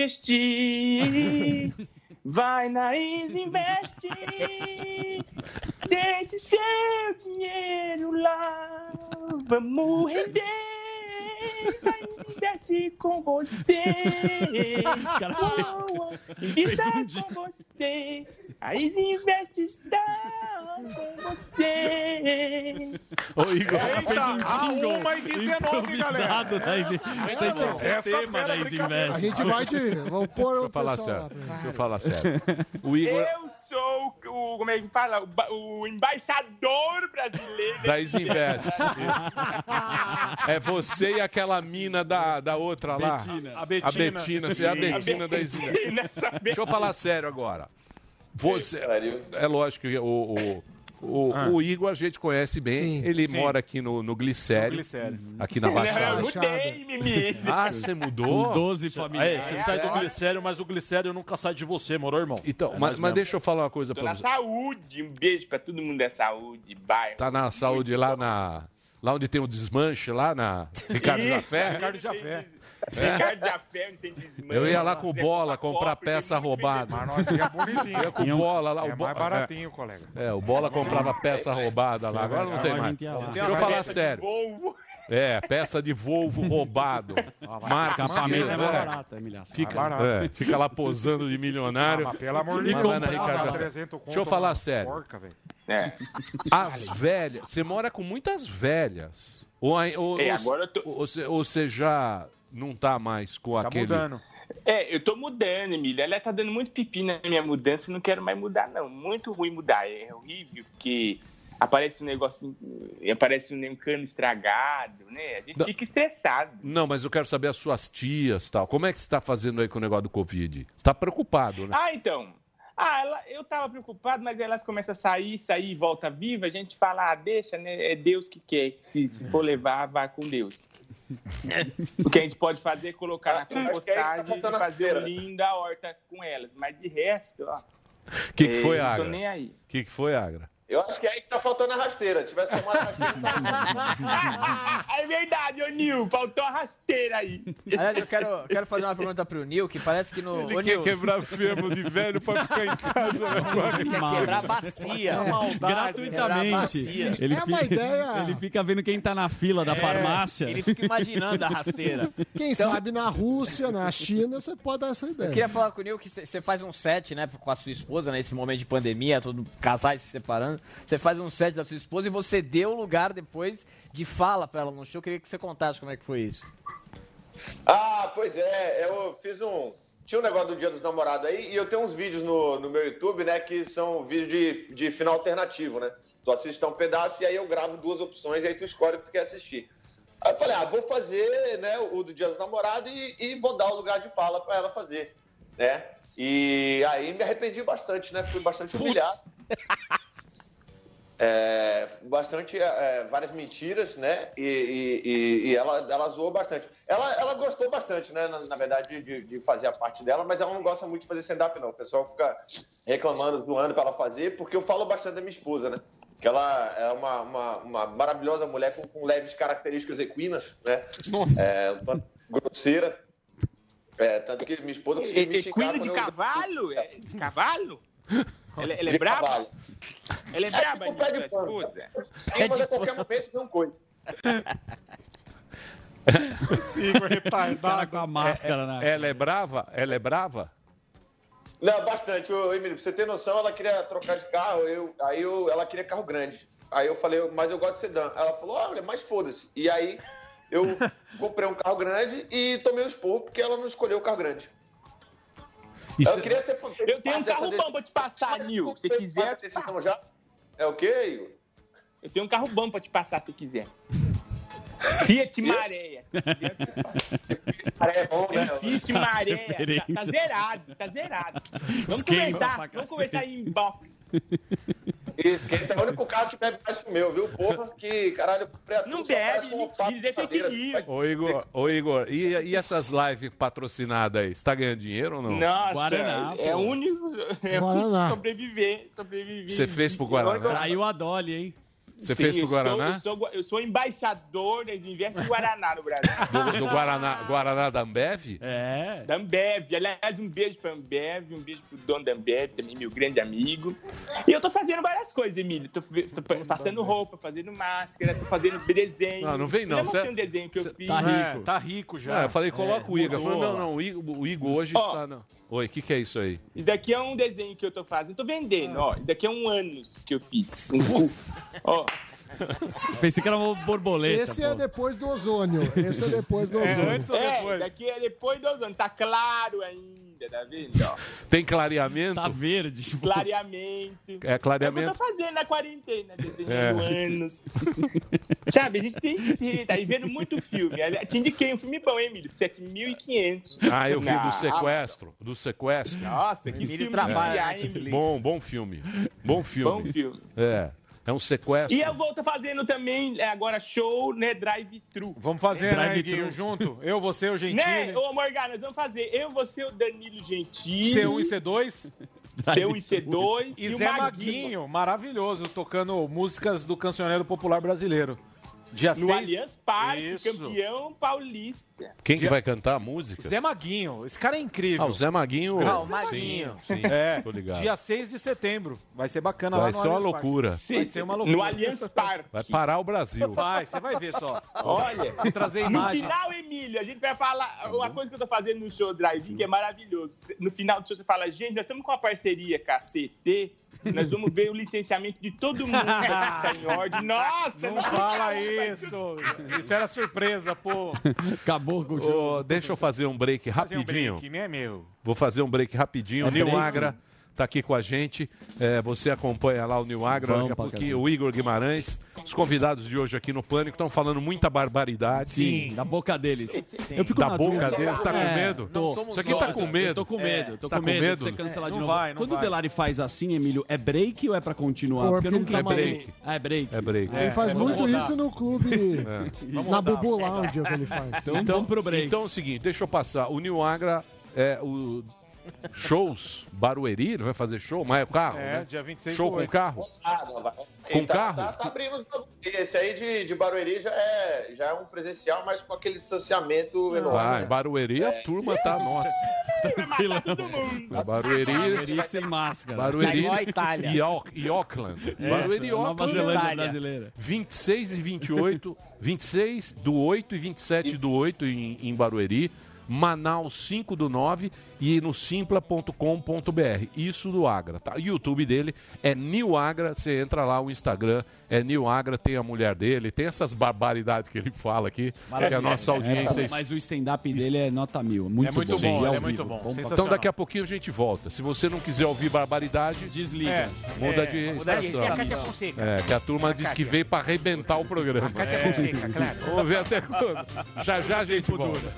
J: investir. Vai na Easy Invest. Deixe seu dinheiro lá. Vamos render. A Easy investe com você.
G: Cara,
J: Oh, oh, invista
G: fez um dia-
J: com você. A Easy Invest está com você.
G: Ô, Igor,
F: Eita,
G: fez um
F: a
G: jingle
F: uma e dezenove,
G: improvisado
F: galera.
G: da Easy. Você tinha que ser
F: Essa
G: tema
F: fera
G: da Easy
F: brincadeira.
G: Invest.
I: A gente vai te. Vamos pôr
E: Deixa
I: o
E: eu falar
I: pessoal lá.
E: sério.
I: pra-
E: Deixa eu falar sério. O Igor
J: Eu sou o, como é que fala? O, ba- o embaixador brasileiro.
E: da Easy Invest. É você e aquela mina da, da outra lá.
G: Betina.
F: A Betina.
E: A Betina, você é a Betina da Easy Invest.
J: Nessa
E: Deixa eu falar sério agora. Você, é lógico que o, o, o, o Igor a gente conhece bem.
I: Sim,
E: Ele
F: sim.
E: mora aqui no, no Glicério,
F: No Glicério.
E: aqui na
J: Não, eu
E: Baixada.
J: mudei, Mimi.
E: Ah, você mudou?
G: Com doze
F: Aí,
G: familiares.
F: você sai do glicério, mas o glicério nunca sai de você, moro, irmão?
E: Então,
F: É
E: mas,
F: nós
E: mas
F: mesmo.
E: deixa eu falar uma coisa
J: Tô
E: pra
J: na
E: você.
J: saúde. Um beijo pra todo mundo da saúde. Bairro.
E: Tá na saúde lá na. Lá onde tem o desmanche, lá na Ricardo
J: Isso,
E: Jafé.
F: Ricardo Jafé.
J: Ricardo Jafé, não tem desmanche.
E: Eu ia lá com
J: Você
E: bola comprar
J: cofre, tem
E: peça
J: muito
E: roubada.
J: vendedor.
A: Mas nós ia bonitinho.
E: Eu ia com bola lá.
A: É
E: o bo-
A: mais baratinho, colega.
E: É, o Bola comprava peça roubada lá. Agora não tem
G: Agora a
E: mais.
G: gente ia lá.
E: Deixa eu falar
J: Peça de
E: sério.
J: Volvo.
E: É, peça de Volvo roubado. Marca
G: Escapamento é
E: é,
G: mais barato, é milhaço.
E: Fica,
A: barato.
E: é, fica lá posando de milionário.
A: Ah, mas pelo amor de
E: E
A: Deus.
E: vai na
A: comprava
E: Ricardo Jafé.
A: trezentos conto
E: Deixa eu falar
A: uma
E: sério.
A: Porca, velho.
J: É.
E: As velhas. Você mora com muitas velhas. Ou, aí- ou,
J: É,
E: ou-
J: agora eu tô-
E: ou você, ou você já não tá mais com
A: Tá
E: aquele.
A: mudando.
J: É, eu tô mudando, Emília. Ela tá dando muito pipi na minha mudança e não quero mais mudar, não. Muito ruim mudar. É horrível, porque aparece um negocinho, aparece um, um cano estragado, né? A gente
E: Não.
J: fica estressado.
E: Não, mas eu quero saber as suas tias tal. Como é que você está fazendo aí com o negócio do Covid? Você está preocupado, né?
J: Ah, então. Ah, ela, eu tava preocupado, mas elas começam a sair, sair e volta viva. A gente fala, ah, deixa, né? É Deus que quer. Se, se for levar, vá com Deus. O que a gente pode fazer é colocar na
T: Acho que aí tá
J: compostagem e
T: faltando a
J: fazer
T: feira.
J: o ninho da horta com elas. Mas de resto, ó.
E: O que, que
J: é,
E: foi,
J: não
E: Agra?
J: tô nem aí.
E: O que, que foi, Agra?
T: Eu acho que é aí que tá faltando a rasteira. Tivesse tomado a rasteira,
J: É verdade, ô Nil, faltou a rasteira aí.
S: Aliás, eu quero, eu quero fazer uma pergunta pro Nil, que parece que no...
E: Ele
S: Ô,
E: quer
S: Nil,
E: quebrar fermo de velho pra ficar em casa. Né?
S: Ele quer quebrar a bacia.
G: É,
S: Maldade,
G: gratuitamente.
S: quebrar a bacia.
G: Ele,
I: É uma
G: fica,
I: ideia.
G: ele fica vendo quem tá na fila da
S: É,
G: farmácia.
S: Ele fica imaginando a rasteira.
I: Quem sabe na Rússia, na China, você pode dar essa ideia.
S: Eu queria falar com o Nil que você faz um set, né, com a sua esposa, nesse momento de pandemia, todo casais se separando. Você faz um set da sua esposa e você deu lugar depois de fala pra ela no show. Eu queria que você contasse como é que foi isso.
T: Ah, pois é, eu fiz um... Tinha um negócio do Dia dos Namorados aí, e eu tenho uns vídeos no, no meu YouTube, né, que são vídeos de, de final alternativo, né? Tu assiste a um pedaço e aí eu gravo duas opções e aí tu escolhe o que tu quer assistir. Aí eu falei, ah, vou fazer, né, o do Dia dos Namorados e, e vou dar o lugar de fala pra ela fazer, né? E aí me arrependi bastante, né? Fui bastante humilhado. É, bastante, é, várias mentiras, né? E, e, e ela, ela zoou bastante. Ela, ela gostou bastante, né? Na, na verdade, de, de fazer a parte dela, mas ela não gosta muito de fazer stand-up, não. O pessoal fica reclamando, zoando pra ela fazer, porque eu falo bastante da minha esposa, né? Que ela é uma, uma, uma maravilhosa mulher com, com leves características equinas, né? É, uma grosseira. É, tanto que minha esposa
J: E-
T: me
J: Equino de
T: eu-
J: cavalo? É, de cavalo? Ela, ela é
T: De
J: braba?
T: cavalo.
J: Ela é
T: É
J: braba,
T: tipo pé de
J: Nil,
T: pano.
J: sua esposa?
T: Sim, mas a qualquer momento vem um coisa.
F: Sim, retardado.
G: Cara com a máscara, né?
E: Ela é brava? Ela é brava?
T: Não, bastante. Ô, Emílio, pra você ter noção, ela queria trocar de carro, eu, aí eu, ela queria carro grande. Aí eu falei, mas eu gosto de sedã. Ela falou, olha, mas foda-se. E aí eu comprei um carro grande e tomei um esporro porque ela não escolheu o carro grande.
E: Isso
T: eu queria ter
J: Eu tenho um carro bom pra te passar, Nil. Se você quiser.
T: Decisão já? É o quê, Igor?
J: Eu tenho um carro bom pra te passar se quiser. Fiat Maré.
T: Maré é bom, né?
J: Fiat Maré. Tá, tá
G: referência.
J: zerado, tá zerado. Vamos
G: Esquenta
J: conversar,
G: pra
J: vamos
G: cacete.
J: conversar em inbox.
T: Isso, quem é o único carro que bebe mais que o meu, viu? Porra, que caralho.
J: Não bebe, mentira, é fake news.
E: Ô, Igor, ô, Igor e, e essas lives patrocinadas aí? Você tá ganhando dinheiro ou não?
J: Nossa,
G: Guaraná,
J: é
G: pô.
J: o único. É o
I: Guaraná.
J: único sobreviver, sobreviver.
E: Você fez pro Guaraná?
G: Traiu a Dolly, hein?
E: Você
J: Sim,
E: fez pro
J: eu sou-
E: Guaraná?
J: Eu sou, eu sou embaixador das invernos de Guaraná no Brasil.
E: Do, do Guaraná, Guaraná da Ambev?
G: É.
J: Da Ambev. Aliás, um beijo pra Ambev, um beijo pro dono da Ambev, também meu grande amigo. E eu tô fazendo várias coisas, Emílio. Tô, tô passando roupa, fazendo máscara, tô fazendo desenho.
E: Não, não vem não,
J: Eu já mostrei
E: cê-
J: um desenho que eu fiz.
F: Tá rico. tá rico já.
E: Ah, eu falei, coloca o Igor. Eu falei,
J: mudou.
E: não, não, o Igor, o Igor hoje
J: Ó.
E: está... Não. Oi, o que, que é isso aí?
J: Isso daqui é um desenho que eu tô fazendo. Tô vendendo, ó. Isso daqui é um anos que eu fiz. Um, ó.
G: Pensei que era uma borboleta.
I: Esse
G: pô.
I: é depois do ozônio. Esse é depois do ozônio.
F: antes ou
J: É,
F: depois?
J: daqui é depois dos anos. Tá claro ainda, tá vendo? Ó.
E: Tem clareamento?
G: Tá verde. Tipo...
J: Clareamento.
E: É
J: É o que eu
E: clareamento?
J: tô fazendo na quarentena, desenhando
E: É.
J: anos. Sabe, a gente tem que se... Tá aí vendo muito filme. Aliás, te indiquei um filme bom, hein, Emílio? sete mil e quinhentos.
E: Ah, eu vi
J: Na-
E: do sequestro. Do sequestro.
J: Nossa, que
S: Emílio
J: filme
S: trabalha
J: de
S: na
J: ar, hein,
S: Netflix.
J: Emílio?
E: Bom, bom filme. Bom filme.
J: Bom filme.
E: É. É um sequestro.
J: E eu vou tô fazendo também, é, agora, show, né, drive-thru.
F: Vamos fazer, né,
G: Drive-thru.
F: Guinho, junto? Eu, você, o Gentili.
J: Né, ô Morgana, nós vamos fazer eu, você, o Danilo Gentili.
F: C um e C dois.
J: C um e C dois.
F: E,
J: o
F: Zé
J: Maguinho.
F: Maguinho, maravilhoso, tocando músicas do cancioneiro popular brasileiro. Dia
J: No
F: seis.
J: Allianz Parque,
F: Isso.
J: campeão paulista.
E: Quem que vai cantar a música?
F: Zé Maguinho, esse cara é incrível.
E: Ah, o Zé Maguinho.
S: Não, o
E: Sim,
S: Maguinho.
E: Sim,
F: É,
E: tô ligado.
F: dia seis de setembro. Vai ser bacana lá
E: Vai
F: no
E: ser uma
F: Allianz Parque.
E: loucura.
F: Vai ser uma loucura.
J: No Allianz Parque.
E: Vai parar o Brasil.
F: Vai, você vai ver só.
J: Olha,
F: Vou trazer
J: no
F: imagens.
J: final, Emílio, a gente vai falar uma coisa que eu tô fazendo no show Drive-In, que é maravilhoso. No final do show você fala, gente, nós estamos com uma parceria com a C T, nós vamos ver o licenciamento de todo mundo pra ficar em ordem. Nossa,
F: Não fala isso. Isso era surpresa, pô.
G: Acabou com o show.
E: Ô, deixa eu fazer um break
F: Fazer um
E: rapidinho.
F: break, né, meu?
E: Vou fazer um break rapidinho.
G: É
E: o Nil
G: break?
E: Agra tá aqui com a gente. É, você acompanha lá o Nil Agra,
G: Vamos
E: daqui a
G: pra
E: pouquinho o Igor Guimarães. Os convidados de hoje aqui no Pânico estão falando muita barbaridade.
G: Sim, da boca deles. Eu fico
E: Da
G: na
E: boca
G: dúvida.
E: deles, tá com
G: É,
E: medo?
G: tô.
E: Isso aqui tá com medo.
G: Eu tô com medo,
E: É,
G: tô
E: tá
G: com
E: com
G: medo,
E: medo?
G: de você cancelar
F: É,
G: de
F: não
G: novo.
F: vai, não
G: Quando
F: vai.
G: o Delari faz assim, Emílio, é break ou é pra continuar?
I: Porque
G: eu não
I: ele tá
E: É break.
G: Ah, é break.
E: É break.
I: Ele faz
F: É,
I: muito
F: vamos
I: isso no clube,
F: Vamos
I: na
F: rodar.
I: Bubu Lounge, é o que ele faz.
G: Então, vamos pro break.
E: Então é o seguinte, deixa eu passar. O Nil Agra é o shows, Barueri, ele vai fazer show, mas é o carro,
F: É,
E: né?
F: dia vinte e seis
E: Show
F: do
E: com
F: oito.
E: carro?
T: Ah, não, vai.
E: Com
T: Tá-
E: carro?
T: Tá, tá abrindo os bagulhos. Esse aí de, de Barueri já é, já é um presencial, mas com aquele distanciamento enorme.
E: Vai,
T: né?
E: Barueri, a
T: É.
E: turma tá, nossa. Tranquilão. Barueri,
G: Barueri sem máscara.
E: Barueri
G: Tá igual a Itália.
E: e, Au- e Auckland.
G: É,
E: Barueri e
G: Nova
E: Auckland.
G: Zelândia
E: Itália.
G: brasileira.
E: vinte e seis e vinte e oito, vinte e seis do oito e vinte e sete do oito em, em Barueri. Manaus cinco do nove e no simpla ponto com ponto b r. Isso do Agra, tá? O YouTube dele é Nil Agra, você entra lá, o Instagram é Nil Agra, tem a mulher dele, tem essas barbaridades que ele fala aqui, que a nossa audiência...
G: É, mas o stand-up dele é nota mil. Muito
F: É muito
G: bom.
F: bom,
G: E ao
F: é muito
G: vivo.
F: bom.
G: pra-
E: Então daqui a pouquinho a gente volta. Se você não quiser ouvir barbaridade,
G: desliga.
F: É,
E: Muda
F: é,
E: de
F: muda de-
E: estação.
F: é a Cátia Fonseca.
E: É, que a turma disse que veio pra arrebentar o programa.
F: Cátia
E: É.
F: Fonseca, claro.
E: Vamos ver até quando. Já já a gente volta.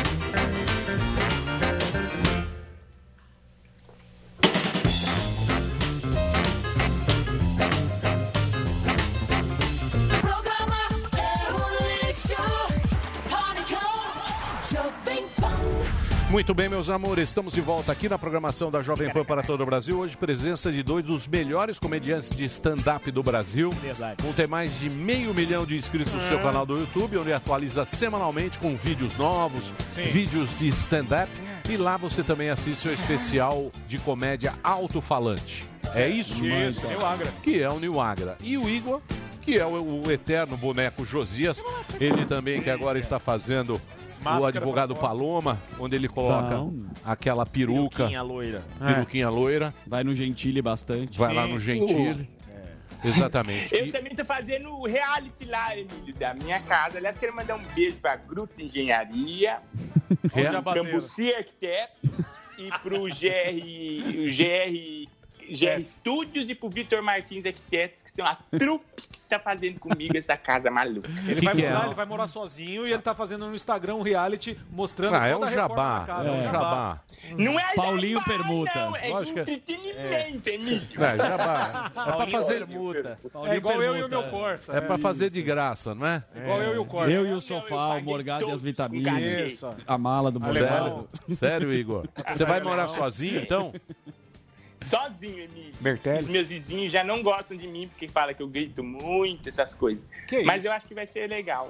O: Programa é o lixo. Pânico, Jovem Pan.
E: Muito bem, meus amores, estamos de volta aqui na programação da Jovem Pan para todo o Brasil. Hoje, presença de dois dos melhores comediantes de stand-up do Brasil.
S: Verdade.
E: Um tem mais de meio milhão de inscritos no seu canal do YouTube, onde atualiza semanalmente com vídeos novos,
F: Sim.
E: vídeos de stand-up. E lá você também assiste o especial de comédia Alto-Falante. É isso?
F: Isso, Nil Agra.
E: Que é o Nil Agra. E o Igor, que é o, o eterno boneco Josias, ele também que agora está fazendo o
F: Máscara
E: advogado
F: pra fora.
E: Paloma, onde ele coloca
G: Não.
E: aquela peruca.
S: Peruquinha loira.
E: Peruquinha loira.
G: Vai no Gentili bastante.
E: Vai lá no Gentili. Exatamente.
J: Eu também tô fazendo o reality lá, Emílio, da minha casa. Aliás, quero mandar um beijo pra Gruta Engenharia,
E: Real-
J: Cambuci Arquitetos e pro G R, o G R, G R Studios e pro Vitor Martins Arquitetos, que são a trupe que está fazendo comigo essa casa maluca.
F: Ele
E: Que
F: vai
E: que
F: morar,
E: é?
F: ele vai morar sozinho e ele tá fazendo no Instagram um reality mostrando
E: Ah, é
F: toda
E: um
F: a reforma
E: jabá.
F: da casa.
E: É um jabá.
J: Não é
G: Paulinho
J: jabá,
G: permuta.
J: não, é
E: Lógico que é.
J: entretenimento, Emílio.
E: É, jabá. É pra fazer,
F: É igual eu e o meu Corsa.
E: é pra fazer de graça, não é?
F: Igual eu e o Corsa.
G: Eu e o sofá, o morgado e as vitaminas.
F: Isso.
G: A mala do
E: Sério?
G: morgado.
E: Sério, Igor? Você vai morar sozinho, então?
J: Sozinho, Emílio.
F: Bertelli.
J: Os meus vizinhos já não gostam de mim porque falam que eu grito muito, essas coisas.
F: Que
J: Mas
F: isso?
J: eu acho que vai ser legal.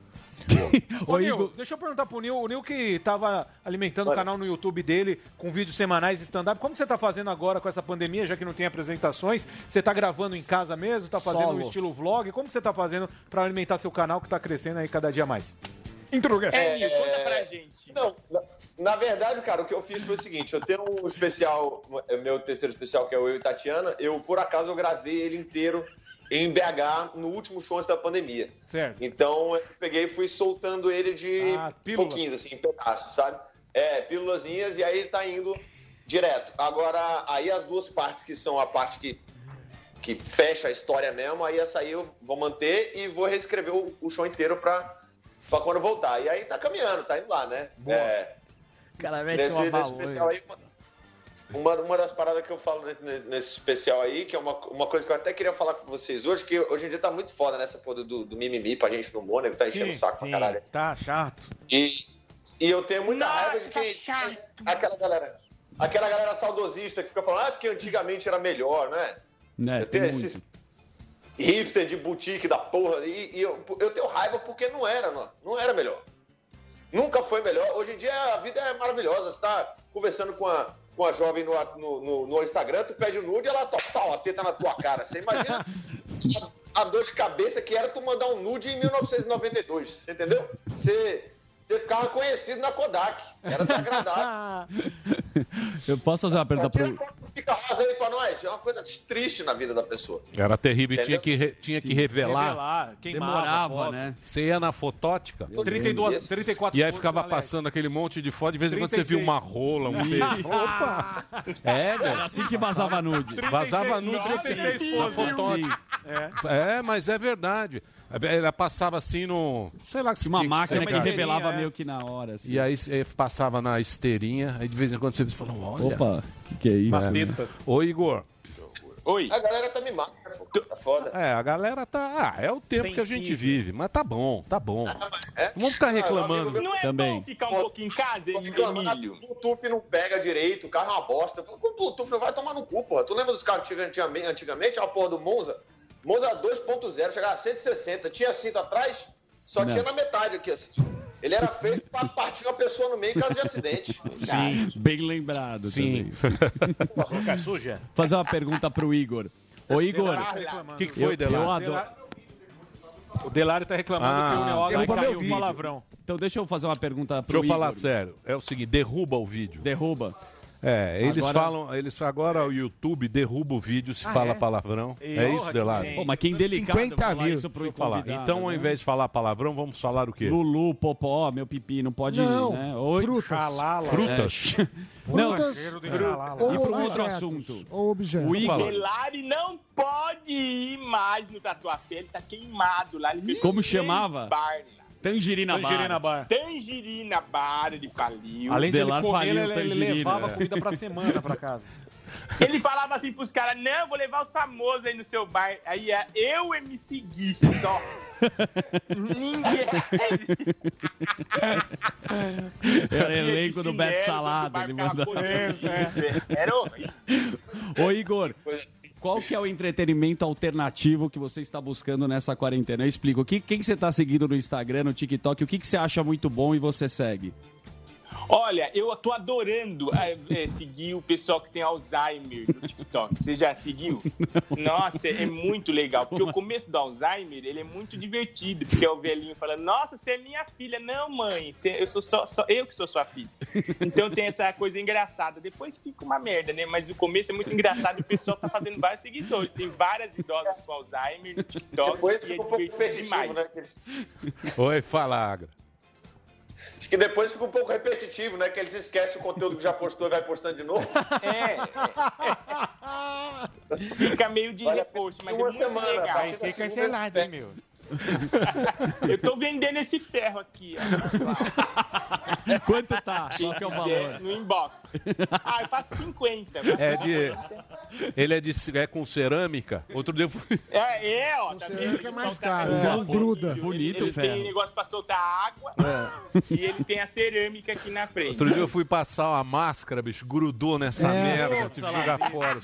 F: Ô,
G: Ô,
F: Nil,
G: Igor,
F: deixa eu perguntar pro Nil, o Nil que tava alimentando o canal no YouTube dele com vídeos semanais de stand-up, como você tá fazendo agora com essa pandemia, já que não tem apresentações? Você tá gravando em casa mesmo? Tá fazendo
S: Solo.
F: um estilo vlog? Como que você tá fazendo pra alimentar seu canal que tá crescendo aí cada dia mais? Interrogação.
J: É, Emílio, conta pra gente.
T: Não, na, na verdade, cara, o que eu fiz foi o seguinte: eu tenho um especial, meu terceiro especial, que é o Eu e Tatiana. Eu, por acaso, eu gravei ele inteiro em B H no último show antes da pandemia.
F: Certo.
T: Então eu peguei e fui soltando ele de
F: Ah, pílulas.
T: pouquinhos, assim, em pedaços, sabe? É, pílulazinhas, e aí ele tá indo direto. Agora, aí as duas partes que são a parte que, que fecha a história mesmo, aí essa aí eu vou manter e vou reescrever o, o show inteiro pra, pra quando voltar. E aí tá caminhando, tá indo lá, né? É,
S: Cara, mete
T: nesse,
S: uma
T: nesse
S: valor.
T: especial aí, uma, uma das paradas que eu falo nesse, nesse especial aí, que é uma, uma coisa que eu até queria falar com vocês hoje, que hoje em dia tá muito foda nessa porra do, do mimimi pra gente no humor, né? Que tá enchendo o saco pra caralho.
F: Tá chato.
T: E, e eu tenho muita
J: Nossa,
T: raiva de
J: tá
T: quem.
J: chato.
T: Aquela galera. Aquela galera saudosista que fica falando, ah, porque antigamente era melhor, né?
G: Né,
T: Eu
G: tem
T: tenho
G: muito.
T: esses hipster de boutique da porra. E, e eu, eu tenho raiva porque não era, não, não era melhor. Nunca foi melhor. Hoje em dia a vida é maravilhosa. Você tá conversando com a, com a jovem no, no, no, no Instagram, tu pede o nude e ela total, a teta na tua cara. Você imagina a, a dor de cabeça que era tu mandar um nude em mil novecentos e noventa e dois. Você entendeu? Você, você ficava conhecido na Kodak. Era desagradável.
G: Eu posso fazer uma pergunta pro...
T: Fica rosa aí pra nós. É uma coisa triste na vida da pessoa.
E: Era terrível, tinha
T: Entendeu?
E: que, re- tinha que revelar.
F: Revelar, queimava
G: Demorava,
F: foto.
G: né?
E: Você ia na fotótica
F: trinta e dois, trinta e quatro
E: e aí
F: fotos
E: ficava
F: na L E D.
E: passando aquele monte de foto. De vez em quando você
F: trinta e
E: viu
F: seis.
E: uma rola, um beijo. Opa! É, velho.
G: Era assim que vazava nude.
E: Vazava nude
F: trinta e seis
E: assim, na
F: poses.
E: fotótica.
F: É.
E: É, mas é verdade. Ela passava assim no... Sei lá que
G: Tinha uma
E: tinha que
G: máquina
E: ser,
G: que
E: cara.
G: revelava
F: é.
G: meio que na hora. Assim.
E: E aí eh, passava na esteirinha, aí de vez em quando você falou, olha...
G: Opa, o que, que é isso?
F: Uma
E: É.
F: teta.
E: Ô, Igor,
J: Oi.
T: A galera tá mimada, pô. Tá foda.
E: É, a galera tá... Ah, é o tempo que a gente vive, mas tá bom, tá bom.
T: É?
E: Vamos ficar reclamando.
J: Não é
E: também.
J: bom ficar um pouquinho em casa, Emílio?
T: O Bluetooth não pega direito, o carro é uma bosta. Com o Bluetooth não vai tomar no cu, porra. Tu lembra dos carros antigamente, antigamente a porra do Monza? Monza dois ponto zero, chegava a cento e sessenta. Tinha cinto atrás? Só
G: Não.
T: tinha na metade aqui, assim. Ele era feito pra partir uma pessoa no meio em caso de acidente.
G: Sim, bem lembrado.
E: Sim.
A: Boca suja.
G: Fazer uma pergunta pro Igor. Ô, Igor.
F: O
E: que, que foi,
G: eu,
E: Delari?
G: eu adoro.
F: O Delário tá reclamando
E: Ah,
F: que o Neoga
E: derruba
F: caiu
E: meu
F: o
E: vídeo.
F: palavrão.
G: Então deixa eu fazer uma pergunta pro
E: Deixa eu
G: Igor.
E: falar sério. É o seguinte, derruba o vídeo.
G: Derruba.
E: É, eles
G: Agora-
E: falam, eles agora o YouTube derruba o vídeo se
G: Ah,
E: fala
G: é?
E: palavrão.
G: E-
E: é isso,
G: Porra,
E: Delari?
G: Pô, mas quem delicado
E: cinquenta
G: falar
E: mil.
G: isso pro
E: Deixa eu falar.
G: convidado,
E: Então, ao
G: né?
E: invés de falar palavrão, vamos falar o quê?
G: Lulu, popó, meu pipi, não pode
I: Não,
G: né? Oi,
I: frutas.
G: Xalala.
E: Frutas?
G: É. Não,
I: Frutas
G: e
I: ou
G: para um outro
I: objetos,
G: assunto.
I: Ou objetos.
G: O Igor,
J: Delari não pode ir mais no Tatuapé, ele tá queimado lá. Ele fez
G: Como
J: três
G: chamava?
J: bar lá.
G: Tangerina,
F: Tangerina
G: Bar.
F: Bar.
J: Tangerina Bar, ele faliu.
F: Além de ele
G: Delar
F: comer,
G: faliu
F: ele, ele
G: tangerina.
F: levava
G: É.
F: comida pra semana pra casa.
J: Ele falava assim pros caras, não, eu vou levar os famosos aí no seu bar. Aí é, eu e M C Gui só. Ninguém.
G: Era elenco do Beto
J: Chinelo,
G: Salada.
J: o
G: Ele
J: bar
G: manda...
J: ficava podendo. Era horrível.
G: Ô, Igor, qual que é o entretenimento alternativo que você está buscando nessa quarentena? Eu explico. O que, quem que você está seguindo no Instagram, no TikTok? O que, que você acha muito bom e você segue?
J: Olha, eu tô adorando é, é, seguir o pessoal que tem Alzheimer no TikTok. Você já seguiu? Nossa, é muito legal. Porque o começo do Alzheimer, ele é muito divertido. Porque é o velhinho falando, nossa, você é minha filha. Não, mãe, você- eu sou só, só eu que sou sua filha. Então tem essa coisa engraçada. Depois fica uma merda, né? Mas o começo é muito engraçado e o pessoal tá fazendo vários seguidores. Tem várias idosas com Alzheimer no TikTok.
T: Depois
J: e
T: fica
J: é
T: um pouco
J: divertido
T: repetitivo,
J: demais.
T: né? Que eles-
E: Oi, fala, Agra.
T: Acho que depois fica um pouco repetitivo, né? Que eles esquecem o conteúdo que já postou e vai postando de novo.
J: É. Fica meio de
T: Olha,
J: reposto, mas
T: uma
J: é muito
T: semana, a
J: legal.
T: partir da segunda
J: cancelado, hein, meu? Eu tô vendendo esse ferro aqui, ó.
G: Quanto tá? Qual que é o
J: Quem
G: valor?
J: quiser, no inbox. Ah, eu faço cinquenta.
E: É de... Ele é, de, é com cerâmica. Outro dia eu fui...
J: É, é, ó. Tá vendo?
I: Cerâmica é mais
J: Solta-
I: caro,
J: É,
I: não gruda.
G: Bonito
J: ele
G: o ferro.
J: tem negócio pra soltar água e ele tem a cerâmica aqui na frente.
E: Outro dia eu fui passar uma máscara, bicho, grudou nessa
I: É.
E: merda, tive que jogar fora.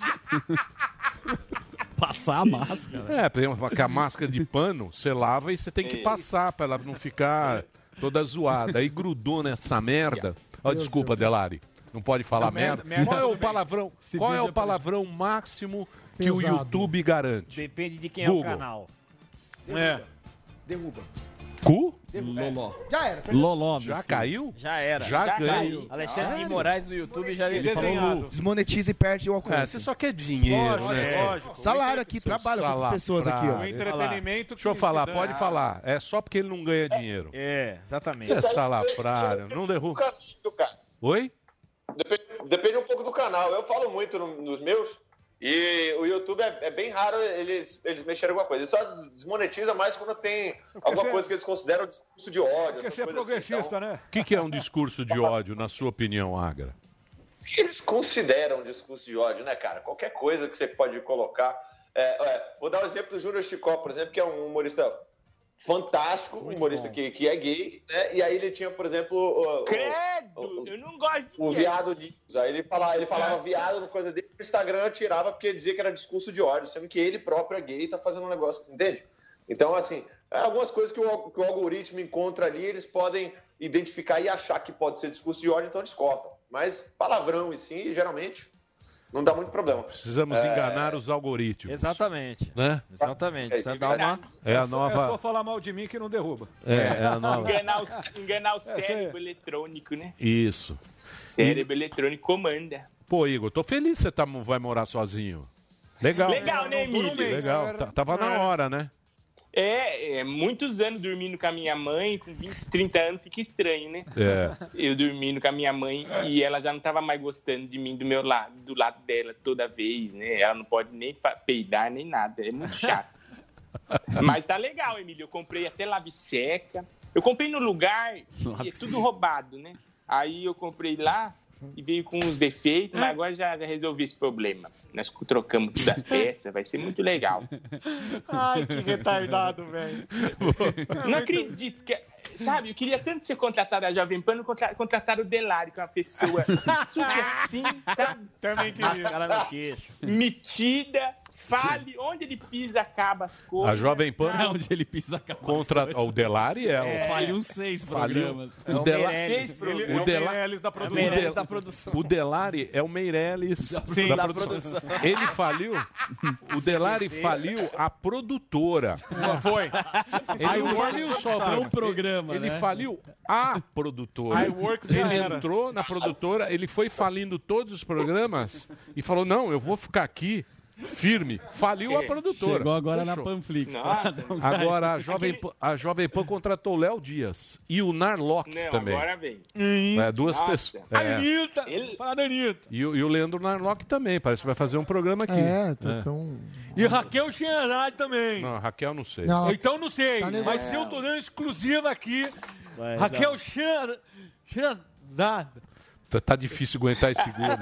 G: Passar a máscara.
E: É, por exemplo, com a máscara de pano, você lava e você tem que passar pra ela não ficar toda zoada. Aí grudou nessa merda. Ó, desculpa, Delari. Não pode falar
F: Não, merda-
E: merda.
F: merda
E: Qual é o
F: também.
E: palavrão?
F: Se
E: Qual é
F: beija
E: o palavrão máximo que o
I: Pesado.
E: YouTube garante?
A: Depende de quem é
E: Google.
A: o canal.
F: É.
I: Derruba.
E: Cu?
G: Loló.
I: Já era. perdeu.
G: Loló.
E: Já
G: Messi.
E: caiu?
S: Já era.
E: Já,
J: Já
E: ganhou.
J: caiu.
S: Alexandre de
E: Ah,
S: Moraes do YouTube já
F: Ele desenhado.
U: Desmonetiza e perde o alcance.
E: É, você só quer dinheiro,
F: Lógico,
E: né?
F: lógico.
U: Salário aqui,
E: Seu
U: trabalha com outras pessoas aqui,
E: salafrário.
F: O
U: ó.
F: entretenimento.
E: Deixa eu
F: que
E: falar,
F: se
E: pode
F: dá-
E: falar. É só porque ele não ganha dinheiro.
A: É, exatamente.
E: Você é salafrário, não derruba. Oi?
T: Depende, depende um pouco do canal. Eu falo muito no- nos meus. E o YouTube é, é bem raro eles, eles mexerem alguma coisa. Ele só desmonetiza mais quando tem alguma
F: você-
T: coisa que eles consideram discurso de ódio.
F: Porque
T: essas
F: você é
T: coisas assim.
F: progressista, né?
E: O que, que é um discurso de ódio, na sua opinião, Agra?
T: O que eles consideram discurso de ódio, né, cara? Qualquer coisa que você pode colocar. É, é, vou dar o exemplo do Júnior Chicó, por exemplo, que é um humorista fantástico, um humorista que, que é gay, né? E aí ele tinha, por exemplo, o, o-
J: Credo, eu não gosto de
T: o
J: gay.
T: viado News. Aí ele falava, ele falava viado, uma coisa desse, no Instagram tirava porque ele dizia que era discurso de ódio, sendo que ele próprio é gay e tá fazendo um negócio assim, entende? Então, assim, é algumas coisas que o, que o algoritmo encontra ali, eles podem identificar e achar que pode ser discurso de ódio, então eles cortam. Mas palavrão e sim, geralmente, não dá muito problema.
E: Precisamos
T: É,
E: enganar os algoritmos.
S: Exatamente.
E: Né?
S: Exatamente.
T: É,
S: Precisa
T: de
S: dar uma...
T: verdade.
E: É a
F: É só
E: nova.
F: falar mal de mim que não derruba.
E: É, é a nova.
J: Enganar o, enganar o
F: você-
J: cérebro eletrônico, né?
E: Isso.
J: Cérebro eletrônico comanda.
E: Pô, Igor, tô feliz que você tá, vai morar sozinho. Legal.
J: Legal, né, Emílio?
E: Legal. Tá- Tava na hora, né?
J: É, é, muitos anos dormindo com a minha mãe, com vinte, trinta anos fica estranho, né?
E: É.
J: Eu dormindo com a minha mãe e ela já não tava mais gostando de mim do meu lado, do lado dela toda vez, né? Ela não pode nem fa- peidar nem nada, é muito chato. Mas tá legal, Emílio. Eu comprei até lave seca. Eu comprei no lugar e é tudo roubado, né? Aí eu comprei lá e veio com uns defeitos, mas agora já, já resolvi esse problema. Nós trocamos todas as peças, vai ser muito legal.
F: Ai, que retardado, velho.
J: Não acredito que... Sabe, eu queria tanto ser contratado da Jovem Pan, não contra, contratar o Delari, que é uma pessoa super assim, sabe?
F: Também queria.
J: Cara no queixo. Metida, fale, onde ele pisa, acaba as coisas.
E: A Jovem Pan...
G: Não, onde ele pisa, acaba
E: contra o Delari é...
G: É, faliu uns seis programas.
E: Faliu. O,
G: É o
E: Dela...
G: Meirelles.
E: o,
G: Ele- é o
E: Dela...
F: Meirelles da produção.
E: O,
F: Meirelles
E: Del-
F: da produção.
E: o Delari é o Meirelles
F: Sim,
E: da,
F: da
E: produção.
F: produção.
E: Ele faliu... O Delari faliu a produtora.
F: Foi.
E: Ele não
F: iWorks
E: faliu só
F: sabe.
E: o programa, Ele
F: né?
E: faliu a produtora.
F: iWorks já
E: Ele
F: era.
E: entrou na produtora, ele foi falindo todos os programas e falou, não, eu vou ficar aqui firme. Faliu a produtora.
G: Chegou agora na
E: Fechou.
G: Panflix.
J: Nossa.
E: Agora a Jovem, Pan, a Jovem Pan contratou o Léo Dias e o Narlock
J: Não,
E: também.
J: agora vem.
E: É, duas
J: Nossa.
E: pessoas.
F: A
E: É.
F: Anitta! Fala da Anitta.
E: E, o- e o Leandro Narlock também, parece que vai fazer um programa aqui.
I: É, tá tão...
F: E Raquel Xanardi também.
E: Não, Raquel não sei.
I: Não,
F: Então não sei,
I: Tá
F: mas
I: negociando.
F: se eu tô dando exclusiva aqui,
E: Vai
F: Raquel
E: dar.
F: Xanardi. Xanardi.
E: Tá, tá difícil aguentar esse gordo,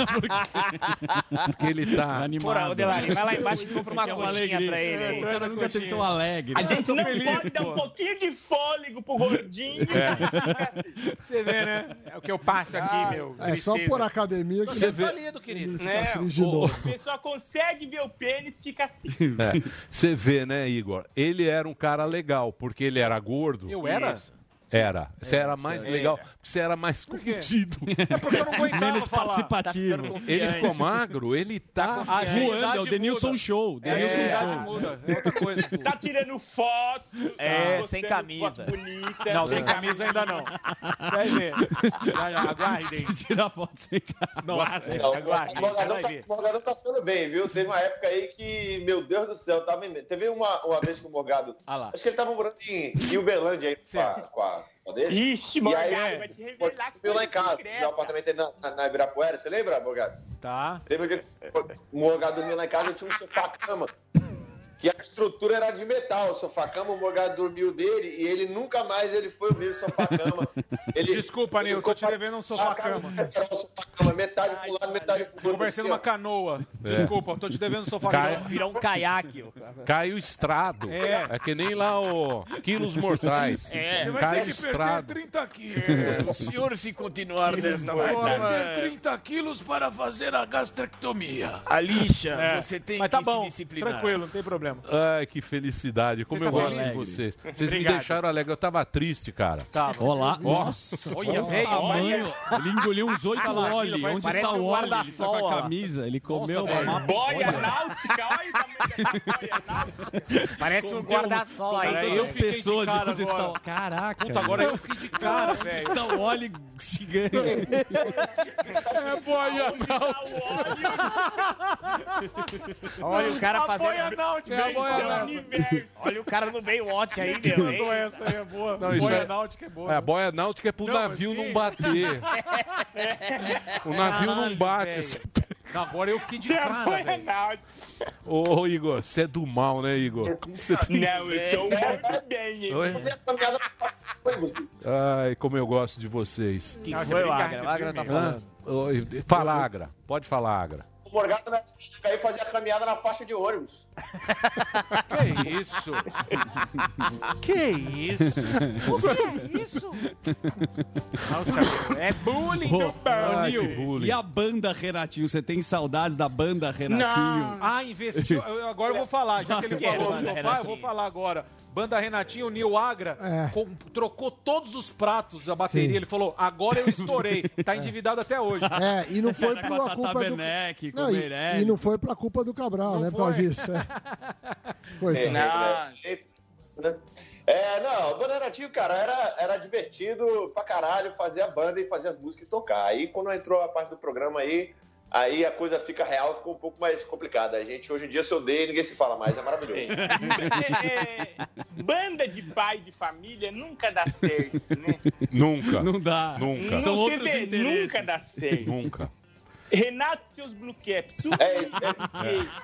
E: bicho. Porque ele tá
S: Porra, ô, Delari, vai lá embaixo e compra uma
G: Quer uma
S: coxinha
G: alegria.
S: pra ele. aí.
G: O cara nunca teve tão alegre.
J: A gente não
F: feliz,
J: pode dar um
F: pô.
J: pouquinho de fôlego pro gordinho.
F: Você vê, né? É o que eu passo aqui, meu.
I: É só por academia que
J: Você
I: ele
J: vê-
I: ele
J: querido.
I: fica
J: Né?
I: feliz de novo.
J: A pessoa consegue ver o pênis, fica assim.
E: É. Você vê, né, Igor? Ele era um cara legal, porque ele era gordo.
F: Eu era?
E: Isso. Era. Você era mais
F: Era.
E: legal, porque você era mais contido.
F: É porque eu não aguentava
G: Menos
F: falar.
G: participativo.
F: Tá ficando
E: Ele
F: confiante.
E: ficou magro, ele tá
F: A
G: voando, é
F: agilidade
G: o Denilson
F: muda.
G: Show.
F: É,
G: Denilson
F: a agilidade
G: Show.
F: muda. É outra coisa.
J: Tá tirando foto.
S: É,
J: tá
S: sem
J: postando
S: camisa.
J: foto bonita.
F: Não, sem camisa ainda não. Você vai ver. Já, já, aguardem.
G: Se tirar foto sem camisa.
F: Nossa,
T: Não,
F: aguardem.
T: o
F: Você
T: Morgadão
F: vai
T: tá,
F: ver.
T: o Morgadão tá ficando bem, viu? Teve uma época aí que, meu Deus do céu, tava em... Teve uma, uma vez que o Morgado...
F: Ah lá.
T: Acho que ele tava morando em, em Uberlândia aí com a, com a com a dele.
J: Ixi,
T: E
J: Morgado,
T: aí,
J: vai te revelar que
T: viu lá
J: foi
T: em casa,
J: secreta.
T: no apartamento aí na, na, na Ibirapuera, você lembra, Morgado?
F: Tá.
T: Teve um dia que o Morgado dormia lá em casa e tinha um sofá-cama. Que a estrutura era de metal, o sofá-cama, o Morgado dormiu dele e ele nunca mais ele foi o mesmo sofá-cama. Ele,
F: Desculpa, Nil, eu tô te devendo um sofá-cama.
T: Era um sofá-cama, metade pro lado, metade pro outro.
F: Ficou parecendo
T: assim,
F: uma
T: ó.
F: canoa.
E: É.
F: Desculpa, eu tô te devendo um sofá.
E: Cai-
S: Virou um caiaque.
E: Cai o estrado.
F: É.
E: É. que nem lá o Quilos Mortais.
S: É.
F: Você vai
E: Cai
F: ter
E: o
F: que
E: estrado.
F: perder trinta quilos.
S: O senhor, se continuar desta
F: Vai
S: forma,
F: perder trinta quilos para fazer a gastrectomia.
S: a lixa,
F: É.
S: você tem
F: Mas tá
S: que
F: bom,
S: se disciplinar.
F: tranquilo, não tem problema.
E: Ai, que felicidade. Como
F: Você
E: eu
F: tá
E: gosto de
F: feliz?
E: vocês. Vocês me
F: Obrigado.
E: deixaram alegre. Eu tava triste, cara.
F: Tá.
G: Olá.
E: Nossa.
F: Olha,
G: Olha
F: velho,
G: o tamanho. Ele engoliu uns oito
F: Olha lá,
G: Oli.
F: parece-
G: Onde
S: parece
G: está o
S: um
G: Oli? Ele tá
S: guarda-sol,
G: com
S: ó.
G: a camisa. Ele comeu
F: velho.
G: uma
J: Boia náutica, olha o tamanho da boia náutica.
S: Parece um guarda-sol aí.
F: Aí eu
G: Todas as
F: fiquei de
G: pessoas de
F: cara
G: onde está
F: agora.
G: o... Caraca.
F: Puta, agora eu fiquei de cara,
G: Onde
F: velho.
G: está o Oli gigante?
E: É boia
S: Olha o cara
F: A
S: fazendo...
F: boia náutica,
S: É a
F: hein,
S: boia
F: Sérgio?
S: náutica. Olha o cara no Baywatch aí, meu.
F: Mandou essa aí, é boa.
E: Não, isso
F: boia
E: é-
F: náutica é boa.
E: É, a boia náutica é pro
F: Não,
E: navio
F: mas sim.
E: não bater. O navio não
F: Caralho,
E: bate.
F: velho. Não, agora eu fiquei de
J: Tem a
F: cara,
J: boia
F: velho.
J: náutica.
E: Ô, Igor, você é do mal, né, Igor? Como você tem...
J: Não, eu sou muito bem, hein?
E: Oi?
T: Tem a caminhada pra ônibus.
E: Ai, como eu gosto de vocês.
S: Que
F: Não,
S: foi o
F: obrigado,
S: Agra? O Agra tá
F: viu, meu?
S: falando.
E: Ah, oi, fala, Agra. Pode falar, Agra.
T: O Morgado nessa época aí fazia caminhada na faixa de ônibus.
F: Que isso? Que isso? Que isso? Nossa, é bullying
G: Ô,
F: do
G: ô,
E: Ai,
G: Nil,
E: que bullying.
G: e a banda Renatinho? Você tem saudades da banda Renatinho?
F: Ah, investiu. eu- Agora eu vou falar, já que ele
S: Que é
F: falou do
S: banda
F: sofá, eu
S: Renatinho?
F: vou falar agora. Banda Renatinho, o Nil Agra
I: É.
F: com- trocou todos os pratos da bateria.
I: Sim.
F: Ele falou, agora eu estourei. Tá endividado até hoje.
I: É, e não foi
G: Era
I: por
G: com a
I: a
G: Tata
I: culpa do...
G: Werneck, com
I: Não,
G: o
I: e,
G: Meirelles.
I: e não foi pra culpa do Cabral,
F: Não
I: né, por causa
F: foi.
I: disso. É. Coitado.
J: Nossa.
T: É, não, o Bananatinho, cara, era, era divertido pra caralho fazer a banda e fazer as músicas e tocar. Aí quando entrou a parte do programa aí, aí a coisa fica real, ficou um pouco mais complicada. A gente hoje em dia se odeia e ninguém se fala mais, é maravilhoso.
J: É, banda de pai de família nunca dá certo, né?
E: Nunca.
G: Não dá.
E: Nunca.
G: São
J: Não se
G: outros
J: vê,
G: interesses.
J: nunca dá certo.
E: Nunca.
J: Renato e seus Blue Caps, super
T: É isso, é.
J: gay.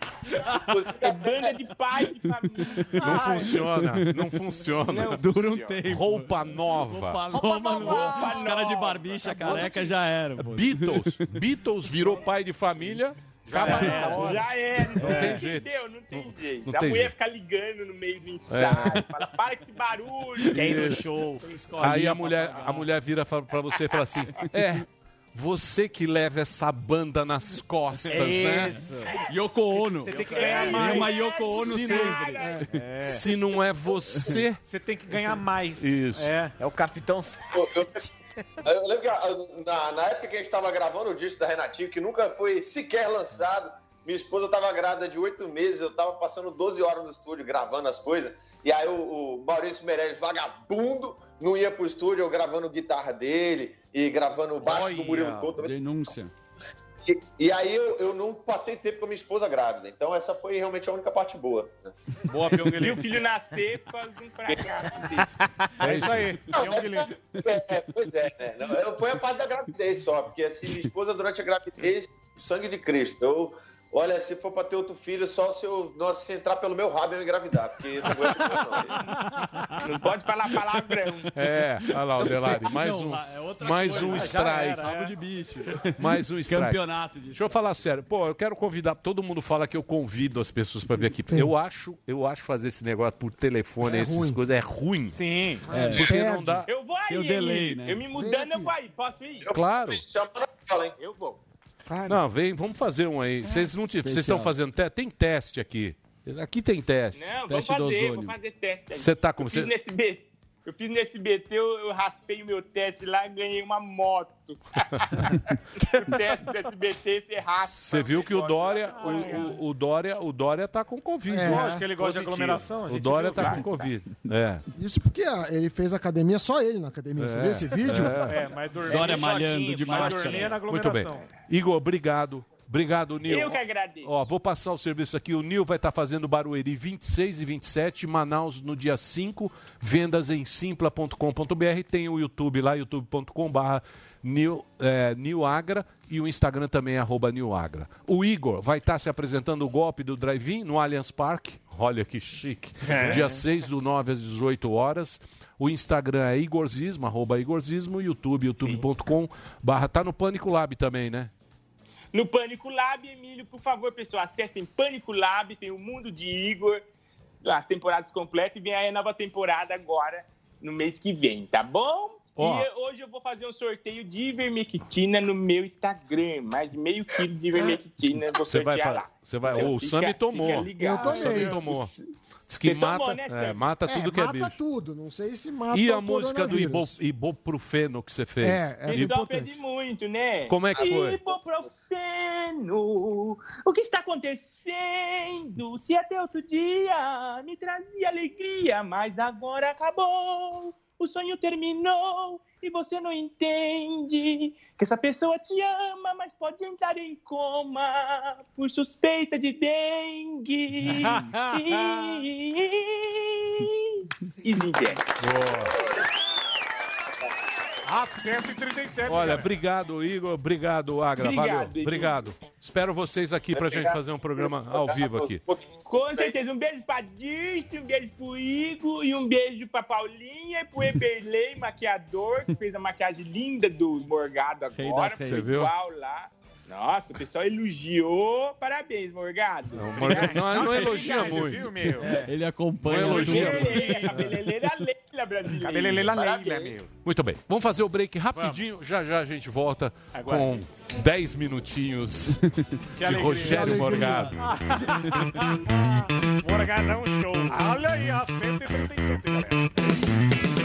J: É banda de pai de família.
E: Não
J: Ai.
E: funciona, não funciona.
J: Não
G: Dura um
J: funciona.
G: tempo.
E: Roupa nova.
G: Roupa nova. Os caras de barbicha careca já eram. pô.
E: Beatles. Beatles virou pai de família.
J: Já
E: Acaba
J: era,
E: na hora.
J: já era.
E: Não
J: Não
E: tem jeito.
J: Entendeu? Não tem jeito.
E: não
J: a
E: tem
J: mulher
E: jeito.
J: fica ligando no meio do ensaio. Fala, para com esse barulho.
E: Quer ir no show. Aí a mulher, a mulher vira fa- pra você e fala assim: é, você que leva essa banda nas costas, né?
G: Isso. Yoko Ono.
F: Você tem que ganhar
G: E
F: mais.
G: uma Yoko Ono
E: Se
G: sempre.
F: É.
E: Se não é você.
F: Você tem que ganhar mais.
E: Isso.
F: É,
S: é o capitão.
T: Eu, eu- eu lembro que ah, na, na época que a gente estava gravando o disco da Renatinho, que nunca foi sequer lançado, minha esposa estava grávida de oito meses, eu estava passando doze horas no estúdio gravando as coisas, e aí o, o Maurício Meirelles, vagabundo, não ia pro estúdio, eu gravando guitarra dele e gravando o baixo do Murilo Couto.
G: Denúncia.
T: E, e aí eu, eu não passei tempo com a minha esposa grávida, então essa foi realmente a única parte boa. Né?
F: Boa,
J: E o filho nascer por causa de um fracasso desse.
F: É isso aí.
T: Não, é, é, pois é, né? Não, eu- foi a parte da gravidez só, porque assim, minha esposa durante a gravidez, sangue de Cristo. Eu, olha, se for pra ter outro filho, só se eu não se entrar pelo meu rabo e eu engravidar, porque não aguento mais, não.
J: Não pode falar palavrão.
E: É, olha lá o Delari, mais
G: Não,
E: um,
G: lá é outra
E: mais
G: coisa.
E: um
G: Já
E: strike.
G: era, Rabo de bicho.
E: Mais um strike.
G: Campeonato de
E: Deixa eu falar sério. Pô, eu quero convidar. Todo mundo fala que eu convido as pessoas pra vir aqui. Eu acho, eu acho fazer esse negócio por telefone,
F: É
E: essas
F: ruim.
E: coisas, é ruim.
F: Sim.
E: É, porque não dá.
J: Eu vou aí,
E: Tem o delay,
J: Emílio.
E: né?
J: Eu me mudando, eu vou aí. Posso ir?
E: Claro.
J: Eu vou.
E: Não, vem, vamos fazer um aí. Vocês não tiveram. Vocês estão fazendo teste? Tem teste aqui. Aqui tem teste.
J: Não, vamos fazer, vou fazer teste aí.
E: Você tá com-
J: eu fiz
E: você-
J: no S B, eu fiz no S B T, eu, eu raspei o meu teste lá e ganhei uma moto. O teste do S B T, você raspa.
E: Você viu que o Dória, o, o, o Dória, o Dória tá com Covid.
I: É.
E: né?
I: Lógico que ele gosta de
E: Positivo.
I: aglomeração, a
E: O
I: gente
E: Dória
I: viu,
E: tá
I: vai.
E: com Covid. É.
I: Isso porque ah, ele fez academia, só ele na academia. Você
E: É,
I: viu esse vídeo?
E: é.
F: É, mas dormir
G: Dória
F: no
G: malhando
F: shortinho,
G: de
F: mas
G: máscara.
F: dormir é na
E: Muito bem.
F: aglomeração.
E: Igor, obrigado. Obrigado, Nil.
J: Eu que agradeço.
E: Ó, vou passar o serviço aqui. O Nil vai estar fazendo Barueri vinte e seis e vinte e sete, Manaus no dia cinco, vendas em simpla ponto com ponto b r. Tem o YouTube lá, youtube ponto com barra Nil, é, Nilagra, e o Instagram também é arroba Nilagra. O Igor vai estar se apresentando o golpe do Drive-In no Allianz Parque. Olha que chique.
J: É.
E: Dia seis do nove às dezoito horas. O Instagram é Igorzismo, arroba Igorzismo. O YouTube, youtube ponto com barra. Tá no Pânico Lab também, né?
J: No Pânico Lab, Emílio, por favor, pessoal, acessem Pânico Lab, tem o Mundo de Igor, as temporadas completas, e vem a nova temporada agora, no mês que vem, tá bom?
E: Ó.
J: E hoje eu vou fazer um sorteio de ivermectina no meu Instagram, mais de meio quilo de ivermectina, eu vou
E: Você vai
J: sortear
E: falar.
J: lá.
E: Você vai.
J: Então,
E: Ô, o
J: fica-
E: Sami tomou.
J: fica ligado.
I: Eu tomei.
E: O Sami tomou. Diz que
J: Você
E: mata,
J: tomou, né,
E: é,
J: Sami?
E: mata tudo que é
I: mata
E: bicho.
I: tudo. Não sei se mata
E: E
I: o
E: a música do Ibo,
I: coronavírus.
E: Ibuprofeno que você fez?
I: É,
J: O
I: essa é
J: pessoal
I: importante.
J: pede muito, né?
E: Como é que foi?
J: Ibuprofeno, o que está acontecendo? Se até outro dia me trazia alegria, mas agora acabou. O sonho terminou e você não entende que essa pessoa te ama, mas pode entrar em coma por suspeita de dengue. E Zizé.
F: Ah, cento e trinta e sete.
E: Olha,
F: cara.
E: obrigado, Igor. Obrigado, Agra.
J: Obrigado,
E: Valeu.
J: Igor.
E: Obrigado. Espero vocês aqui pra gente fazer um programa ao vivo aqui.
J: Com certeza. Um beijo pra Dirce, um beijo pro Igor e um beijo pra Paulinha e pro Eberlei, maquiador, que fez a maquiagem linda do Morgado
G: Rei
J: agora.
G: das reis.
J: Foi
E: Você viu?
J: igual lá. Nossa, o pessoal elogiou. Parabéns, Morgado.
E: Não, Morgado, não, não
F: Nossa,
E: elogia
F: obrigado,
E: muito.
F: Viu, meu?
G: Ele acompanha.
E: Não elogia.
J: Cabeleireira, cabeleireira Leila brasileira.
F: Cabeleireira
J: Parabéns.
F: Leila, meu.
E: Muito bem. Vamos fazer o break rapidinho. Já já a gente volta com dez minutinhos de
F: alegria.
E: Rogério
I: Que
E: Morgado.
F: Morgado é um show. Olha aí, a cento e trinta e sete, galera.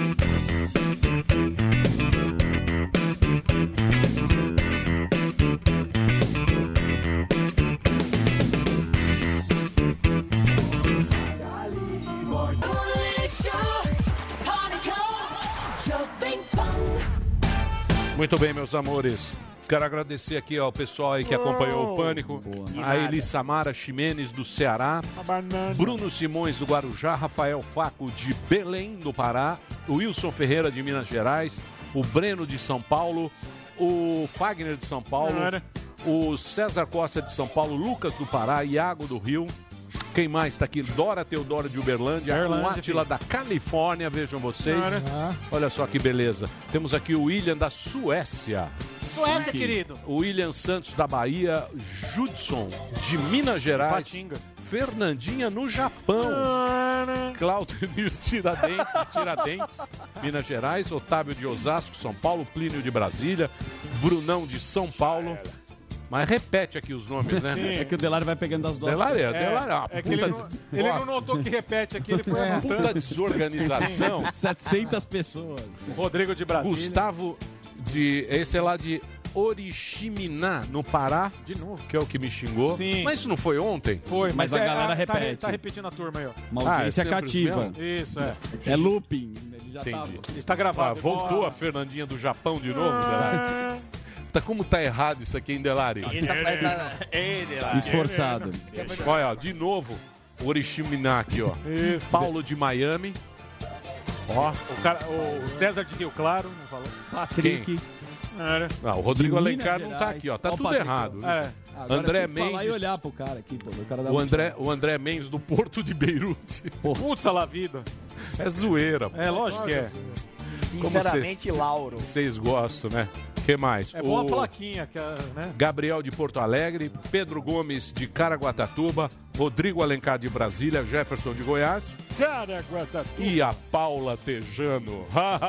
E: Muito bem, meus amores. Quero agradecer aqui ao pessoal aí que acompanhou o Pânico. A Eli Samara Ximenes, do Ceará. Bruno Simões, do Guarujá. Rafael Faco, de Belém, do Pará. O Wilson Ferreira, de Minas Gerais. O Breno, de São Paulo. O Fagner, de São Paulo.
F: Não era.
E: o César Costa de São Paulo, Lucas do Pará, Iago do Rio. Quem mais está aqui? Dora Teodora de Uberlândia, o Átila da Califórnia, vejam vocês.
N: Ah.
E: Olha só que beleza. Temos aqui o William da Suécia.
N: Suécia,
E: Aqui.
N: querido.
E: O William Santos da Bahia, Judson de Minas Gerais.
F: Patinga.
E: Fernandinha no Japão. Cláudio de Tiradentes, Tiradentes, Minas Gerais. Otávio de Osasco, São Paulo. Plínio de Brasília. Brunão de São Paulo. Mas repete aqui os nomes, né?
G: Sim. É que o Delari vai pegando as duas.
E: Delari, é,
F: É,
E: Delari, ah,
F: é que ele
E: puta-
F: não, ele
E: Ó,
F: não notou que repete aqui, ele foi
E: É.
F: anotando.
E: Puta desorganização.
G: setecentas pessoas.
F: Rodrigo de Brasília.
E: Gustavo de... Esse é lá de Oriximiná, no Pará.
F: De novo.
E: Que é o que me xingou.
F: Sim.
E: Mas isso não foi ontem?
F: Foi, mas,
G: Mas a
F: é,
G: galera
F: tá re-
G: repete.
F: Tá, repetindo a turma aí, ó.
G: Uma audiência
E: Ah, é sempre
G: cativa.
E: os
F: Isso, é.
G: É looping. Ele já
E: Entendi.
G: tava.
F: Está gravado.
E: Ah, voltou a Fernandinha do Japão de novo, Delari? Tá, como tá errado isso aqui, hein, Delari?
H: Ele tá, ele tá, ele lá.
G: Esforçado.
E: Olha, ó, de novo, o Oriximiná aqui, ó.
F: Isso.
E: Paulo de Miami. Ó.
F: O, cara, o César de Rio Claro, não falou?
G: Patrick.
F: Era.
E: Ah, o Rodrigo
G: De
E: Alencar
G: Minas
E: não tá
G: Gerais.
E: aqui, ó. Tá
G: Ó o
E: tudo
G: Patrick,
E: errado.
F: É.
E: Né?
G: Agora
E: André
G: você tem que falar e
E: Mendes.
G: olhar pro cara aqui, pô. O, cara dá
E: O
G: um-
E: André, o André Mendes do Porto de Beirute.
F: Putz, a la vida.
E: É zoeira. pô.
F: É, lógico que é.
H: Sinceramente, Lauro.
E: Vocês gostam, né? O que mais?
F: É boa a
E: O
F: plaquinha, que é, né?
E: Gabriel de Porto Alegre, Pedro Gomes de Caraguatatuba, Rodrigo Alencar de Brasília, Jefferson de Goiás
F: Caraguatatuba.
E: e a Paula Tejano.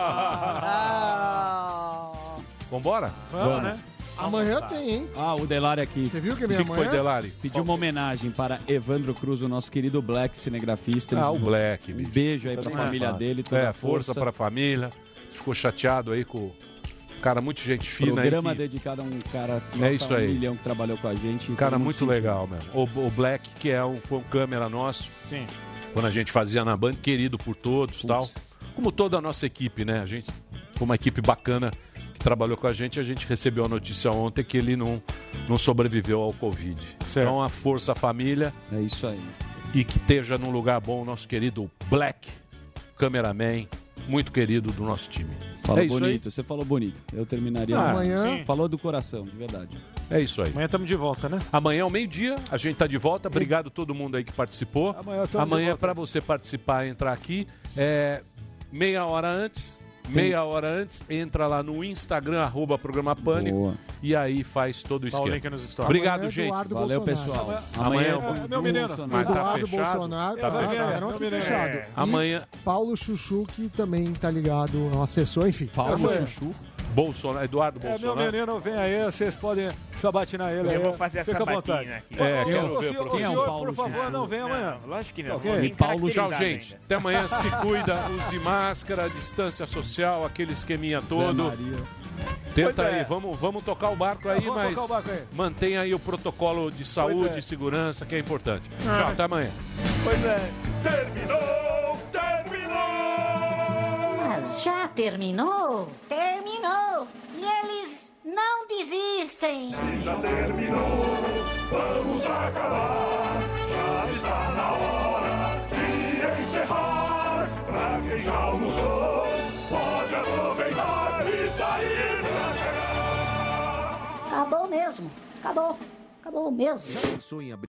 E: Vambora?
F: Vamos, né?
I: Amanhã tem, hein?
G: Ah, o Delari aqui.
I: Você viu que
E: O
I: vem
E: que, que
I: amanhã?
E: foi, Delari?
G: Pediu uma homenagem para Evandro Cruz, o nosso querido Black cinegrafista.
E: Ah,
G: Eles
E: o
G: vão-
E: Black,
G: Um
E: bicho.
G: beijo aí pra
E: Também
G: família
E: é fácil.
G: dele. Toda
E: É,
G: a
E: força pra família. Ficou chateado aí com o cara, muito gente fina
G: Programa
E: aí. que-
G: dedicado a um cara
E: É isso
G: um
E: aí.
G: milhão que trabalhou com a gente.
E: Um cara
G: Todo mundo
E: muito
G: sentiu.
E: legal mesmo. O, o Black, que é um, foi um câmera nosso.
F: Sim.
E: Quando a gente fazia na Band, querido por todos e tal. Como toda a nossa equipe, né? A gente, com uma equipe bacana que trabalhou com a gente, a gente recebeu a notícia ontem que ele não, não sobreviveu ao Covid. Então, a força, a família.
G: É isso aí.
E: E que esteja num lugar bom o nosso querido Black, cameraman, muito querido do nosso time.
G: Falou
E: é isso
G: bonito, você falou bonito. Eu terminaria.
E: Ah,
F: Amanhã-
G: Sim. Falou do coração, de verdade.
E: aí. É isso aí.
F: Amanhã estamos de volta, né?
E: Amanhã ao meio-dia, a gente tá de volta. Obrigado a todo mundo aí que participou.
F: Amanhã estamos de
E: Amanhã,
F: volta.
E: para você participar, entrar aqui, é meia hora antes. Meia hora antes, entra lá no Instagram, arroba Programa Pânico,
G: Boa.
E: e aí faz todo o
F: Dá o
E: esquema.
F: link nos stories.
E: Obrigado,
I: Amanhã é
E: gente.
I: Eduardo
G: Valeu,
I: Bolsonaro.
G: pessoal.
E: Amanhã,
G: Amanhã
F: É, meu menino.
E: Mas tá
I: Eduardo
E: fechado?
I: Bolsonaro,
F: É, vai
I: tá,
F: ver,
I: tá,
F: meu
I: aqui
F: menino.
I: fechado.
F: É.
I: E
E: Amanhã,
I: Paulo Chuchu, que também tá ligado, é um assessor, enfim.
E: Paulo
I: Amanhã.
E: Chuchu, Bolsonaro, Eduardo
F: É, meu
E: Bolsonaro.
F: menino, vem aí, vocês podem sabatinar ele aí.
H: Eu vou fazer
F: Fica
H: essa
F: à vontade.
H: batina aqui.
E: É,
F: Ô,
E: quero
F: ô,
E: ver
F: senhor,
E: pra
F: ô,
G: Quem é o
F: senhor,
G: Paulo
F: por favor,
G: Chuchu?
F: não, vem amanhã.
H: Não, lógico que não.
F: Ok.
H: Vou vir
E: E Paulo, tchau,
H: caracterizado
E: gente.
H: ainda.
E: Até amanhã, se cuida, use de máscara, distância social, aquele esqueminha todo.
G: Maria.
E: Tenta
F: Pois é.
E: aí, vamos, vamos tocar o barco aí,
F: vamos
E: mas
F: tocar o barco aí.
E: mantenha aí o protocolo de saúde
F: é.
E: e segurança, que é importante. Tchau, até amanhã.
F: Pois é.
O: Terminou, terminou!
D: Mas já terminou? Terminou! E eles não desistem!
O: Se já terminou, vamos acabar. Já está na hora de encerrar. Pra quem já almoçou, pode aproveitar e sair pra cagar.
D: Acabou mesmo! Acabou! Acabou mesmo!
P: Já pensou em abrir